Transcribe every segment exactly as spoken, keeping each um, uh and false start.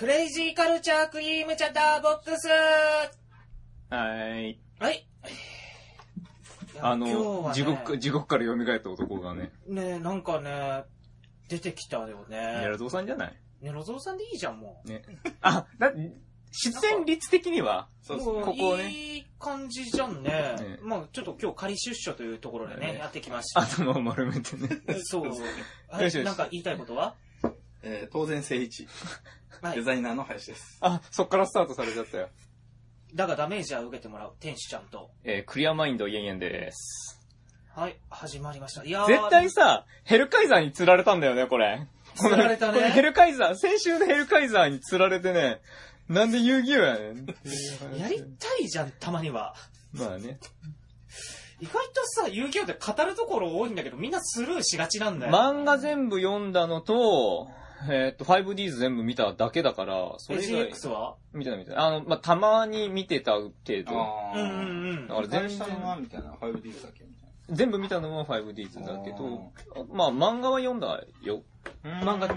クレイジーカルチャークリームチャッターボックス。はーい。 はい。 あの、ね、地獄、地獄から蘇った男がね。 ねえ、なんかね、出てきたよね。 ネロゾウさんじゃない？ ネロゾウさんでいいじゃん、もう。ね。 あ、だ、出演率的には、 そうそう、ここね。いい感じじゃんね。ね、まあちょっと今日仮出所というところでね、ねやってきました。 頭を丸めてね。 そう。はい、なんか言いたいことは？ えー、当然正一。デザイナーの林です。 あ、そっからスタートされちゃったよ。 だがダメージは受けてもらう、天使ちゃんと。 えー、クリアマインドイエンイエンです。 はい、始まりました。いやー絶対さ、ヘルカイザーに釣られたんだよね、これ。 釣られたね。これヘルカイザー、先週のヘルカイザーに釣られてね、なんで遊戯王やねん。 やりたいじゃん、たまには。 まあね。 意外とさ、遊戯王って語るところ多いんだけど、みんなスルーしがちなんだよ。 漫画全部読んだのと、えー、っと、ファイブディーズ 全部見ただけだから、 それ以外。エージーエックス は見てない見てない。あの、まあ、たまに見てた程度。 あうんうんうん。 だから全然はみたいな、ファイブディーズ だけみたいな。 全部見たのは ファイブディーズ だけど、まあ、漫画は読んだよ。 漫画って、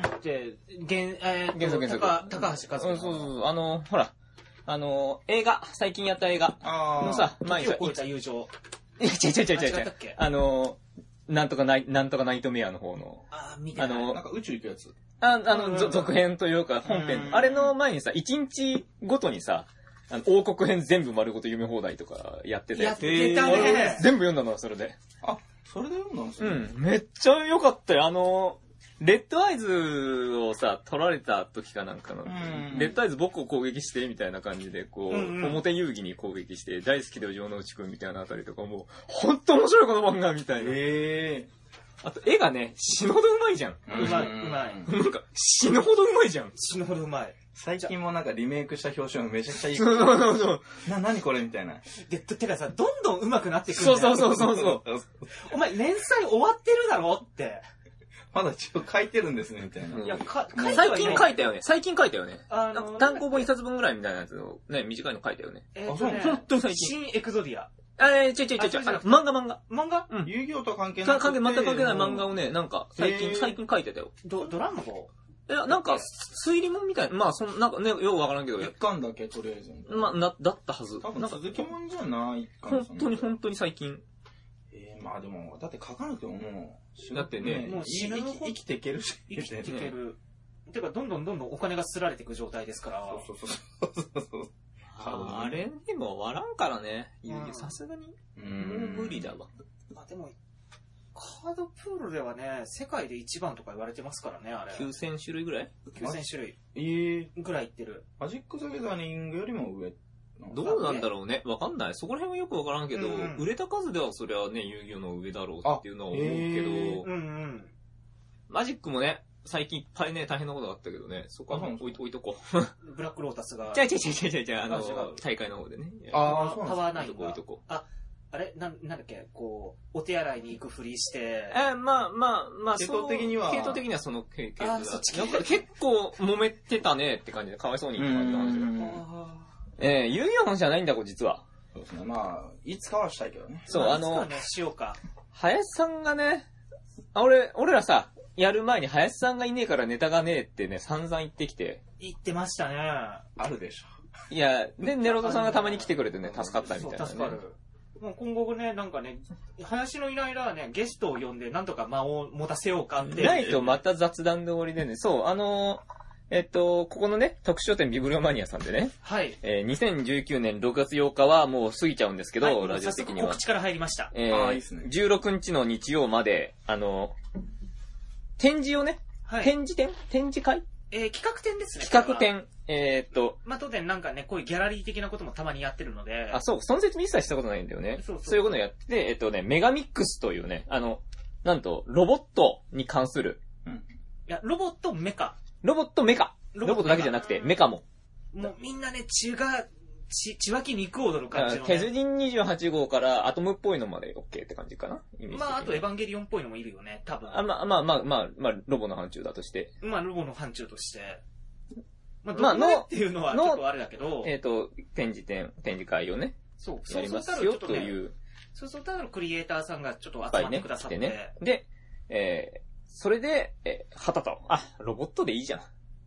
原、えー、 原作原作。 高, 高橋和樹。そうそうそう。あの、ほら、あの、映画、最近やった映画のさ、 前に時を超えた友情。 いや、違う違う違う違う違う。あの、なんとかナイ、なんとかナイトメアの方の。 あ、見てない。 あの、なんか宇宙行くやつ。 あ、あの、続編というか、本編。あれの前にさ、一日ごとにさ、あの、王国編全部丸ごと読み放題とかやってて。 やってたね。 全部読んだのはそれで。 あ、それで読んだんですね。うん。めっちゃ良かったよ。あの、レッドアイズをさ、取られた時かなんかの、レッドアイズ僕を攻撃してみたいな感じで、こう、うんうん、表遊戯に攻撃して、大好きで城之内くんみたいなあたりとかも、ほんと面白いこの漫画みたいな。 へー。 あと、絵がね、死ぬほどうまいじゃん。うまい、うまい。 なんか、死ぬほどうまいじゃん。 死ぬほどうまい。 最近もなんかリメイクした表紙がめちゃくちゃいい。 そうそうそうそう。 な、なにこれみたいな。 で、てかさ、どんどん上手くなってくるんだよ。 そうそうそうそう。 お前、連載終わってるだろって。 まだ一応書いてるんですね、みたいな。 いや、か、 最近書いたよね。最近書いたよね。あの、単行本一冊分ぐらいみたいなやつを、ね、短いの書いたよね。 えー、そうね。ほんと最近。新エクゾディア。 あえー、ちょいちょいちょいちょい。漫画漫画。 漫画うん。遊戯王とは関係ない。 関係、全く関係ない漫画をね、なんか、最近、最近書いてたよ。 ド、ドラの方いや、なんか、推理もんみたいな、まあ、そんなんかね、よくわからんけど。 一巻だけ、とりあえず。 まあ、な、だったはず。 多分続きもんじゃない、一巻。本当に本当に最近。 えー、まあでも、だって書かなくてももう、だってね、 もう死ぬ生きていけるし。 生きていける。てか、どんどんどんどんお金がすられていく状態ですから。 そうそうそうそうそう。 あ, あれでも終わらんからね。さすがに。もう無理だわ。 まあでも、カードプールではね、世界で一番とか言われてますからね、あれ。 きゅうせん種類ぐらい ? きゅうせん 種類。 ええぐらいいってる。 マジック・ザ・ギャザリングよりも上。 どうなんだろうね。わかんない。そこら辺はよくわからんけど、うんうん、売れた数ではそれはね、遊戯王の上だろうっていうのは思うけど、 うんうん、 マジックもね、最近いっぱいね、大変なことがあったけどね、そこは置いと、置いとこう。ブラックロータスが。 じゃあ、じゃあ、じゃあ、じゃあ、あの、大会の方でね。 ああ、パワーナイン置いとこう。 あ、あれなん、なんだっけこう、お手洗いに行くふりして。 え、まあまあまあ、 系統的には。 系統的にはその系統だ。 あ、そっちなんか結構揉めてたねって感じで、かわいそうにって感じの話だ。えー、遊戯王の話じゃないんだ、これ実は。 そうですね。まあ、いつかはしたいけどね。 そう、あの、 いつかね、しようか。 林さんがね、あ、俺、俺らさ、やる前に林さんがいねえからネタがねえってね、散々言ってきて。 言ってましたね。 あるでしょ。 いや、で、ネロドさんがたまに来てくれてね、助かったみたいな、ね。 助かる。もう今後ね、なんかね、林のいないらね、ゲストを呼んで、なんとか間を持たせようかって。 ないとまた雑談で終わりでね、そう、あのー、えっと、ここのね、特殊書店ビブリオマニアさんでね、 はい。 えー、にせんじゅうきゅうねんろくがつようかはもう過ぎちゃうんですけど、はい、ラジオ的には。 告知から入りました。 えー、あーいいっすね。じゅうろくにちの日曜まで、あの、展示をね、はい、展示展展示会えー、企画展ですね。 企画展。えー、っと。 まあ、当然なんかね、こういうギャラリー的なこともたまにやってるので。 あ、そう、その説明一切したことないんだよね。そうそう。そういうことをやってて、えっとね、メガミックスというね、あの、なんと、ロボットに関する。 うん。いや、ロボットメカ。 ロボットメカ。ロボットだけじゃなくて、メカも。 もうみんなね、血が、血、血湧き肉を踊る感じの、ね。 鉄人にじゅうはち号からアトムっぽいのまで OK って感じかな。 イメージ。まあ、あとエヴァンゲリオンっぽいのもいるよね、多分。 あ、まあまあまあまあ、まあ、ロボの範疇だとして。 まあ、ロボの範疇として。まあ、どこまでっていうのはちょっとあれだけど。 えっ、ー、と、展示展、展示会をね。 そう、 やりますよという。 そうそう、ただのクリエイターさんがちょっと集まってくださって。 ね、で、えー、それで、えー、はたと、あ、ロボットでいいじゃん。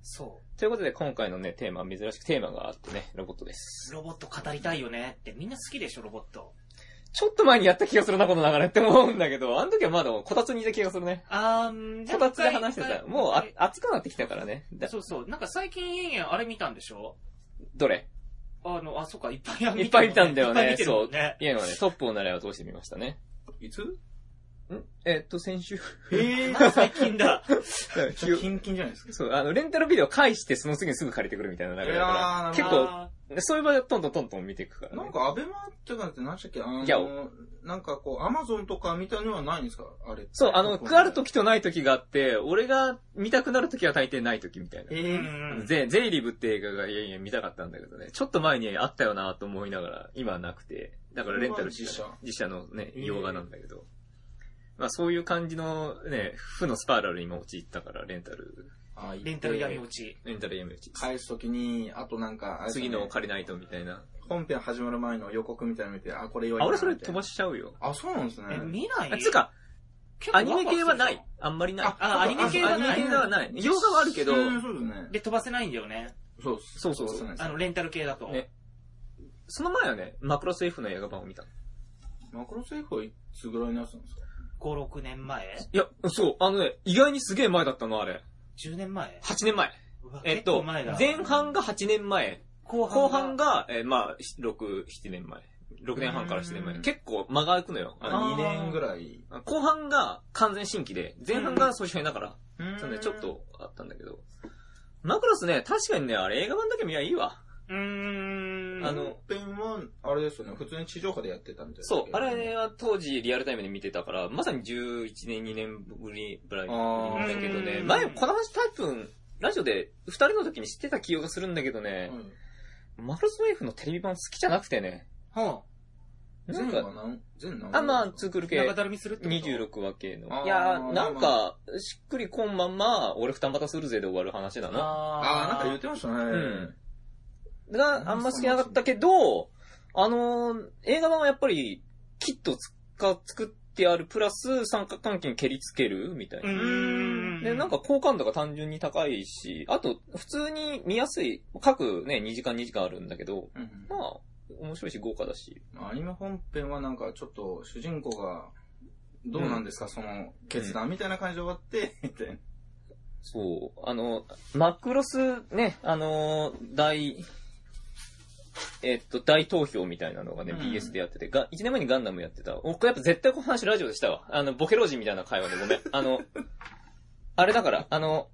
そう。 ということで今回のね、テーマ、珍しくテーマがあってね、ロボットです。 ロボット語りたいよねって、みんな好きでしょ、ロボット。 ちょっと前にやった気がするな、この流れって思うんだけど、あの時はまだこたつにいた気がするね。 あー、 こたつで話してた。もうあ暑くなってきたからね。 そうそう。なんか最近、あれ見たんでしょ？ どれ？ あの、あ、そっか、いっぱい見た、ね。 いっぱい見たんだよね。 いっぱい見てるもんね。そう。家のね、トップを狙いを通してみましたね。 いつ？ んえっと、先週。 えー、最近だ。 キンキンじゃないですか。 そう、あの、レンタルビデオ返して、その次にすぐ借りてくるみたいな流れだから、結構、そういう場合はトントントントン見ていくから、ね。 なんか、アベマってかって何でしたっけあの、 いやなんかこう、アマゾンとか見たのはないんですかあれ。 そう、あの、ある時とない時があって、俺が見たくなる時は大抵ない時みたいな。 えー、 ゼ、ゼイリブって映画がいやいや見たかったんだけどね、ちょっと前にあったよなと思いながら、今はなくて、だからレンタル実写。 実写のね、洋画なんだけど。まあそういう感じのね、負のスパイラルに今陥ったから、レンタル。 あレンタル闇落ち。 レンタル闇落ち。 返すときに、あとなんか、 ね、次の借りないとみたいな。 本編始まる前の予告みたいなの見て、あ、これ良いな。あ、俺それ飛ばしちゃうよ。 あ、そうなんですね。 え、見ないあ、つうか、アニメ系はない。あんまりない。 あ、アニメ系はない。 アニメ系はない。洋画はあるけど、 そうですね。 で、飛ばせないんだよね。 そうそうそうそう。 あの、レンタル系だと。 ね。その前はね、マクロス F の映画版を見たの。 マクロス F はいつぐらいになったんですかご、ろくねんまえいや、そう、あのね、意外にすげえ前だったの、あれ。 じゅうねんまえ ?はちねんまえ。えっと、前半がはちねんまえ。後半が、後半がえー、まあ、ろく、ななねんまえ。ろくねんはんからななねんまえ。結構間が空くのよ。 あ、にねんぐらい。 後半が完全新規で、前半が総集編だから、そうね、ちょっとあったんだけど。マクロスね、確かにね、あれ映画版だけ見りゃいいわ。 うーん。 あの、本編は、あれですよね、普通に地上波でやってたみたいな。 そう、あれは当時リアルタイムで見てたから、まさにじゅういちねん、にねんぶりぐらいだけどね、前、この話タイプ、ラジオで二人の時に知ってた記憶がするんだけどね、うん、マクロス F のテレビ版好きじゃなくてね。 はあ、なんか、全何あ、まあ、ツークル系。 長だるみするってにじゅうろくわ系の。いやー、なんか、しっくりこんまんま、俺二股するぜで終わる話なの。 あー、なんか言ってましたね。うん。 があんま好きなかったけど、あのー、映画版はやっぱり、キットつか作ってあるプラス三角関係に蹴りつけるみたいな。で、なんか好感度が単純に高いし、あと、普通に見やすい、各ね、にじかんにじかんあるんだけど、うん、まあ、面白いし豪華だし。 アニメ本編はなんかちょっと主人公が、どうなんですか、うん、その決断みたいな感じで終わって、みたいな。 そう。あの、マクロスね、あの、大、えっと、大投票みたいなのがね、うん、ビーエス でやってて、が、いちねんまえにガンダムやってた。僕やっぱ絶対この話ラジオでしたわ。あの、ボケ老人みたいな会話でごめん。あの、あれだから、あの、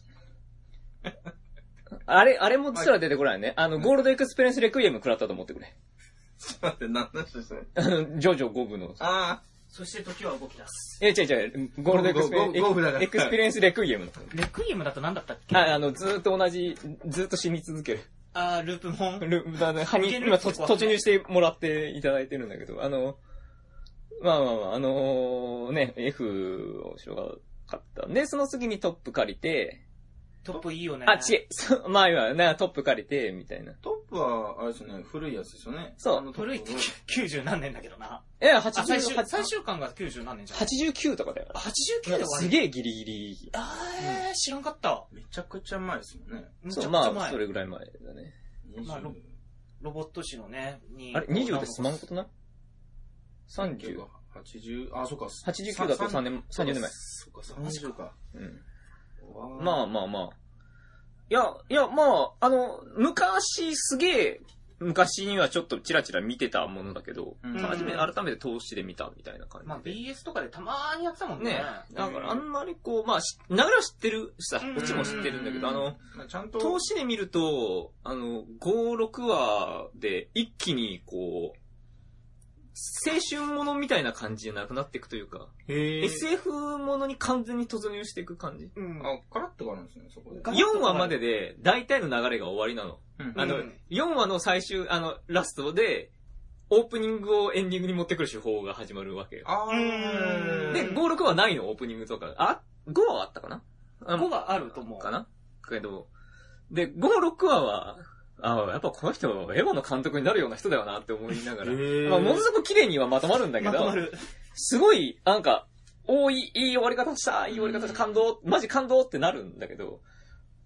あれ、あれもすら出てこないね。あの、ゴールドエクスペリエンスレクイエム食らったと思ってくれ。 ちょっと待って、何の話ですかあの、ジョジョご部の。 ああ。 そして時は動き出す。 え、違う違う、ゴールドエクスペリエンス、エクスペリエンスレクイエムの。 レクイエムだと何だったっけ？ あ、あの、ずーっと同じ、ずーっと死に続ける。 あー、ループモン。 ループ、だね、はに、今突入してもらっていただいてるんだけど、あの、まあまあまあ、あのー、ね、F をしようかった。で、その次にトップ借りて、 トップいいよね。 あ、ち、まあ今、ね、トップ借りて、みたいな。 トップは、あれですね、古いやつですよね。 そう。 古いってきゅうじゅう何年だけどな。 え、はちじゅう、 最終、最終巻がきゅうじゅう何年じゃん。 はちじゅうきゅうとかだよ。 はちじゅうきゅうで終わり。 すげえギリギリ。 あー、うん、知らんかった。 めちゃくちゃ前ですもんね。 そう、まあ、それぐらい前だね。 まあ、ロ, ロボット誌のね、 に。あれ、にじゅうってすまんことな ?さんじゅう。 はちじゅう、あ、そうか。 はちじゅうきゅうだとさんねん、さんじゅうねんまえ。 そうか、さんじゅうか。 うん。まあまあまあ。いや、いや、まあ、あの、昔、すげえ、昔にはちょっとチラチラ見てたものだけど、うん、初め改めて投資で見たみたいな感じで。 まあ ビーエス とかでたまーにやってたもんね。 ね。だからあんまりこう、まあ、流れは知ってるしさ、こっちも知ってるんだけど、あの、 ちゃんと投資で見ると、あの、ご、ろくわで一気にこう、青春ものみたいな感じじゃなくなっていくというか、エスエフ ものに完全に突入していく感じ。 うん、あ、カラッとがあるんですね、そこで。 よんわまでで大体の流れが終わりなの。うん、あの、よんわの最終、あの、ラストで、オープニングをエンディングに持ってくる手法が始まるわけよ。 あーで、ご、ろくはないの、オープニングとか。あ、ごわはあったかな ? ご はあると思う。 かなけど、で、ご、ろくわは、ああ、やっぱこの人、エヴァの監督になるような人だよなって思いながら。まあ、ものすごく綺麗にはまとまるんだけど、まとまる。すごい、なんか、おーいい、いい終わり方した、いい終わり方した、感動、マジ感動ってなるんだけど、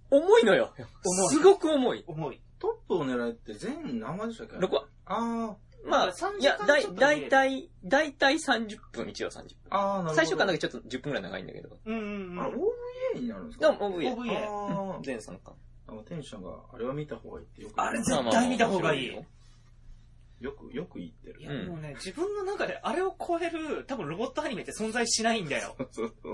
重いのよ。 重いすごく重い。 重い。 トップを狙いって全何話でしたっけ？ ろくわ。 あまあ、いや、だい、だいたい、だいたいさんじゅっぷん、いちわさんじゅっぷん。 あ、ああ、なるほど。 最初からだけちょっとじゅっぷんくらい長いんだけど。 うんうんうん。 あれ、オーブイエー になるんですでか？ も、オーブイエー。 オーブイエー。 ああ。 全さんか。 あの、テンションが、あれは見た方がいいってよく。 あれ絶対見た方がいい。 よく、よく言ってる。 いや、もうね、自分の中であれを超える、多分ロボットアニメって存在しないんだよ。 そうそう。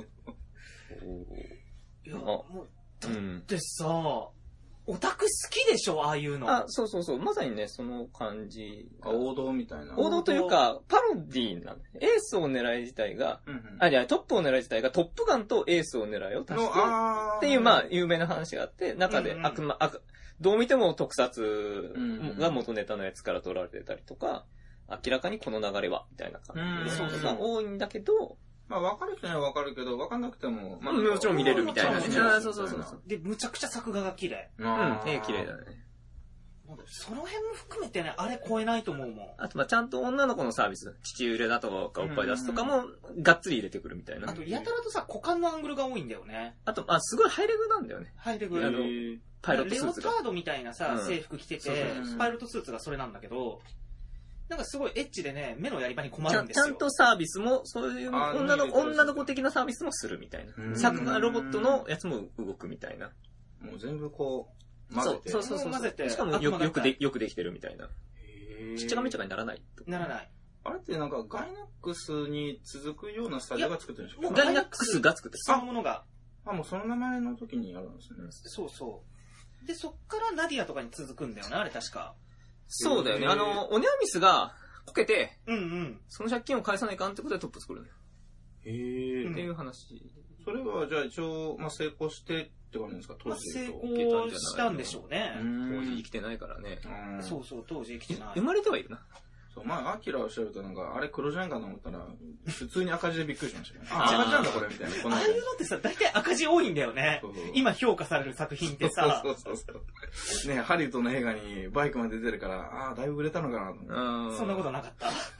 いや、もう、だうん。 ってさ、オタク好きでしょ、ああいうの。 あ、そうそうそう。まさにね、その感じ。 王道みたいな。 王道というか、パロディーなの。エースを狙い自体が、 うんうん、 あ、じゃあトップを狙い自体がトップガンとエースを狙いを足して、っていう、まあ、有名な話があって、中で悪魔、悪、どう見ても特撮が元ネタのやつから取られてたりとか、明らかにこの流れは、みたいな感じで、が多いんだけど、 まあ、分かる人には分かるけど、分かんなくても、まあ、 もちろん見れるみたいなね。 あ、そうそうそうそう。で、むちゃくちゃ作画が綺麗。 うん、絵綺麗だね。 その辺も含めてね、あれ超えないと思うもん。 あと、まあちゃんと女の子のサービス、父揺れだとかおっぱい出すとかも、がっつり入れてくるみたいな。 あと、やたらとさ、股間のアングルが多いんだよね。 あと、あ、すごいハイレグなんだよね。 ハイレグ。 あの、パイロットスーツが。 レオタードみたいなさ、制服着てて、パイロットスーツがそれなんだけど、なんかすごいエッチでね、目のやり場に困るんですよ。 ちゃんとサービスも、そういう女の女の子的なサービスもするみたいな。作画ロボットのやつも動くみたいな。 もう全部こう、混ぜて。 そうそうそう。 混ぜて。 しかもよよくで、よくできてるみたいな。ちっちゃかめっちゃかにならない。 ならない。 あれってなんかガイナックスに続くようなスタジオが作ってるんでしょ？ ガイナックスが作ってる。 そのものが。 あ、もうその名前の時にやるんですね。 そうそう。で、そっからナディアとかに続くんだよね、あれ確か。 そうだよね。あの、オネアミスが、こけて、 うんうん。 その借金を返さないかんってことでトップ作るのよ。 へー。 っていう話。 それはじゃあ一応、まあ、成功してって感じですか、当時。 成功したんでしょうね。 当時生きてないからね。 そうそう、当時生きてない。 生まれてはいるな。 そう、まあ、アキラを調べるとなんか、あれ黒字なんかと思ったら、普通に赤字でびっくりしましたね。あ、赤字なんだこれみたいな。 ああいうのってさ、大体赤字多いんだよね。今評価される作品ってさ。 そうそうそうそう。ね、ハリウッドの映画にバイクまで出てるから、ああ、だいぶ売れたのかなと思って。 そんなことなかった。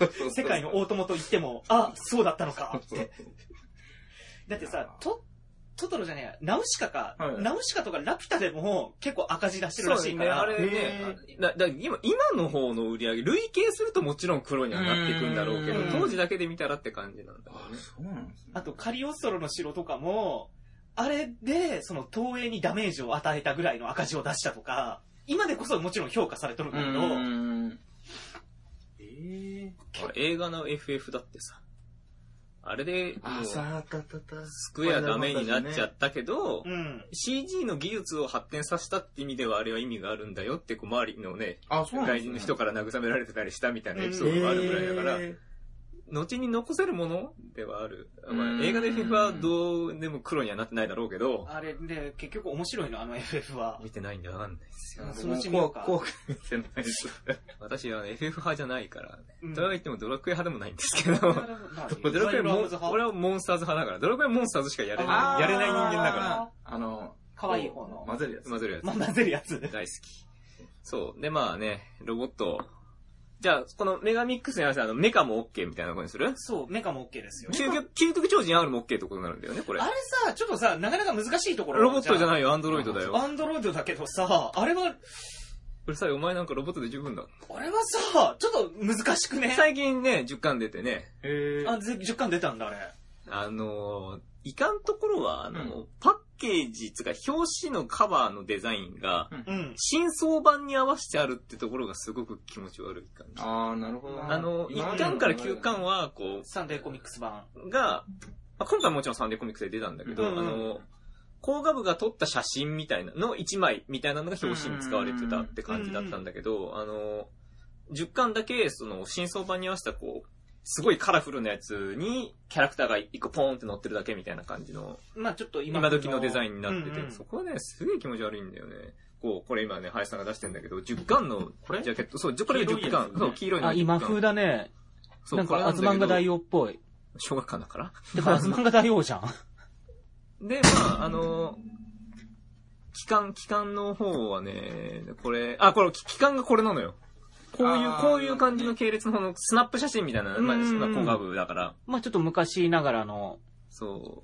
世界の大友と言っても、あ、そうだったのかって。だってさ、トトトロじゃねえや、ナウシカか、はい、ナウシカとかラピュタでも結構赤字出してるらしいから。 そうね、あれね、だだ今、今の方の売り上げ、累計するともちろん黒にはなっていくんだろうけど、当時だけで見たらって感じなんだよね。 そうなんですね。 あと、カリオストロの城とかも、あれで、その東映にダメージを与えたぐらいの赤字を出したとか、今でこそもちろん評価されとるんだけど、 えー、映画の エフエフ だってさ、あれで、スクエアダメになっちゃったけど、うん、シージー の技術を発展させたって意味ではあれは意味があるんだよって、こう周りのね、外人の人から慰められてたりしたみたいなエピソードがあるぐらいだから、えー、後に残せるものではある。まあ、映画の エフエフ はどうでも黒にはなってないだろうけど、 あれで結局面白いの、あの エフエフ は。 見てないんでわかんないですよ。 そのうち見ようか。 怖く見てないです。 私は エフエフ 派じゃないから、ね、うん、とは言ってもドラクエ派でもないんですけど、ドラクエも、俺はモンスターズ派だから、ドラクエモンスターズしかやれない、やれない人間だから。 あの、 可愛い方の。 混ぜるやつ。 混ぜるやつ。 混ぜるやつ。 大好き。そう。で、まあね、ロボット、じゃあ、このメガミックスに合わせてあの、メカも OK みたいなことにする？ そう、メカも OK ですよ。 究極、究極超人 R も OK ってことになるんだよね、これ。 あれさ、ちょっとさ、なかなか難しいところ。 ロボットじゃないよ、アンドロイドだよ。 アンドロイドだけどさ、あれは、 うるさい、お前なんかロボットで十分だ。 俺はさ、ちょっと難しくね。 最近ね、じゅっかん出てね。 へー。あ、じゅっかん出たんだ、あれ。 あのー、いかんところは、あの、うん、パッケージつか表紙のカバーのデザインが、うん、新装版に合わせてあるってところがすごく気持ち悪い感じ。 ああ、なるほど。 あの、いっかんからきゅうかんは、こう、 サンデーコミックス版が、まあ、今回もちろんサンデーコミックスで出たんだけど、うんうん、あの、工画部が撮った写真みたいなのいちまいみたいなのが表紙に使われてたって感じだったんだけど、あの、じゅっかんだけ、その、新装版に合わせたこう、すごいカラフルなやつにキャラクターが一個ポーンって乗ってるだけみたいな感じの、 まあちょっと今今時のデザインになってて、うんうん、そこはね、すげえ気持ち悪いんだよね。こう、これ今ね、林さんが出してんだけど、じゅっかんのジャケット、そう、これじゅっかん、そう、黄色いの。 あ、今風だね。そう、なんか、アズマンガ大王っぽい。 小学館だからでもアズマンガ大王じゃん。 で、まあ、あの、機関、機関の方はね、これ、あ、これ、機関がこれなのよ。こういう、こういう感じの系列の方のスナップ写真みたいな、まあ、そんな小画部だから。 まあちょっと昔ながらの。 そう。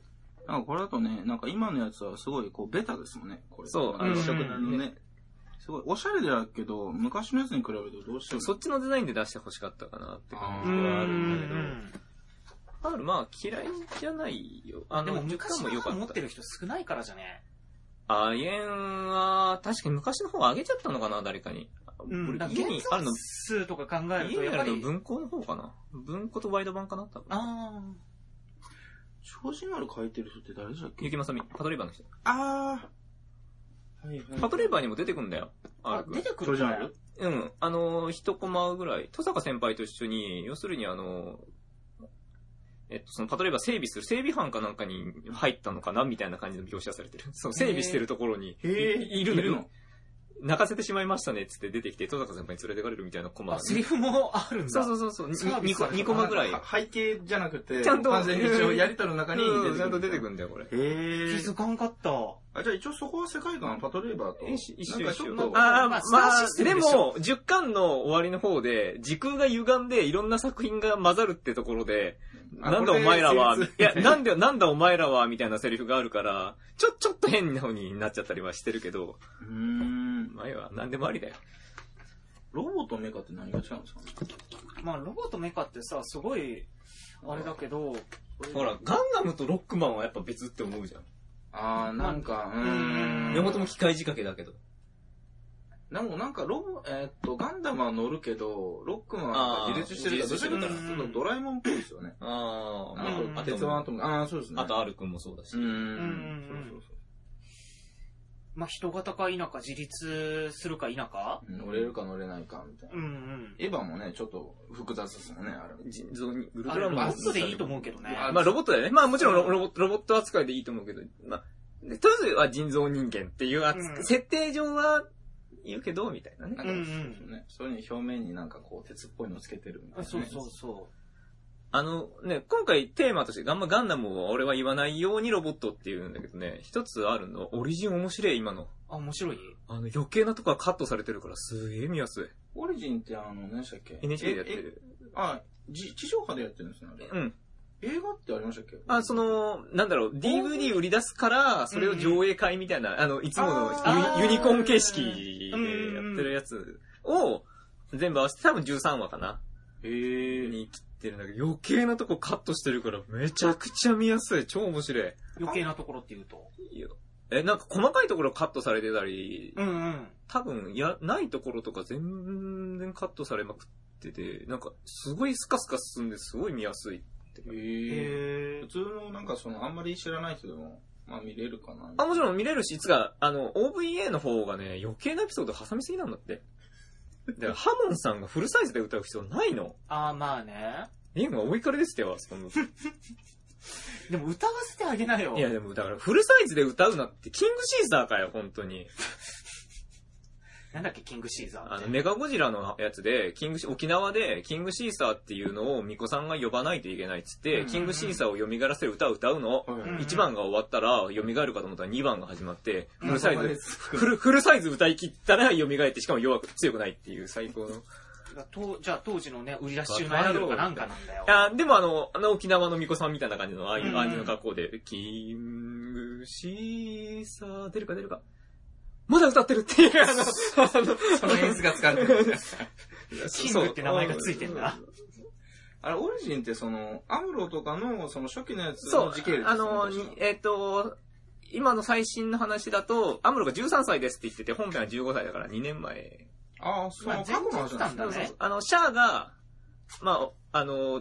なんかこれだとね、なんか今のやつはすごいこうベタですもんね。これそう、 あの色のね。すごいおしゃれだけど、昔のやつに比べるとどうしても。 そっちのデザインで出して欲しかったかなって感じはあるんだけど。パール、まあ嫌いじゃないよ。あの、 でも昔の方持ってる人少ないからじゃね。 あげんは、確かに昔の方あげちゃったのかな、誰かに。 うん、だ家にあるの数とか考えると、やっぱり。 文庫の方かな。文庫とワイド版かな、多分。 ああ。 超人丸書いてる人って誰だっけ？ ゆきまさみ、パトレーバーの人。 ああ。はいはい。 パトレーバーにも出てくんだよ。 あ、出てくる超人丸？ うん。あの、一コマぐらい。戸坂先輩と一緒に、要するにあの、えっと、そのパトレーバー整備する、整備班かなんかに入ったのかなみたいな感じの描写されてる。その整備してるところにいるのよ。泣かせてしまいましたねっつって出てきて、戸坂先輩に連れてかれるみたいなコマ。 セリフもあるんだ。 そうそうそうそう。にこ、にコマぐらい。 背景じゃなくて、 ちゃんと完全に一応やりとりの中に出てくる。 ちゃんと出てくるんだよ、これ。 へぇー。 気づかんかった。 あ、じゃあ一応そこは世界観、パトレーバーと。 一緒一緒。 ああ、まあ、でも、じゅっかんの終わりの方で、時空が歪んでいろんな作品が混ざるってところで、なんだお前らは、いや、なんで、なんだお前らは、みたいなセリフがあるから、ちょ、ちょっと変な風になっちゃったりはしてるけど、 うーん。 前は何でもありだよ。 ロボとメカって何が違うんですか？ まあ、ロボとメカってさ、すごい、あれだけど、 ほら、ガンダムとロックマンはやっぱ別って思うじゃん。 あー、なんか、うーん。 両方とも機械仕掛けだけど。 なんか、なんかロボ、えー、っと、ガンダムは乗るけど、ロックマンは自立してるから、どちらかというとドラえもんっぽいですよね。 あー、あと、鉄腕アトム、あー、そうですね。 あと、アル君もそうだし。 うーん。そうそうそう。 まあ、人型か否か、自立するか否か、 乗れるか乗れないか、みたいな。 うんうん。 エヴァもね、ちょっと複雑ですもんね、あれ。 人造に、 ウルトラマンロボットでいいと思うけどね。 まあ、ロボットだよね。まあ、もちろんロボロボット扱いでいいと思うけど、まあ、とりあえずは人造人間っていう、うん、設定上は言うけど、みたいなね。 なんかそうですね。そういうに表面になんかこう、鉄っぽいのつけてるみたいな、ね。 そうそうそう。 あのね、今回テーマとしてガンマガンダムを俺は言わないようにロボットって言うんだけどね、一つあるの、オリジン面白い、今の。 あ、面白い？ あの、余計なとこはカットされてるからすげえ見やすい。 オリジンってあの、何でしたっけ？ エヌエイチケー でやってる。 あ、地上波でやってるんですね、あれ。 うん。 映画ってありましたっけ？ あ、その、なんだろう、ディーブイディー 売り出すから、それを上映会みたいな、うん、あの、いつものユ, ユニコーン形式でやってるやつを全部合わせて多分じゅうさんわかな。 へー。 に切ってるんだけど、余計なとこカットしてるからめちゃくちゃ見やすい。超面白い。 余計なところって言うと？ いや、え、なんか細かいところカットされてたり、 うんうん。 多分、や、ないところとか全然カットされまくってて、なんか、すごいスカスカ進んですごい見やすいって。 へー。普通のなんかその、あんまり知らない人でも、まあ見れるかな。 あ、もちろん見れるし、いつか、あの、オーブイエー の方がね、余計なエピソード挟みすぎなんだって。だから、ハモンさんがフルサイズで歌う必要ないの。 ああ、まあね。 リンがお怒りですってよ、あそこの。 でも歌わせてあげなよ。 いやでもだからフルサイズで歌うなってキングシーザーかよ、本当に。 なんだっけ、キングシーザーって。 あの、メガゴジラのやつで、キングシ、沖縄でキングシーサーっていうのをミコさんが呼ばないといけないっつって、うんうんうん、キングシーサーを蘇らせる歌を歌うの。うんうん、いちばんが終わったら蘇るかと思ったらにばんが始まって、フルサイズ、フル、フルサイズ歌い切ったら蘇ってしかも弱く、強くないっていう最高の。 とじゃあ当時のね、売り出し中のアイドルかなんかなんだよ。 あでもあの、あの沖縄の巫女さんみたいな感じの、ああいう感じの格好で、キングシーサー、出るか出るか。まだ歌ってるっていう、あの、あの、 その演出が使われてる。 キングって名前がついてんだ。 あれ、オリジンってその、アムロとかの、その初期のやつの時系列ですね。あの、えっと、今の最新の話だと、アムロがじゅうさんさいですって言ってて、本編はじゅうごさいだからにねんまえ。 ああ、そう、まあ、過去の話なんだね。 あの、シャアが、まあ、あの、うん。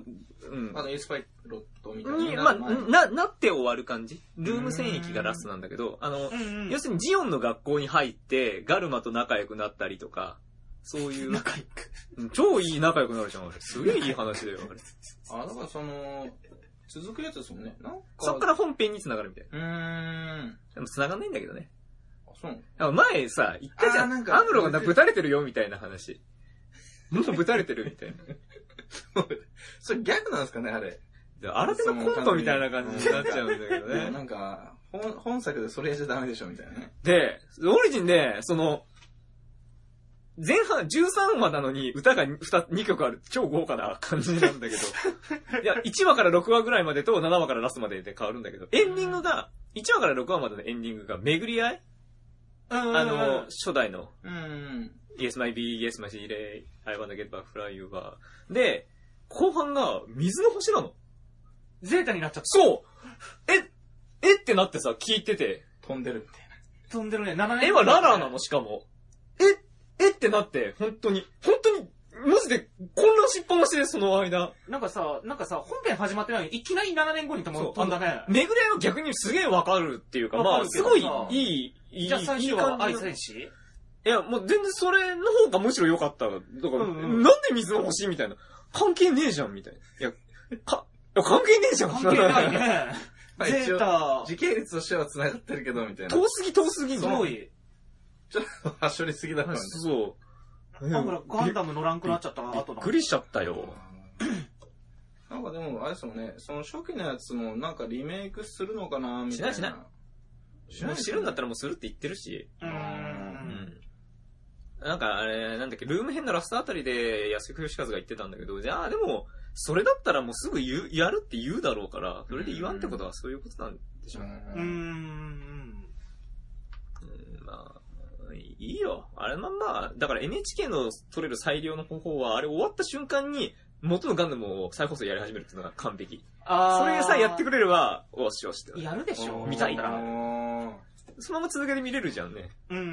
あの、エースパイロットみたいに、まあ、な、なって終わる感じ。ルーム戦役がラストなんだけど、あの、要するにジオンの学校に入って、ガルマと仲良くなったりとか、そういう。 仲良く。 超いい仲良くなるじゃん、あれ。すげえいい話だよ、あれ。 あ、だからその、続くやつですもんね。なんか。 そっから本編に繋がるみたいな。うーん。 でも繋がんないんだけどね。 そう。 前さ、言ったじゃん。んアムロがぶたれてるよみたいな話。もうぶたれてるみたいな。 それギャグなんですかね、あれ。 新手のコントみたいな感じになっちゃうんだけどね。 なんか本、本作でそれやっちゃダメでしょみたいなね。 で、オリジンで、その、 前半じゅうさんわなのに歌が 2, にきょくある超豪華な感じなんだけど。いや、いちわからろくわぐらいまでとななわからラストまでで変わるんだけど、エンディングが、いちわからろくわまでのエンディングが巡り合いあの、初代の。 うん。 Yes, my bee, yes, my sea, I wanna get back from you は。で、後半が水の星なの。 ゼータになっちゃった。 そうえ、えってなってさ、聞いてて。 飛んでるみたいな。 飛んでるね。ななねん。 絵はララーなの、しかも。え、えってなって、本当に、本当に、マジで混乱しっぱなしで、その間。 なんかさ、なんかさ、本編始まってないのに、いきなりななねんごに飛んだね。 巡り合いは逆にすげえわかるっていうか、まあ、すごいいい、いい、 じゃあ最初は愛戦士？ いや、もう全然それの方がむしろ良かった。だから、うんうん、なんで水の星みたいな。関係ねえじゃん、みたいな。いや、か、いや関係ねえじゃん。 関係ないね。ゼータ。 時系列としては繋がってるけど、みたいな。 遠すぎ遠すぎ。 すごい。 ちょっと、はしょりすぎだったんで。 そう。 だからガンダム乗らんくなっちゃったな、 あとびっくりしちゃったよ。 なんかでも、あれですもんね、その初期のやつもなんかリメイクするのかな、みたいな。 しないしない。しない。知るんだったらもうするって言ってるし。 うーん。 なんかあれ、なんだっけ、ルーム編のラストあたりで安井義和が言ってたんだけど、じゃあでも、それだったらもうすぐ言う、やるって言うだろうから、それで言わんってことはそういうことなんでしょう。うーん。 まあ、いいよ。あれまんま、だから エヌエイチケー の取れる裁量の方法は、あれ終わった瞬間に、元のガンダムを再放送やり始めるっていうのが完璧。あそれさえやってくれれば、おしよしって。 やるでしょ見たいな。そのまま続けて見れるじゃんね。 うんうんうん。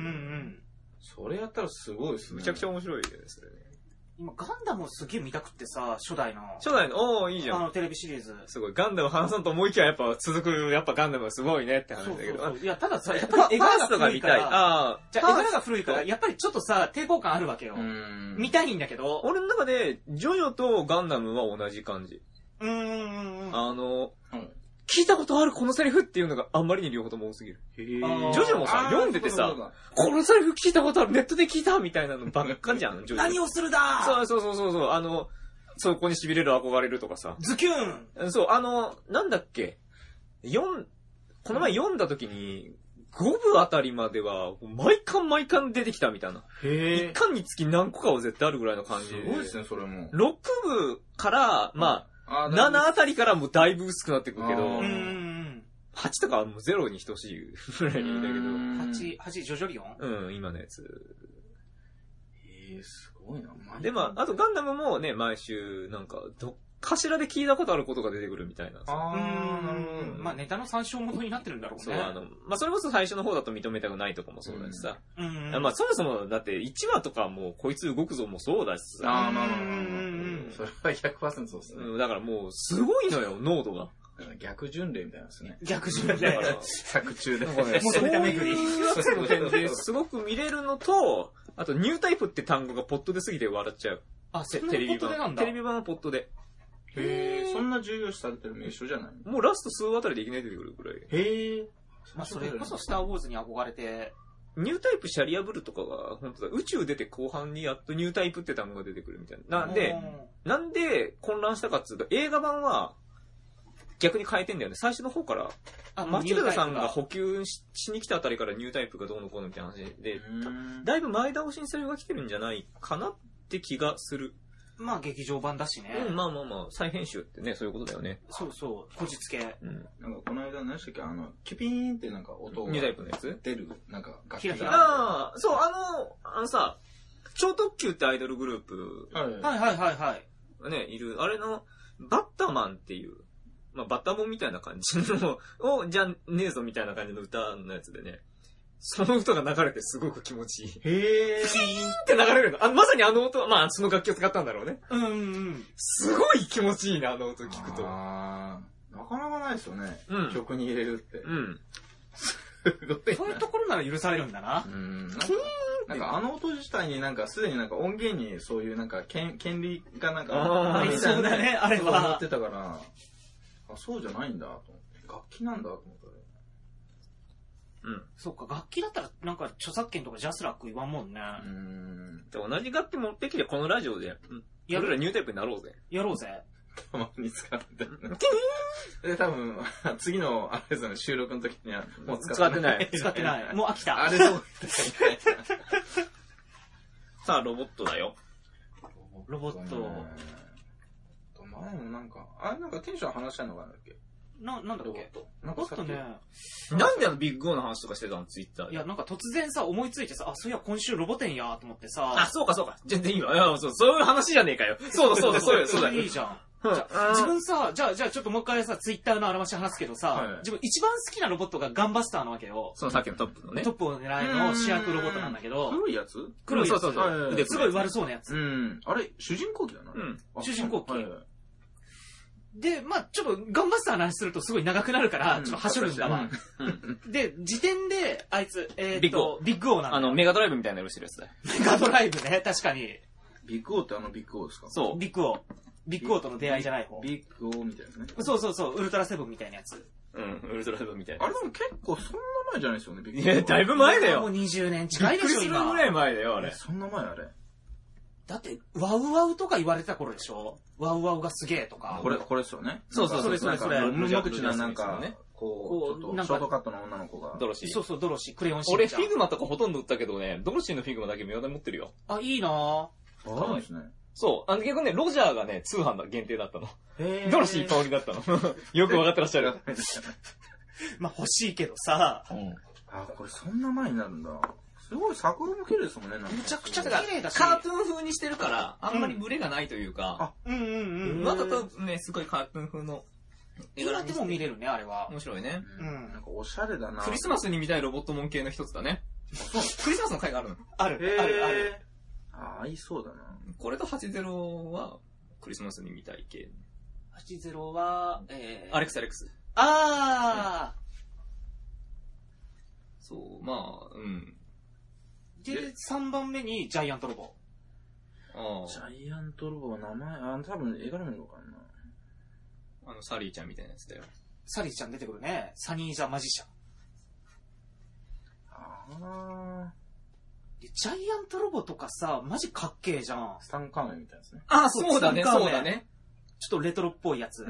それやったらすごいですね。 めちゃくちゃ面白いよね、それね。 今、ガンダムをすげえ見たくってさ、初代の。 初代の、おー、いいじゃん。 あの、テレビシリーズ。 すごい。ガンダム話さんと思いきや、やっぱ続く、やっぱガンダムはすごいねって話だけど。そうそうそういや、たださ、やっぱり絵柄が古いから。 ああ。 じゃあ、絵柄が古いから、やっぱりちょっとさ、抵抗感あるわけよ。見たいんだけど。 俺の中で、ジョジョとガンダムは同じ感じ。 うーん。 あの、うん聞いたことあるこのセリフっていうのがあんまりに両方とも多すぎる。へぇジョジョもさ、読んでてさ、このセリフ聞いたことある、ネットで聞いたみたいなのばっかりじゃん、ジョジョ。 何をするだそうそうそうそう、あの、そこに痺れる憧れるとかさ。 ズキューンそう、あの、なんだっけ、読ん、この前読んだ時に、ごぶあたりまでは、毎巻毎巻出てきたみたいな。へぇ一巻につき何個かは絶対あるぐらいの感じ。すごいですね、それも。 ろくぶから、まあ、ななあたりからもうだいぶ薄くなってくるけど、はちとかはもうゼロに等しいぐらいだけど。 はち、はち、ジョジョリオンうん、今のやつ。 えー、すごいな。 で、まあ、あとガンダムもね、毎週、なんか、どっかしらで聞いたことあることが出てくるみたいな。 あー、なるほど。まあ、ネタの参照元になってるんだろうね。 そう、あの、まあ、それこそ最初の方だと認めたくないとかもそうだしさ。うん。まあ、そもそも、だっていちわとかもう、こいつ動くぞもそうだしさ。 あー、まあまあまあ。それは ひゃくパーセント そうですね。 うん、だからもう、すごいのよ、濃度が。 逆巡礼みたいなんですね。 逆巡礼。 作中で。 そういうやつの点ですごく見れるのと、あと、ニュータイプって単語がポットですぎて笑っちゃう。 あ、テレビ版テレビ版はポットで。 へー。そんな重要視されてる名称じゃないもうラスト数あたりでいきなり出てくるくらい。 へー。 まあ、それこそスターウォーズに憧れて、 ニュータイプシャリアブルとかが、本当だ、宇宙出て後半にやっとニュータイプって単語が出てくるみたいな。なんで、なんで混乱したかっつうと、映画版は逆に変えてんだよね。最初の方から、マチルダさんが補給 し, しに来たあたりからニュータイプがどうのこうのみたいな話で、だいぶ前倒しにそれが来てるんじゃないかなって気がする。 まあ劇場版だしね。 うん、まあまあまあ、再編集ってね、そういうことだよね。 そうそう、こじつけ。 うん。なんかこの間何でしたっけ、あの、キュピーンってなんか音が。 ニュータイプのやつ出る、なんか楽器が。ああ、そう、あの、あのさ、超特急ってアイドルグループ。 はいはいはいはい。 ね、いる。あれの、バッタマンっていう、まあバッタモンみたいな感じの、を、じゃねえぞみたいな感じの歌のやつでね。その歌が流れてすごく気持ちいい。 へー。 ピーンって流れるの。あ、まさにあの音は、まあその楽器を使ったんだろうね。 うんうん。 すごい気持ちいいな、あの音聞くと。 あー、なかなかないですよね。 うん。 曲に入れるって。 うん。 すごい。 そういうところなら許されるんだな。 うん。なんか、なんかあの音自体になんかすでになんか音源にそういうなんか権権利がなんか、 ありそうだね、あれは。 思ってたから、あ、そうじゃないんだと思って。楽器なんだと思ったら。 うん。 そっか、楽器だったらなんか著作権とかジャスラック言わんもんね。 うん。 同じ楽器持ってきてこのラジオで、うん。やるらニュータイプになろうぜ。 やろうぜ。 たまに使って。で、多分、次の、あれですよね、収録の時にはもう使ってない。 使ってない。もう飽きた。 あれどうさあ、ロボットだよ。 ロボット。 前もなんか、あれなんかテンション話したいのがあるんだっけな、なんだっけロボットね。 なんであのビッグオーの話とかしてたのツイッターで。 いや、なんか突然さ、思いついてさ、あ、そういや今週ロボ展やと思ってさ。 あ、そうかそうか。全然いいわ。いや、そう、そういう話じゃねえかよ。そうだそうだそうだそうだ。 いいじゃん。じゃあ自分さ、じゃあ、じゃあちょっともう一回さ、ツイッターのあらまし話すけどさ、はい、自分一番好きなロボットがガンバスターなわけよ。 そのさっきのトップのね。 トップを狙いの主役ロボットなんだけど。 黒いやつ黒いやつ。 そうそうそう。 すごい悪そうなやつ。 うん。あれ、主人公機だな。 うん。主人公機。で、まあちょっとガンバスターの話するとすごい長くなるから、ちょっとはしょるんだわ。で、時点で、あいつ、えっと、ビッグオーなんだ。 あの、メガドライブみたいな色してるやつだよ。 メガドライブね、確かに。 ビッグオーってあのビッグオーですか？ そう。ビッグオー。ビッグオーとの出会いじゃない方。 ビッグオーみたいなね。 そうそうそう、ウルトラセブンみたいなやつ。 うん、ウルトラセブンみたいな。 あれでも結構そんな前じゃないですよね、ビッグオー。いや、だいぶ前だよ。 もうにじゅうねん近いでしょ、今。 びっくりするぐらい前だよ、あれ。 そんな前あれ。 だって、ワウワウとか言われてた頃でしょ？ワウワウがすげえとか。 これ、これですよね。 そうそう、それそれそれ。 無口ななんか、こう、ちょっとショートカットの女の子が。 ドロシー。 そうそう、ドロシー、クレヨンシーン。 俺フィグマとかほとんど売ったけどね、ドロシーのフィグマだけ妙で持ってるよ。 あ、いいなぁ。 あるんですね。 そう。あの、結構ね、ロジャーがね、通販だ、限定だったの。ドロシー香りだったの。よくわかってらっしゃる。 まあ、欲しいけどさ。 うん。あ、これそんな前になるんだ。すごい作画も綺麗ですもんね、なんか。 めちゃくちゃ綺麗だし。 カートゥーン風にしてるから、あんまりブレがないというか。 あ、うんうんうん。 わざとね、すごいカートゥーン風の。 今でも見れるね、あれは。 面白いね。 うん。なんかおしゃれだな。 クリスマスに見たいロボットモン系の一つだね。そう。クリスマスの回があるの？ ある、ある、ある。 あ、合いそうだな。 これとはちじゅうは、クリスマスに見たい系。 はちじゅうは、えー、アレックスアレックス。 あー。 そう、まあ、うん。 で、さんばんめにジャイアントロボ。 ああ。 ジャイアントロボは名前、あ、多分映画で見るのかな。 あの、サリーちゃんみたいなやつだよ。 サリーちゃん出てくるね。サニー・ザ・マジシャン。 ああ。 ジャイアントロボとかさ、マジかっけえじゃん。 スタンカーメンみたいですね。 ああ、そうだね、 そうだね。 ちょっとレトロっぽいやつ。 うん。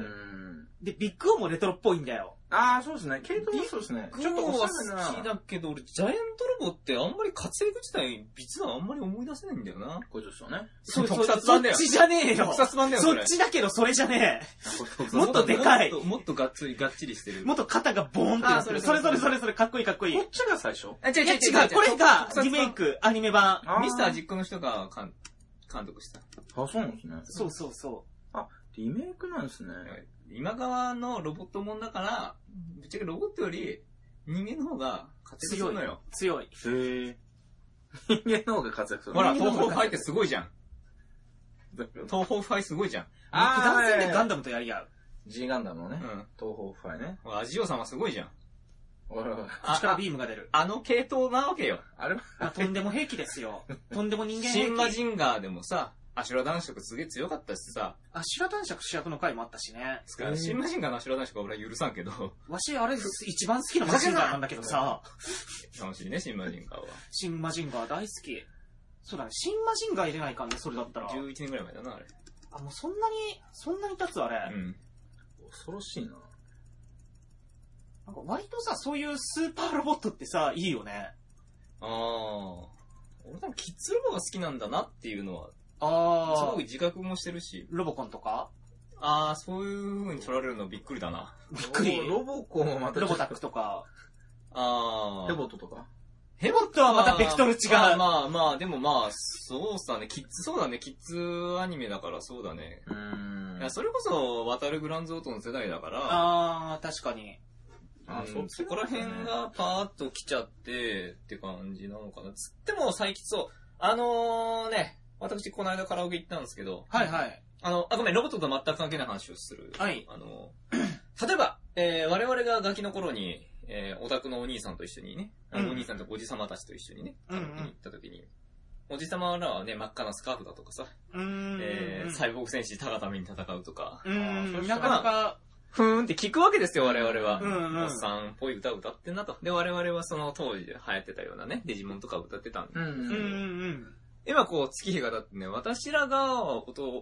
で、ビッグオーもレトロっぽいんだよ。 ああ、そうですね。系統はそうですね。 ちょっとおしゃれな。好きだけど、俺、ジャイアントロボってあんまり活躍自体、実はあんまり思い出せないんだよな。 これですよね。 そう、特撮版だよ。そっちじゃねえよ。 特撮版だよ。 そっちだけど、それじゃねえ。もっとでかい。 もっとがっつり、がっちりしてる。 もっと肩がボーンってなってる。それそれそれそれ、かっこいいかっこいい。 こっちが最初？ あ、違う違う違う。これがリメイク、アニメ版。 ミスター実行の人が監督した。 あ、そうなんですね。 そうそうそう。 あ、リメイクなんですね。 今側のロボットもんだから、ぶっちゃけロボットより人間の方が活躍するのよ。 強い。 強い。へぇー。人間の方が活躍する。 ほら、東方ファイってすごいじゃん。東方ファイすごいじゃん。 ああ、男性でガンダムとやり合う。 G ガンダムのね。うん。東方ファイね。 アジオ様すごいじゃん。 おいおい。 力ビームが出る。 あの系統なわけよ。 あれとんでも兵器ですよ。とんでも人間兵器。 シンマジンガーでもさ、アシュラ男爵すげえ強かったしさ。 アシュラ男爵主役の回もあったしね。 シンマジンガーのアシュラ男爵は俺は許さんけど。 わし、あれ、一番好きなマジンガーなんだけどさ。 楽しいね、シンマジンガーは。 シンマジンガー大好き。そうだね、シンマジンガー入れないかんね、それだったら。 じゅういちねんぐらい前だな、あれ。 あ、もうそんなに、そんなに経つあれ。 うん。 恐ろしいな。 なんか割とさ、そういうスーパーロボットってさ、いいよね。 ああ。俺多分キッズロボが好きなんだなっていうのは。 ああ。 すごく自覚もしてるし。 ロボコンとかああ、そういう風に取られるのびっくりだな。 びっくり。 ロボコンはまた。 ロボタックとか。 ああ。 ヘボットとかヘボットはまたベクトル違う。 まあまあまあ、でもまあ、そうっすだね。キッズ、そうだね。キッズアニメだからそうだね。 うーん。 いや、それこそ、渡るグランズオートの世代だから。 ああ、確かに。 あ、うん、そこら辺がパーッと来ちゃってって感じなのかな。つっても最近そう、あのー、ね、私この間カラオケ行ったんですけど。 はいはい。 あの、あ、ごめん、ロボットと全く関係ない話をする。 はい。 あの、例えば、えー、我々がガキの頃に、えー、オタクのお兄さんと一緒にね、あのお兄さんとおじさまたちと一緒にね、カラオケに行った時に、おじさまらはね、真っ赤なスカーフだとかさ、 うーんえー、サイボーグ戦士タガタミに戦うとか、 うーん、なかなか、 ふーんって聞くわけですよ、我々は。 うんうん。 おっさんっぽい歌を歌ってんなと。で、我々はその当時流行ってたようなね、デジモンとかを歌ってたんで。 うんうんうん。 今こう、月日が経ってね、私らがおと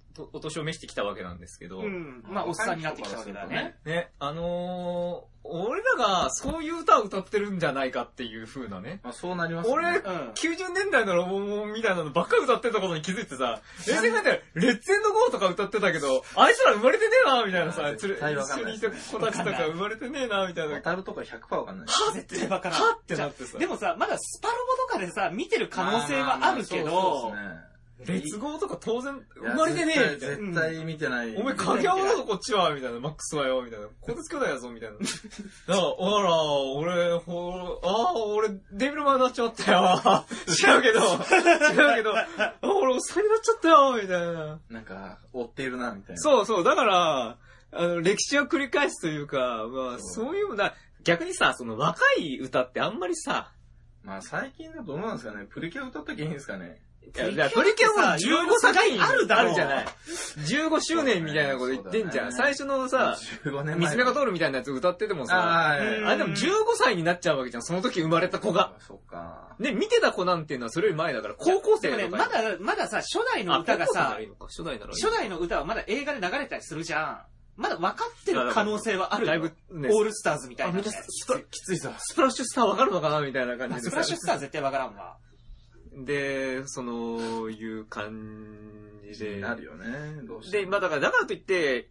お年を召してきたわけなんですけど。 うん。まあ、おっさんになってきたわけだね。 ね、あのー、俺らがそういう歌を歌ってるんじゃないかっていう風なね。 まあ、そうなりますね。 俺、うん、きゅうじゅうねんだいのロボモンみたいなのばっかり歌ってたことに気づいてさ、冷静に考えたら、レッツエンドゴーとか歌ってたけど、あいつら生まれてねえなみたいなさ、つれ一緒にいた子たちとか生まれてねえなみたいな。 当たるとか ひゃくパーセント わかんない。 は絶対わからん。 はってなってさ。 でもさ、まだスパロボとかでさ、見てる可能性はあるけど、 列号とか当然生まれてねえみたいな。 絶対見てない。 お前影山だぞこっちはみたいな。マックスはよみたいな。こてつ兄弟やぞみたいな。だから、あら、俺、ほああ、俺、デビルマンになっちまったよ。違うけど、違うけど、あ俺、おっさんになっちゃったよみたいな。 なんか、追っているな、みたいな。 そうそう。だから、あの、歴史を繰り返すというか、まあ、そういうだ、逆にさ、その若い歌ってあんまりさ、 まあ最近だとどうなんですかね。プリキュア歌ったらいいんですかね。 いや、プリキュアもじゅうごさいあるだろあるじゃない。じゅうごしゅうねんみたいなこと言ってんじゃん。ね、最初のさ、娘が通るみたいなやつ歌っててもさ、あれでもじゅうごさいになっちゃうわけじゃん。その時生まれた子が。 そっか。 で、見てた子なんていうのはそれより前だから、高校生とか。 ね、まだ、まださ、初代の歌がさ、 初代なら初代の歌はまだ映画で流れたりするじゃん。まだ分かってる可能性はあるよ。だいぶ、ね、オールスターズみたいな、ね。 きついさ。スプラッシュスター分かるのかなみたいな感じで。 スプラッシュスター絶対分からんわ。 で、その、いう感じで。 なるよね。どうしてで、まあだから、だからといって、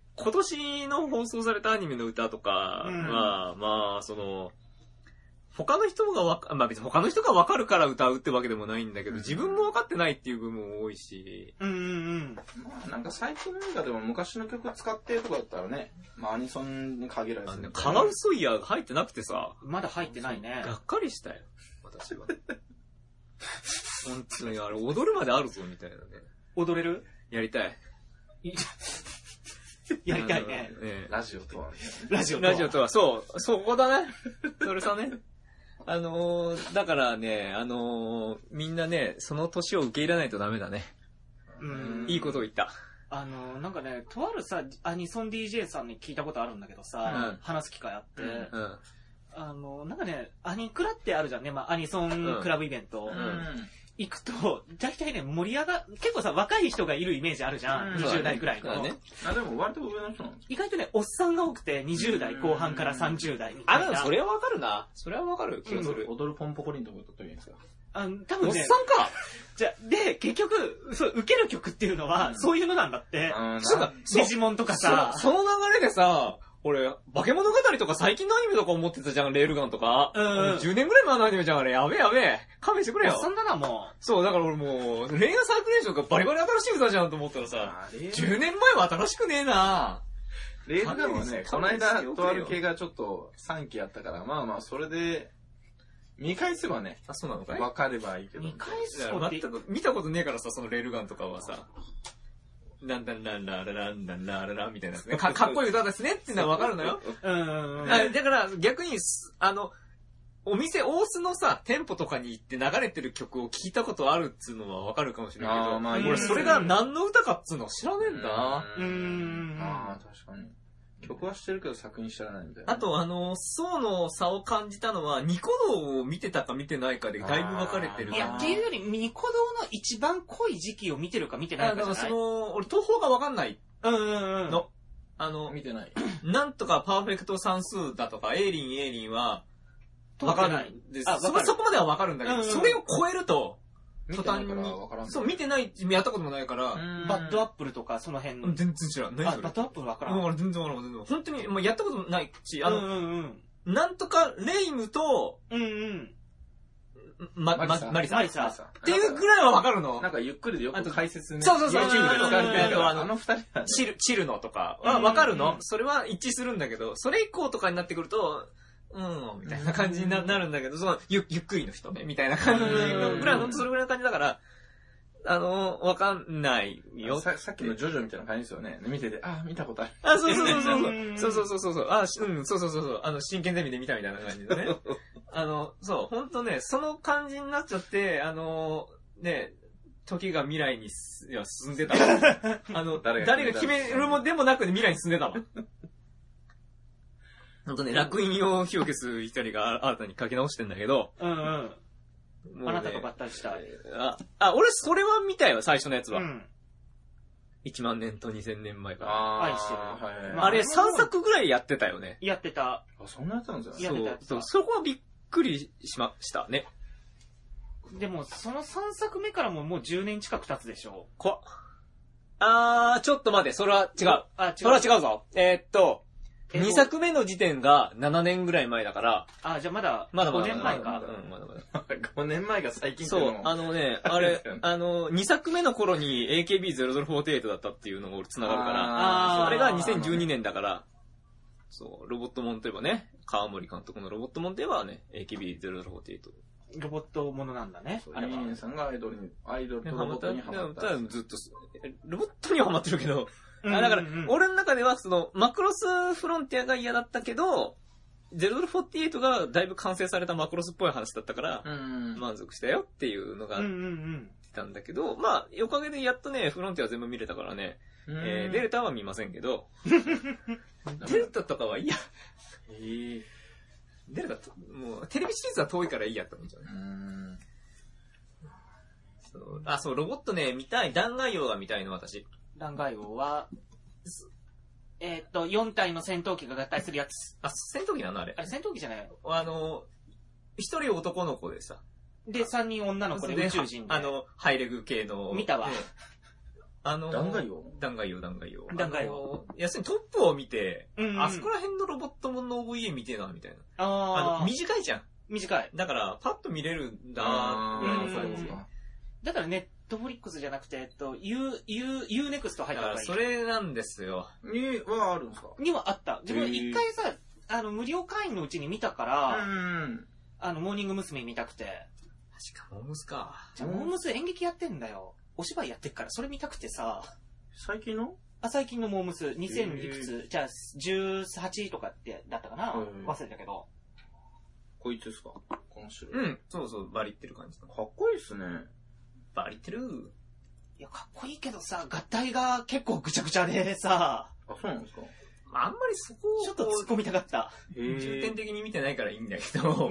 今年の放送されたアニメの歌とかは、うん、まあ、その、他の人がわか、まあ別に他の人がわかるから歌うってわけでもないんだけど、自分もわかってないっていう部分も多いし。 うんうんうん。 まあなんか最近の映画でも昔の曲使ってとかだったらね、まあアニソンに限らず、ね。 カワウソイヤーが入ってなくてさ。 まだ入ってないね。 がっかりしたよ。私は。本当にあれ、踊るまであるぞ、みたいなね。 踊れる？ やりたい。 やりたいね。 ラジオとは。 ラジオとは。 ラジオとは、そう、そこだね。それさね。あのー、だからね、あのー、みんなね、その年を受け入れないとダメだね。うん。いいことを言った。 あのー、なんかね、とあるさ、アニソン ディージェー さんに聞いたことあるんだけどさ、うん、話す機会あって、うん、あのー、なんかね、アニクラってあるじゃんね、まあ、アニソンクラブイベント。うんうん行くと、大体ね、盛り上が、結構さ、若い人がいるイメージあるじゃん。うん、にじゅう代くらいの。 ね、あ、でも割と上の人なんですか？ 意外とね、おっさんが多くて、にじゅう代後半からさんじゅう代みたいな。 あ、でもそれはわかるな。それはわかる気がする。 踊るポンポコリンとか歌ったらいいんですか？ あ、多分ね。 おっさんかじゃ、で、結局、そう、受ける曲っていうのは、そういうのなんだって。そうか、デジモンとかさ。 その流れでさ、俺、化け物語とか最近のアニメとか思ってたじゃん、レールガンとか。うん。じゅうねんぐらい前のアニメじゃん、あれ。やべえやべえ。勘弁してくれよ。 そんなな、もう。 そう、だから俺もう、恋愛サークレーションがバリバリ新しい歌じゃんと思ったらさ、じゅうねんまえは新しくねえなレールガンはね、この間、とある系がちょっとさんきあったから、まあまあ、それで、見返せばね。 あ、そうなのかい？ わかればいいけど。 見返すこと全く見たことねえからさ、そのレールガンとかはさ。なんだんだんらららんだんらららみたいなね。か、かっこいい歌ですねっていうのはわかるのよ。うんうん。だから逆に、あの、お店、大須のさ、店舗とかに行って流れてる曲を聞いたことあるっつうのはわかるかもしれないけど、あまあ、俺それが何の歌かっつうのは知らねえんだな。 うーん。ああ、確かに。曲は知ってるけど作品知らないみたいな。 あと、あの、層の差を感じたのは、ニコ動を見てたか見てないかでだいぶ分かれてる。 いや、っていうより、ニコ動の一番濃い時期を見てるか見てないかじゃない？ だからその、俺、東宝が分かんないうんうんうん。 の。あの、 見てない。 なんとかパーフェクト算数だとか、エイリン、エイリンは、分かんないです。そこまでは分かるんだけど、それを超えると、途端に、そう、見てない、やったこともないから、 バッドアップルとか、その辺の。 全然知らん。何それ？バッドアップルわからん。 うん、全然わからん、全然。本当に、もうやったことないし、あの、うんうん、なんとか、レイムと、 うんうん。 ま、ま、マリサ。 マリサ。 っていうぐらいはわかるの。 なんかゆっくりでよく解説ね。 そうそうそう。YouTube で使われてるけど、 あの二人チル、チルノとかはわかるの。それは一致するんだけど、それ以降とかになってくると、うん、みたいな感じになるんだけど、その、ゆ、ゆっくりの人ね、みたいな感じのぐらいの、それぐらいの感じだから、あの、わかんないよ。 さ、さっきのジョジョみたいな感じですよね。見てて、あ、見たことある。 あ、そうそうそうそう。そうそうそうそう。あ、うん、そうそうそうそう。あの、真剣ゼミで見たみたいな感じでね。あの、そう、ほんとね、その感じになっちゃって、あの、ね、時が未来に、いや、進んでたわ。あの、誰が決めるもでもなく未来に進んでたわ。ほんとね、楽印を火を消す光が新たに書き直してんだけど、 うんうん。ね、あなたと合体したい。 あ、あ、俺それは見たよ、最初のやつは。うん。 いちまんねんとにせんねんまえから。 あ愛してる。 はいまあ、あれさんさくぐらいやってたよね。 やってた。 あ、そんなやつなんですよ。 ね。 やってた。 そう、そこはびっくりしましたね。 でも、そのさんさくめからももうじゅうねん近く経つでしょ。 怖っ。あー、ちょっと待って、それは違う。 あ、違う。 それは違うぞ。えー、っと、にさくめの時点がななねんぐらい前だから。 あ、じゃあまだまだまだごねんまえか。 うん、まだまだ。 ごねんまえが最近ってそう、あのね、あれ、あの、にさくめの頃に エーケービーゼロゼロフォーティーエイト だったっていうのが俺繋がるから、 あーあれがにせんじゅうにねんだから、そう、ロボットモンといえばね、川森監督のロボットモンといえばね、エーケービーゼロゼロフォーティーエイト。 ロボットものなんだね。 あれは。さんがアイドルに、アイドルとロボットにハマった。 ただずっと、ロボットにはハマってるけど、 うんうんうん、 だから、俺の中ではその、マクロスフロンティアが嫌だったけど、ゼロゼロフォーティーエイトがだいぶ完成されたマクロスっぽい話だったから、満足したよっていうのが、たんだけど、まあ、おかげでやっとね、フロンティア全部見れたからね、えー、デルタは見ませんけど、デルタとかはいいや。 えー、 デルタと、もう、テレビシリーズは遠いからいいやって思っちゃうね。 うんそうあ、そう、ロボットね、見たい。弾劾王が見たいの、私。 弾劾王は、えー、っと、よん体の戦闘機が合体するやつ。 あ、戦闘機なのあれ。 あれ戦闘機じゃないあの、一人男の子でさ。 で、三人女の子で宇宙人で。 あの、ハイレグ系の。 見たわ。 あの、 弾劾王弾劾王、弾劾王。 弾劾王。 要するにトップを見て、 うんうん、 あそこら辺のロボットもの オーブイエー 見てえな、みたいな。 ああの、短いじゃん。 短い。 だから、パッと見れるんだなーって。 だからネットフリックスじゃなくて、えっと、U、U、U ネクスト入った方がいい。 それなんですよ。 にはあるんですか？ にはあった。自分一回さ、あの、無料会員のうちに見たから、うん、あの、モーニング娘。見たくて。 確か、モームスか。 じゃあ、モームス演劇やってんだよ。お芝居やってっから、それ見たくてさ。 最近のあ、最近のモームス、にせんいくつ、じゃあ、じゅうはちとかってだったかな、忘れたけど。 こいつですか？この白い。 うん、そうそう、バリってる感じ。かっこいいっすね。 バリってる。 いや、かっこいいけどさ、合体が結構ぐちゃぐちゃでさ。 あ、そうなんですか？ あんまりそこをちょっと突っ込みたかった。 重点的に見てないからいいんだけど。 うんうん。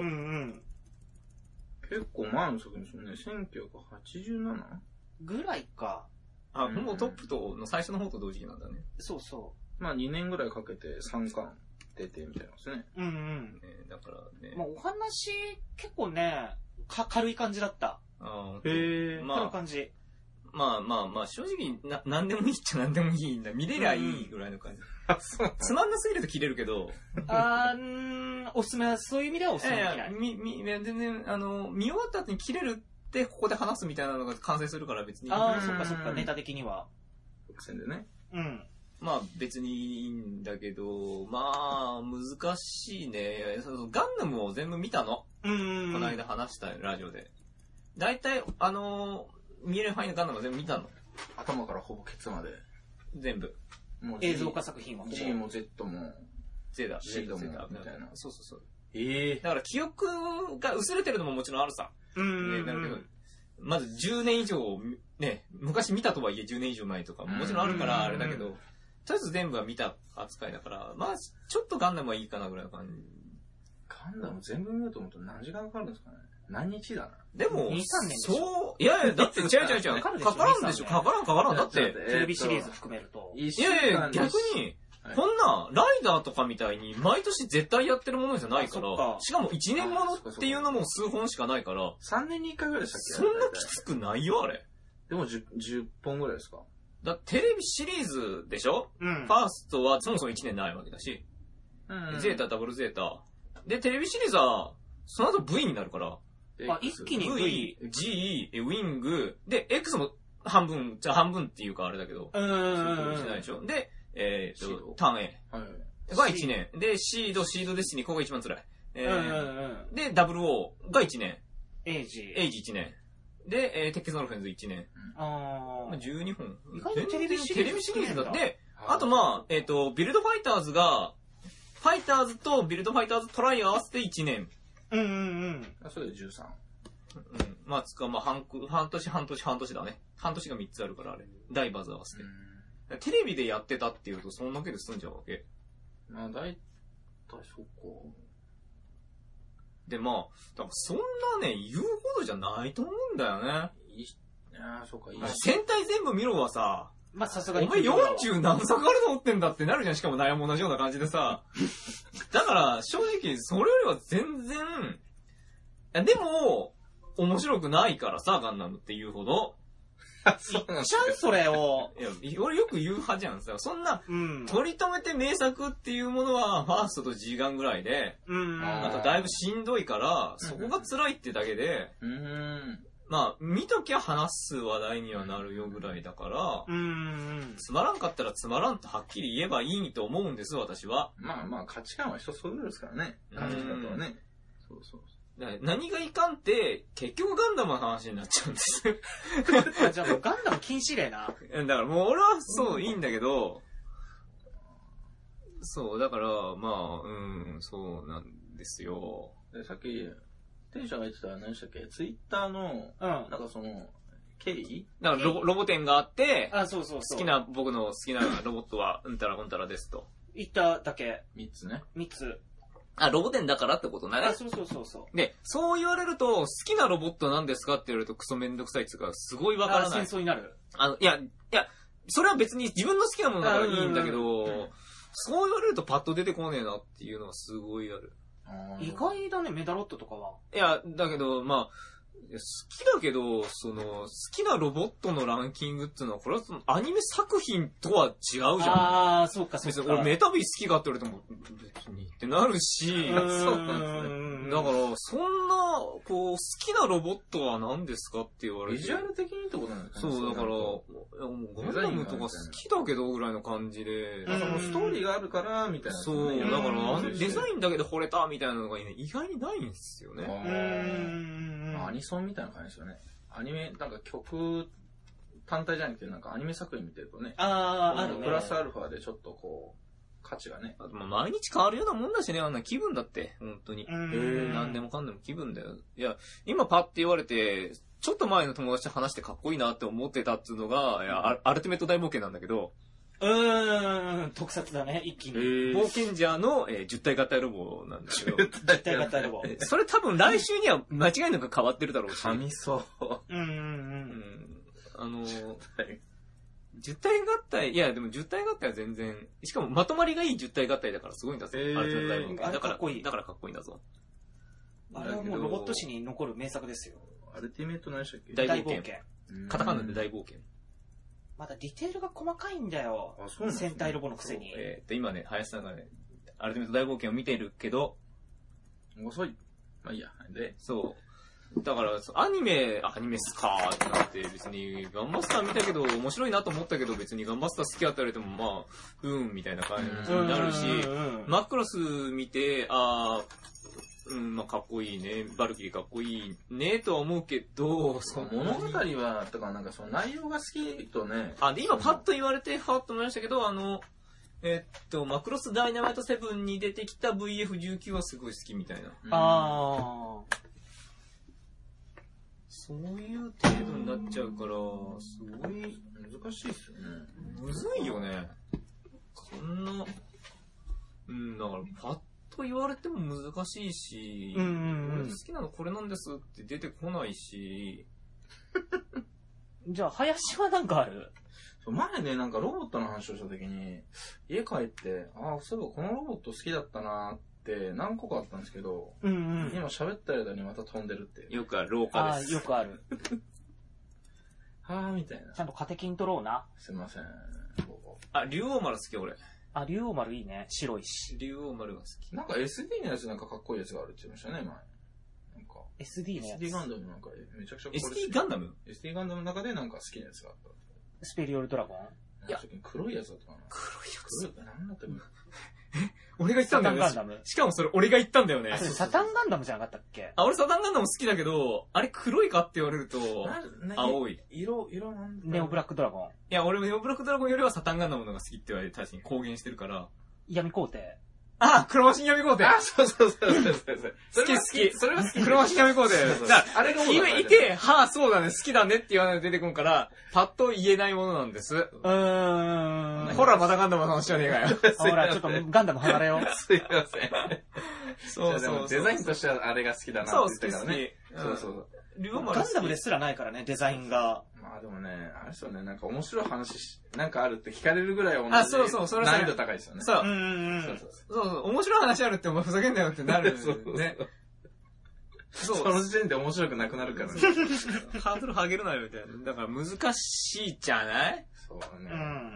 結構前の作品ですよね。せんきゅうひゃくはちじゅうなな? ぐらいか。 あ、もうトップとの最初の方と同時期なんだね。 そうそう。 まあにねんぐらいかけてさんかん出てみたいなんですね。 うんうん。 ね、だからね。 まあお話結構ね、か軽い感じだった。 あへえ。 まあ、軽い感じ。 まあまあまあ、正直、な、なんでもいいっちゃなんでもいいんだ。見れりゃいいぐらいの感じ。 あ、そう。 つまんなすぎると切れるけど。 あー、んおすすめは、そういう意味ではおすすめできない。 み、み、全然、あの、見終わった後に切れるってここで話すみたいなのが完成するから別に。 あー、そっかそっか、ネタ的には。 伏線でね。 うん。 まあ別にいいんだけど、まあ難しいね。そのガンダムを全部見たの。 うんうん。 この間話したよ、ラジオで。だいたい、あのー、見える範囲のガンダム全部見たの。 頭からほぼケツまで。 全部。 もう映像化作品は。 G も Z も。 Z だ。 Z も。みたいな。 そうそうそう。 ええー。 だから記憶が薄れてるのももちろんあるさ。 うん。 ね、だけど、まずじゅうねん以上、ね、昔見たとはいえじゅうねん以上前とかもちろんあるからあれだけど、とりあえず全部は見た扱いだから、まあ、ちょっとガンダムはいいかなぐらいの感じ。 ガンダム全部見ようと思うと何時間かかるんですかね？何日だな。 でも、 に、さんねんでしょ。 そう、いやいや、だって、違う違う違う。かからんでしょ、かからんかからん。だって、 テレビシリーズ含めると。 いやいや、逆に、こんな、ライダーとかみたいに、毎年絶対やってるものじゃないから、しかもいちねんものっていうのも数本しかないから、 さんねんにいっかいぐらいでしたっけ？そんなきつくないよ、あれ。 でもじゅっぽんぐらいですか？ だテレビシリーズでしょ？うん。ファーストはそもそもいちねんないわけだし、うん。ゼータ、ダブルゼータ。で、テレビシリーズは、その後 V になるから、 あ、一気に V、G、ウィング、で、X も半分、じゃあ半分っていうかあれだけど、 うん。 してないでしょ。で、えーと、ターン A がいちねん。で、シード、シードデスティニー、ここが一番辛い。えー、で、ダブルオー がいちねん。エイジ。 エイジいちねん。で、えー、テッケスノルフェンズいちねん。 あー。じゅうにほん。 意外とテレビシリーズだって、あとまあ、えっと、ビルドファイターズが、ファイターズとビルドファイターズトライ合わせていちねん。 うんうんうん。 あ、それでじゅうさん。 うん。まあ、つか、まあ、半、半年、半年、半年だね。半年がみっつあるから、あれ。ダイバーズ合わせて。テレビでやってたっていうと、そんだけで済んじゃうわけ。 まあ、だいたいそっか。 で、まあ、だからそんなね、言うほどじゃないと思うんだよね。 いやー、そっか、いい。 戦隊全部見ろはさ、 まあさすがに。 お前よんじゅう何作あると思ってんだってなるじゃん。しかも悩も同じような感じでさ。だから、正直、それよりは全然、いやでも、面白くないからさ、ガンダムって言うほど。 そうなんちゃうそれを。 いや、俺よく言う派じゃんさ。そんな、うん、取り留めて名作っていうものは、ファーストと G ガンぐらいで、うん、なんかだいぶしんどいから、そこが辛いってだけで、うん、まあ、見ときゃ話す話題にはなるよぐらいだから、うん、つまらんかったらつまらんとはっきり言えばいいと思うんです、私は。 まあまあ、価値観は人それぞれですからね。価値観とはね。そうそう。 何がいかんって、結局ガンダムの話になっちゃうんですよ。 じゃあもうガンダム禁止令な。 だからもう俺はそう、いいんだけど、そう、だから、まあ、うん、そうなんですよ。 でさっき、テンションが言ってた何でしたっけツイッターの、うん、なんかその、経緯だからロボ、ロボ展があって、 あ、そうそうそう。 好きな、僕の好きなロボットは、うんたらうんたらですと。 言っただけ。 三つね。 三つ。 あ、ロボ展だからってことね。 あ、そうそうそうそう。 で、そう言われると、好きなロボットなんですかって言われるとクソめんどくさいっていうか、すごいわからない。 あ、戦争になる。 あの、いや、いや、それは別に自分の好きなものだからいいんだけど、うんうん、そう言われるとパッと出てこねえなっていうのはすごいある。 意外だね、メダロットとかは。 いや、だけど、まあ、好きだけど、その、好きなロボットのランキングっていうのは、これはそのアニメ作品とは違うじゃん。 ああ、そうか、そうか。別に俺メタビー好きかって言われても、別にってなるし、そうなんですね。だから、そんな、こう、好きなロボットは何ですかって言われて。 ビジュアル的にってことなんですかね。そう、だから、もうガンダムとか好きだけどぐらいの感じで。 そのストーリーがあるから、みたいな、 ね。そう、だから、デザインだけで惚れたみたいなのが、ね、意外にないんですよね。 うん。アニソンみたいな感じですよね。アニメ、なんか曲単体じゃなくて、なんかアニメ作品見てるとね。 ああ、あるね。 プラスアルファでちょっとこう、価値がね。 あと毎日変わるようなもんだしね、あんな気分だって、本当に。うん何でもかんでも気分だよ。いや、今パッて言われて、ちょっと前の友達と話してかっこいいなって思ってたっていうのが、いや、アルティメット大冒険なんだけど、 うーん、特撮だね、一気に。 冒険者の、えー、じゅったい合体ロボなんだけど。 じゅったい合体ロボ。 それ多分来週には間違いなく変わってるだろうし。 噛みそう。 うんうんうん。 あのー、じゅったい合体、いやでもじゅったい合体は全然、しかもまとまりがいいじゅったい合体だからすごいんだぞ。えー、アルティメット大冒険。だから、かっこいい。だからかっこいいんだぞ。 あれはもうロボット史に残る名作ですよ。 アルティメット何でしたっけ？ 大冒険。カタカナで大冒険。 まだディテールが細かいんだよ。あ、そうなんですね。戦隊ロボのくせに。 えー、っと、今ね、林さんがね、アルティメット大冒険を見てるけど、 遅い。まあいいや。で、 そう。だから、アニメ、アニメっすかーってなって、別に、ガンバスター見たけど、面白いなと思ったけど、別にガンバスター好きやったら言われても、まあ、うーん、みたいな感じになるし、マクロス見て、あー、うん、まあ、かっこいいね。バルキリーかっこいいね、とは思うけど、 その物語は、とかなんかその内容が好きとね。 あ、で、今パッと言われて、ファッと思いましたけど、あの、えっと、マクロスダイナマイトセブンに出てきた ブイエフじゅうきゅう はすごい好きみたいな。 ああ。 そういう程度になっちゃうから、すごい難しいっすよね。 むずいよね。そんな、うん、だから、パッと言われても難しいし、うんうんうん、俺好きなのこれなんですって出てこないし。 じゃあ、林はなんかある？ 前ね、なんかロボットの話をした時に、家帰って、ああ、そういえばこのロボット好きだったなって何個かあったんですけど、うんうん、今喋った間にまた飛んでるっていう。 よくある、廊下です。 ああ、よくある。 はあ、みたいな。 ちゃんとカテキン取ろうな。 すいません。 あ、竜王丸好き俺。 あ、竜王丸いいね。白いし。 竜王丸が好き。 なんか エスディー のやつなんかかっこいいやつがあるって言いましたね、前。なんか。 エスディー のやつエスディー ガンダムなんかめちゃくちゃこれエスディー ガンダムエスディー ガンダムの中でなんか好きなやつがあった。 スペリオルドラゴンいや、黒いやつだったかな。 黒いやつ黒いなんだったっけえ俺が言ったんだよね。 サタンガンダム。 しかもそれ俺が言ったんだよね。 あ、それサタンガンダムじゃなかったっけ？ あ、俺サタンガンダム好きだけど、あれ黒いかって言われると、青い。 色、色なんだネオブラックドラゴン。いや、俺もネオブラックドラゴンよりはサタンガンダムのが好きって言われて確かに公言してるから。 闇皇帝。 あ、黒マシン闇皇帝。 あ、そうそうそうそうそう。 好き好き。 それは好き。 黒マシン闇皇帝。あれがもう。いて、はあ、そうだね、好きだねって言わないと出てこんから、パッと言えないものなんです。うーん。ほら、またガンダムの話じゃねえかよ。 ほら、ちょっとガンダム離れよう。 すいません。そうそう。デザインとしてはあれが好きだなって言ったからね。 そう、好き好き。そうそう。 竜王丸ガンダムですらないからね、デザインが。 まあでもね、あれですよね、なんか面白い話し、なんかあるって聞かれるぐらい同じ。 あ、そうそう、それ難易度高いですよね。 そう。 うんうんうん。 そうそうそうそう。面白い話あるってお前ふざけんなよってなる。 そうそうね。 そう。その時点で面白くなくなるからね。 ハードル上げるなよみたいな。だから難しいじゃないそうね。 うん。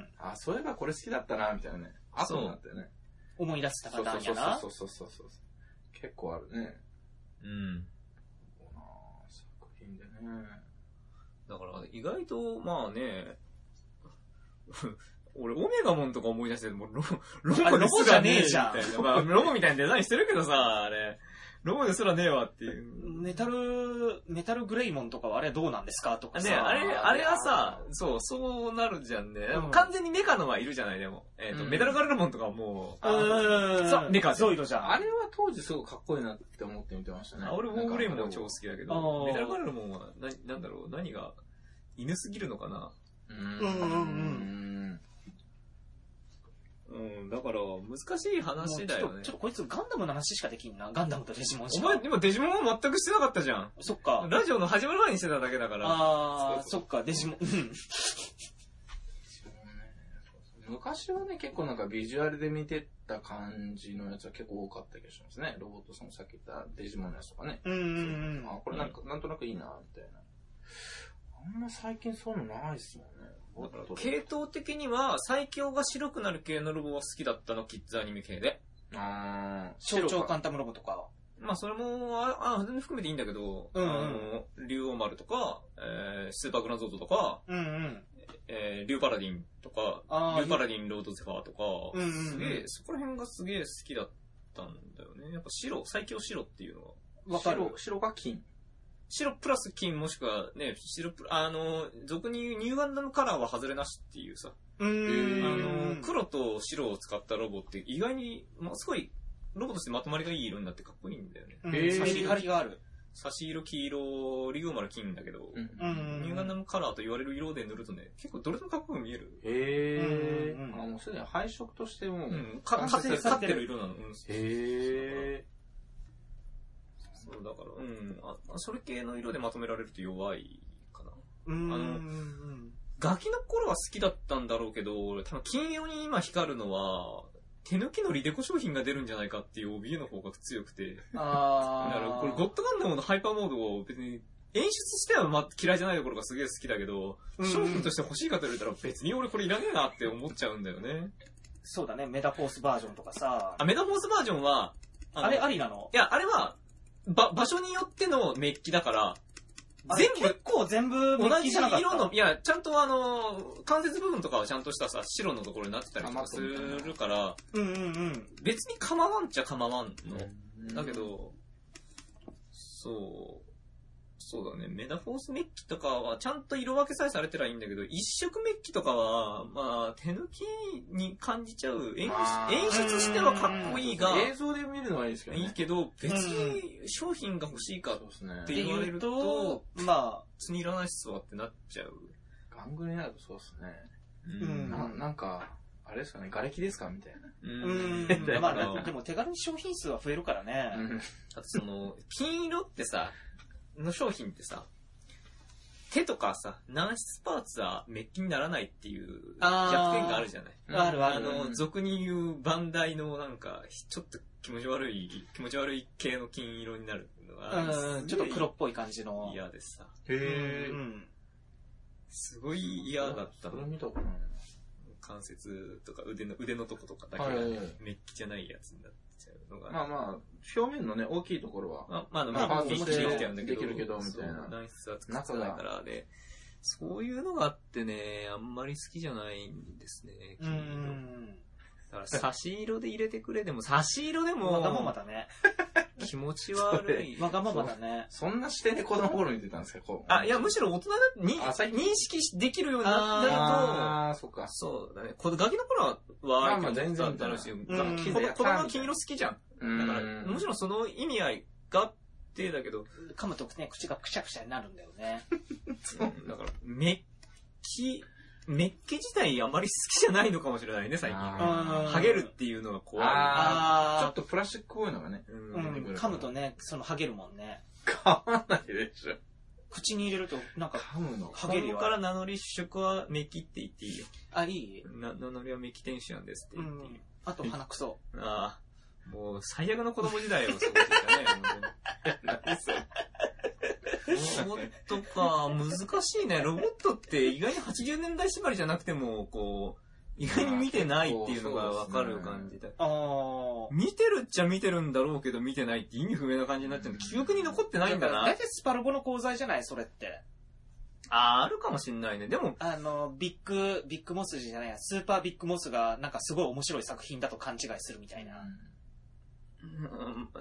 あ、そういえばこれ好きだったな、みたいなね。後になってね。 思い出したパターンやな。 そうそうそうそうそう。結構あるね。 うん。 作品でね。 だから意外と、まあね、俺、オメガモンとか思い出して、もうロ、ロボですらねえじゃん。まあ、ロボみたいなデザインしてるけどさ、あれ。ロボですらねえわっていう。 メタル、メタルグレイモンとかはあれはどうなんですかとかさ。 ね、あれ、あれはさ、そう、そうなるじゃんね。うん、完全にメカのはいるじゃない、でも。えっ、ー、と、うん、メタルガルルモンとかはもう、 うん。そう、 メカゾイドじゃん。 あれは当時すごくかっこいいなって思って見てましたね。 俺、ウォーグレイモンも超好きだけど、メタルガルルモンは、な、なんだろう、何が、犬すぎるのかな。 うん。うんうんうん。 うん、だから、難しい話だよね。 ちょっと、ちょっとこいつガンダムの話しかできんな。ガンダムとデジモンしか。 お前、今デジモンは全くしてなかったじゃん。 そっか。 ラジオの始まる前にしてただけだから。 あー、そっか、デジモン。 昔はね、結構なんかビジュアルで見てた感じのやつは結構多かった気がしますね。ロボットさんもさっき言ったデジモンのやつとかね。 うんうんうん。 あ、これなんか、なんとなくいいな、みたいな。あんま最近そういうのないっすもんね。 系統的には最強が白くなる系のロボは好きだったの、キッズアニメ系で。 あー、象徴カンタムロボとか。 まあそれも、あ、あ全然含めていいんだけど、 うんうん、 あの、竜王丸とか、えー、スーパーグランゾートとか、 うんうん、 えー、竜パラディンとか、竜パラディンロードゼファーとか、 うんうんうん、 すげえ、そこら辺がすげえ好きだったんだよね。やっぱ白、最強白っていうのは。 わかる。白、白が金。 白プラス金もしくはね、白プラ、あの、俗に言うニューガンダムカラーは外れなしっていうさ。 うーん。あの、黒と白を使ったロボって意外に、まあ、すごい、ロボとしてまとまりがいい色になってかっこいいんだよね。 へー。差し張りがある。 差し色、黄色、竜王丸金だけど、 うん、 ニューガンダムカラーと言われる色で塗るとね、結構どれでもかっこよく見える。 へー。あ、もうすでに配色としても、 うん、か、かってる色なの。うん、 へー。 そうだから、うん。あ、それ系の色でまとめられると弱いかな。 うん。 あの、ガキの頃は好きだったんだろうけど、多分金色に今光るのは、手抜きのリデコ商品が出るんじゃないかっていう怯えの方が強くて。 ああ。だからこれゴッドガンダムのハイパーモードを別に演出してはま嫌いじゃないところがすげえ好きだけど、うん、商品として欲しいかと言われたら別に俺これいらねえなって思っちゃうんだよね。 そうだね、メダフォースバージョンとかさ。 あ、メダフォースバージョンは、 あ, あれありなの？ いや、あれは、ば、場所によってのメッキだから、 全部、結構全部メッキじゃなかった。 同じ色の、いや、ちゃんとあの、関節部分とかはちゃんとしたさ、白のところになってたりとかするから、 うんうんうん。 別に構わんっちゃ構わんの。だけど、そう、そうだね、メダフォースメッキとかはちゃんと色分けさえされてらいいんだけど、一色メッキとかは、まあ、手抜きに感じちゃう。演出、演出してはかっこいいが、 映像で見るのはいいですけどね。 いいけど、別に商品が欲しいかって言われると、 まあ、 別にいらないっすわってなっちゃう。 ガングになるとそうっすね。 うん。 な, なんか、あれですかね、瓦礫ですかみたいな。 うん。まあ、でも手軽に商品数は増えるからね。 うん。あとその、金色ってさ、の商品ってさ、手とかさ、軟質パーツはメッキにならないっていう弱点があるじゃない。 あるある。 あの、俗に言うバンダイのなんか、ちょっと気持ち悪い、気持ち悪い系の金色になるのが、 うん、ちょっと黒っぽい感じの。 嫌でさ。 へー。 うん。すごい嫌だったの。 それ見たことないな。 関節とか腕の、腕のとことかだけがメッキじゃないやつになっちゃうのが。 まあまあ、表面のね、大きいところは。 まあ、まあ、メッキできちゃうんだけど。 できるけど、みたいな。 軟質は作ってないからで、そういうのがあってね、あんまり好きじゃないんですね、 金色。 だから差し色で入れてくれでも、差し色でも、 わがままだね。 気持ち悪い。 わがままだね。 そんな視点で子供頃に出たんですか、こう。 あ、いや、むしろ大人だに認識できるようになると、 ああ、そっか。 そうだね。このガキの頃は、 まあまあ全然楽しい。子供は金色好きじゃん。だから、むしろその意味合いがあってだけど、 噛むとね、口がくしゃくしゃになるんだよね。 だから、メッキ、メッキ自体あまり好きじゃないのかもしれないね、最近。ハゲるっていうのが怖い。 あちょっとプラスチックっぽいのがね。 うん。噛むとね、そのハゲるもんね。 噛まないでしょ。 口に入れると、なんか、 噛むの。 ハゲるよ。 ここから名乗り主食はメキって言っていいよ。 あ、いいな名乗りはメキテンシアンですって言っていい。うん、 あと鼻くそ。 ああ。もう最悪の子供時代を過ごしてたね、本当に。何それ。ロボットか、難しいね。ロボットって意外にはちじゅうねんだい縛りじゃなくても、こう、意外に見てないっていうのがわかる感じだ。ああ。見てるっちゃ見てるんだろうけど見てないって意味不明な感じになっちゃう。記憶に残ってないんだな。 だいたいスパロボの功罪じゃないそれって。 ああ、あるかもしんないね。でも、 あの、ビッグ、ビッグモスじゃないや、スーパービッグモスがなんかすごい面白い作品だと勘違いするみたいな。 うん、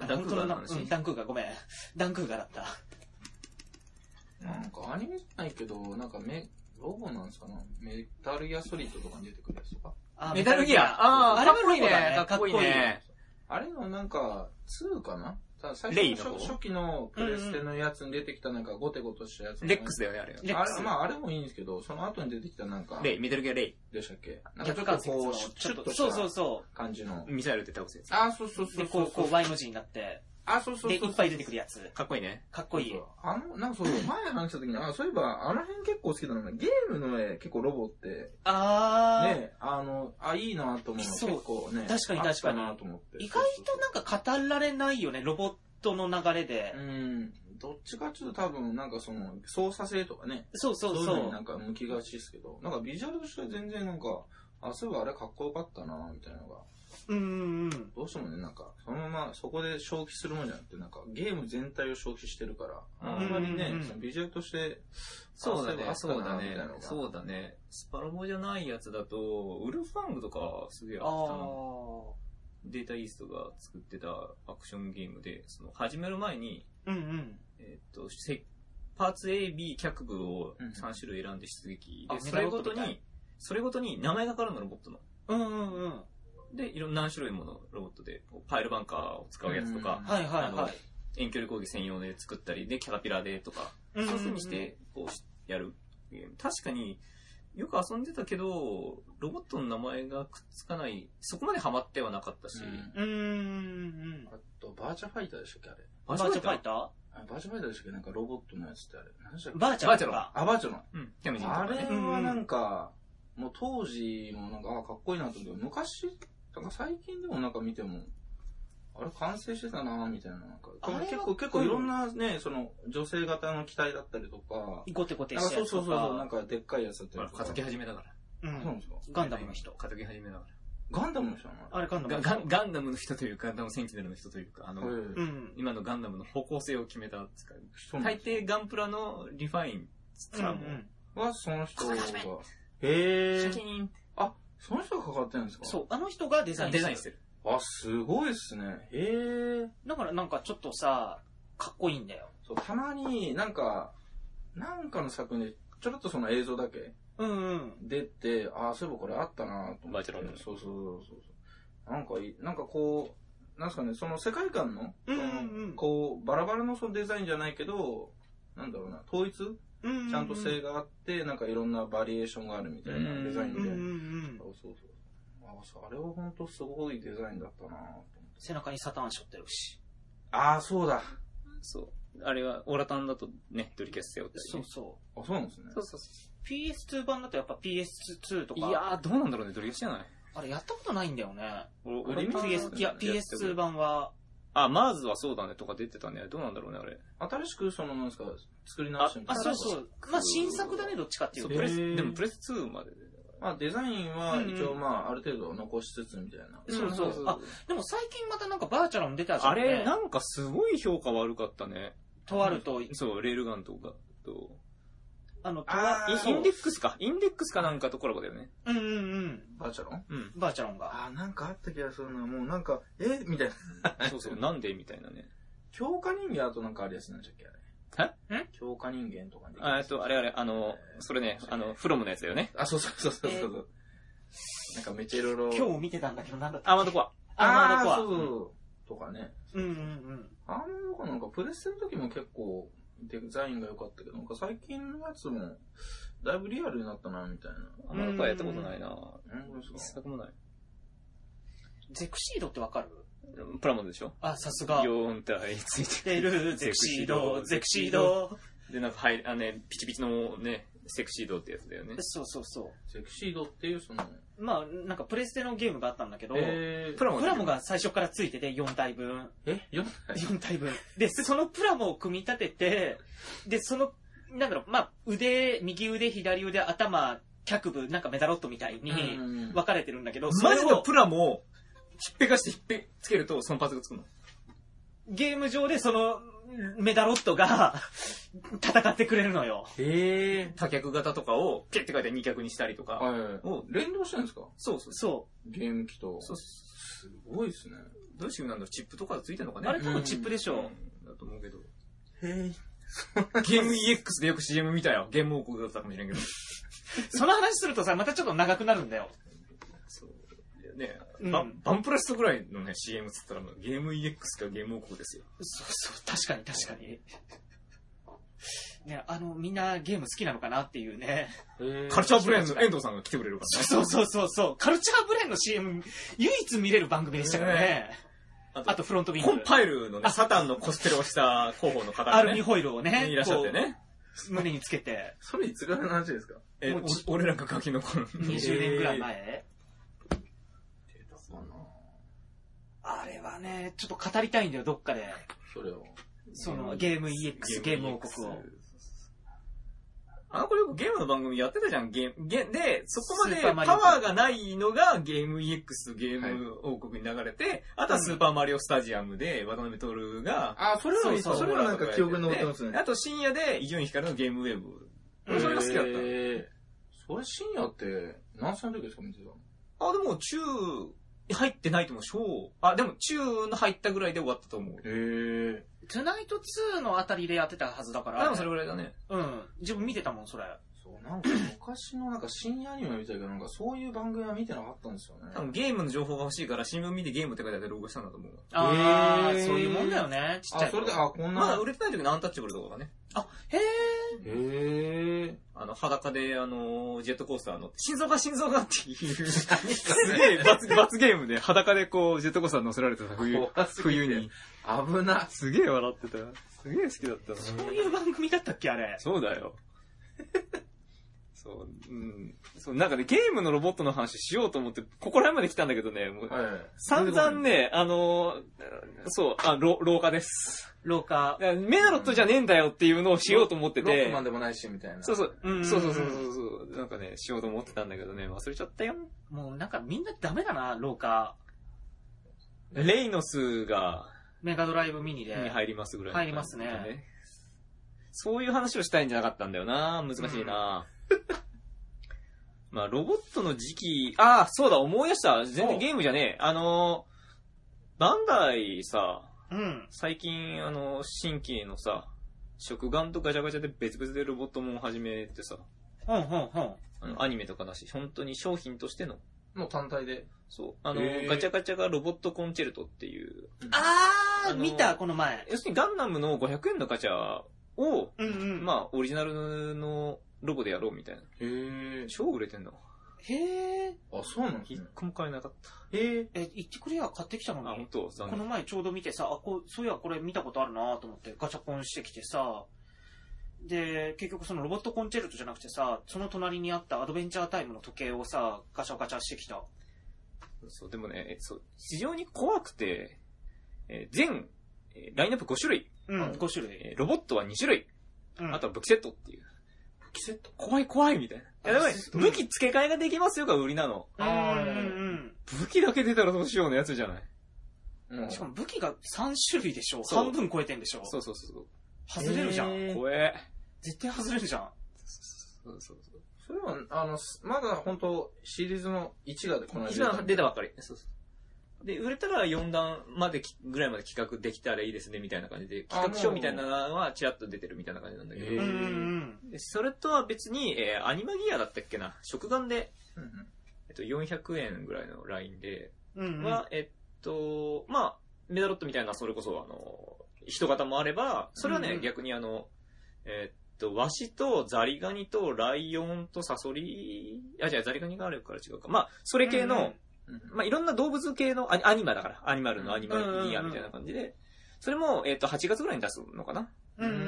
ダンクーガーの話、 うん、ダンクーガー、ごめん。ダンクーガーだった。 なんかアニメじゃないけど、なんかメ、ロボなんですかね。メタルギアソリッドとかに出てくるやつとか。 あ、メタルギアああ、あれもいいね。かっこいいね。 あれのなんか、ツーかな最初の初期のプレステのやつに出てきたなんかゴテゴテしたやつ、 ね。レックスだよね、あれ。 レックス。まああれもいいんですけど、その後に出てきたなんか。 レイ、メタルギアレイ。 でしたっけなんかちょっとこう、シュッとした感じの。 ミサイルで倒すやつ。 あ、そうそうそう。 で、こう、こう、Y の字になって。 あ、そうそうそう。 で、いっぱい出てくるやつ。 かっこいいね。 かっこいい。 あの、なんかそう、前話した時に、あ、そういえば、あの辺結構好きなのが、ゲームの絵、結構ロボって、 あー。 ね、あの、あ、いいなと思うの結構ね。 確かに確かに。 なと思って。 意外となんか語られないよね、ロボットの流れで。 うん。どっちかちょっと多分、なんかその、操作性とかね。 そうそうそう。 そういうのになんか向きがちですけど、なんかビジュアルとしては全然なんか、あ、そういえばあれかっこよかったなみたいなのが。 うんうんうん。 どうしてもね、なんか、そのままそこで消費するもんじゃなくて、なんかゲーム全体を消費してるから、あんまりね、そのビジュアルとして、 そうだね、そうだね、そうだね。スパロボじゃないやつだと、ウルフファングとかすげえあったな。データイーストが作ってたアクションゲームで、その始める前に、 うんうん、 えっと、パーツ A、B、脚部をさん種類選んで出撃で、それごとに、それごとに名前が変わるの、ロボットの。 うんうんうん。 で、いろんな何種類ものロボットで、パイルバンカーを使うやつとか、 はいはいはい。 遠距離攻撃専用で作ったり、で、キャタピラーでとか、そういう風にして、こう、やるゲーム。確かに、よく遊んでたけど、ロボットの名前がくっつかない、そこまでハマってはなかったし。 うん。うん。 あと、バーチャファイターでしたっけあれ。 バーチャファイターあバーチャファイターでしたっけなんかロボットのやつってあれ。何でしたっけバーチャロン。バーチャロン。 あ、バーチャロン。 うん。キャメジンとか、ね。あれはなんか、もう当時もなんか、あ、かっこいいなと思って、昔、なんか最近でもなんか見ても、あれ完成してたなぁみたいな。なんか結構、結構いろんなね、その女性型の機体だったりとか。 ゴテゴテしてるそうそうそう、なんかでっかいやつだったりとか。 叩き始めだから。 うん。 そうなんですかガンダムの人。 叩き始めだから。 ガンダムの人なのあれガンダムの人。ガンダムの人というか、ガンダムセンチネルの人というか、あの、 うん、 今のガンダムの方向性を決めた使い。大抵ガンプラのリファインつったらもう。は、その人が。へぇー。シャキーン。 あ、その人がかかってるんですかそう、あの人がデザインしてる。 デザインしてる。 あ、すごいっすね。へぇー。 だからなんかちょっとさ、かっこいいんだよ。 そう、たまになんか、なんかの作品で、ちょろっとその映像だけ。 うんうん。 出て、ああ、そういえばこれあったなと思って。 バーチャルね。 そうそうそうそう。なんかいい、なんかこう、なんすかね、その世界観の、 うんうんうん、 こう、バラバラのそのデザインじゃないけど、なんだろうな、統一、 うんうんうん、 ちゃんと性があって、なんかいろんなバリエーションがあるみたいなデザインで。 うんうんうん、 そうそうそう。あ, あれは本当すごいデザインだったなと思って。 背中にサターン背負ってるし。 ああ、そうだ。 そう。あれは、オラタンだとね、ドリキャス背負ったり、 ね。そうそう。 あ、そうなんですね。 そうそうそう。ピーエスツー 版だとやっぱ ピーエスツー とか。 いやー、どうなんだろうね、ドリキャスじゃない。 あれやったことないんだよね。 俺、 ピーエス、いや、ピーエスツー 版は。 あ、マーズはそうだねとか出てたね。どうなんだろうね、あれ。 新しくその、なんですか、作り直してみたいな。 あ、そうそう。まあ、新作だね、どっちかっていうと。 プレス、でもプレスツーまでで。 まあ、デザインは一応まあ、ある程度残しつつみたいな。 そうそう。あ、でも最近またなんかバーチャルも出たじゃんね。 あれ、なんかすごい評価悪かったね。 とあると。 そう、レールガンとかと。 あの、とあインデックスか。インデックスかなんかとコラボだよね。 うんうんうん。 バーチャロンうん。 バーチャロンが。 あ、なんかあった気がするな。もうなんか、えみたいな。 そうそう、なんでみたいなね。 強化人間あとなんかあるやつなんでしたっけあれ。え強化人間とかに。 あ、えっと、あれあれ、あの、それね、あの、フロムのやつだよね。 あ、そうそうそうそうそう。なんかめっちゃいろいろ。 今日見てたんだけど、なんだっけ。 アーマードコア。 アーマードコア。 そうそうそう。とかね。 うんうんうん。 アーマードコアなんかプレステの時も結構デザインが良かったけど、なんか最近のやつもだいぶリアルになったな、みたいな。 アーマードコアやったことないな。 うん、ですか。 一作もない。 ゼクシードってわかる？ プラモデルでしょ？ あ、さすが。 よん体ついてるゼクシード、ゼクシード。 で、なんか、はい、あのね、ピチピチのね、セクシードってやつだよね。 そうそうそう。 セクシードっていうその、 まあ、なんかプレステのゲームがあったんだけど、 えー、 プラモプラモが最初からついててよんたいぶん。 え ?よん 体 ?よん 体分。で、そのプラモを組み立てて、で、その、なんだろう、まあ、腕、右腕、左腕、頭、脚部、なんかメダロットみたいに分かれてるんだけど、 マジのプラモをひっぺかしてひっぺつけるとそのパーツがつくの。 ゲーム上でそのメダロットが戦ってくれるのよ。 へえ。多脚型とかをピッて書いてに脚にしたりとか。 はいはい。を連動してるんですか？ そうそうそう。 ゲーム機と。 そうすごいですね。 どういう仕組みなんだろう？チップとかついてるのかね？ あれ多分チップでしょう。 うん、だと思うけど。 へえ。 ゲーム イーエックス でよく シーエム 見たよ。ゲーム王国だったかもしれんけど。 その話するとさ、またちょっと長くなるんだよ。 そう。ね、 うん、 バン、バンプラストぐらいのね、シーエム つったらゲーム イーエックス かゲーム王国ですよ。 そうそう、確かに確かに。ね、あの、みんなゲーム好きなのかなっていうね。 カルチャーブレーンの遠藤さんが来てくれるからね。 そうそうそうそう。カルチャーブレーンの シーエム、唯一見れる番組でしたからね。あと、あとフロントウィング。 コンパイルのね、サタンのコスプレをした広報の方が、ね、 アルミホイルをね、 いらっしゃってね。 胸につけて。 それいつぐらいの話ですか？ え、俺らがガキの頃にじゅうねんぐらい前。 あれはね、ちょっと語りたいんだよ、どっかで。 それを。 その、ゲーム イーエックス、ゲーム王国を。 あの子よくゲームの番組やってたじゃん、ゲーム。ゲで、そこまでパワーがないのがゲーム イーエックス、ゲーム王国に流れて、はい、あとはスーパーマリオスタジアムで渡辺徹が、 あ、それは、そうそれはなんか記憶に残ってますね。 あと深夜で伊集院光のゲームウェーブ。俺それが好きだった。 それ深夜って何歳の時ですか、見てたの？ あ、でも中、入ってないと思う、小。あ、でも中の入ったぐらいで終わったと思う。 へー。 トゥナイトツーのあたりでやってたはずだから。 でもそれぐらいだね。 うん。自分見てたもん、それ。 そう、なんか昔のなんか深夜アニメ見たけど、なんかそういう番組は見てなかったんですよね。 多分ゲームの情報が欲しいから新聞見てゲームって書いてあってログしたんだと思う。 ああ、そういうもんだよね。ちっちゃい。 あ、それで、あ、こんな。 まだ売れてない時のアンタッチャブルとかがね。 あ、へえ。 へえ。 あの、裸で、あの、ジェットコースター乗って、心臓が心臓がっていう、すげえ罰、罰ゲームで裸でこう、ジェットコースター乗せられてた冬、冬に。 危な。 すげえ笑ってた。すげえ好きだったな。 そういう番組だったっけ、あれ。 そうだよ。そう、うん。そう、なんかね、ゲームのロボットの話しようと思って、ここら辺まで来たんだけどね、もう、はい、散々ね、あの、そう、あ、廊下です。 廊下。 メダロットじゃねえんだよっていうのをしようと思ってて。 ロックマンでもないし、みたいな。 そうそう。うんそうそうそうそう。なんかね、しようと思ってたんだけどね、忘れちゃったよ。 もうなんかみんなダメだな、廊下。 レイノスが、 メガドライブミニで。 に入りますぐらい、 ね。入りますね。 そういう話をしたいんじゃなかったんだよな。難しいな。うん、まあ、ロボットの時期、ああ、そうだ、思い出した。全然ゲームじゃねえ。あの、バンダイさ、 うん、 最近、あの、新規のさ、食玩とガチャガチャで別々でロボットも始めてさ、 うんうんうん、 あのアニメとかだし、本当に商品としての。 もう単体で。 そう。あの、ガチャガチャがロボットコンチェルトっていう。 あー、見た、この前。 要するにガンダムのごひゃくえんのガチャを、 うんうん、 まあ、オリジナルのロボでやろうみたいな。 へー。 超売れてんの。 へー。 あ、そうなんですね。一個も買えなかった。 えー、え、言ってくれや買ってきたのに。 あ、本当。 この前ちょうど見てさ、あ、こう、そういやこれ見たことあるなと思ってガチャポンしてきてさ、で、結局そのロボットコンチェルトじゃなくてさ、その隣にあったアドベンチャータイムの時計をさ、ガチャガチャしてきた。 そう、でもね、そう、非常に怖くて、えー、全、えー、ラインナップご種類。 うん、ご種類。 えー、ロボットはに種類。うん、あとは武器セットっていう。 武器セット怖い怖いみたいな。やばい、武器付け替えができますよが売りなの。 あー、うんうん。 武器だけ出たらどうしようのやつじゃない。 うん、しかも武器がさん種類でしょ。半分超えてんでしょ。 そうそうそう。 外れるじゃん。 怖え。 絶対外れるじゃん。 そうそうそう。 それは、あの、まだ本当シリーズのいちがこのいちが出たばっかり。そうそう。で、売れたらよんだんまでぐらいまで企画できたらいいですね、みたいな感じで、企画書みたいなのはチラッと出てるみたいな感じなんだけど。でそれとは別に、えー、アニマギアだったっけな、食玩で、 うんうん、 えっと、よんひゃくえんぐらいのラインで、 うんうん、 は、えっと、まあ、メダロットみたいな、それこそ、あの、人型もあれば、それはね、うんうん、逆にあの、えー、っと、ワシとザリガニとライオンとサソリ、あ、じゃあザリガニがあるから違うか。まあ、それ系の、うんうんまあ、いろんな動物系のア、アニマだから、アニマルのアニマルギアみたいな感じで、それも、えっと、はちがつぐらいに出すのかな。 うんうんうん。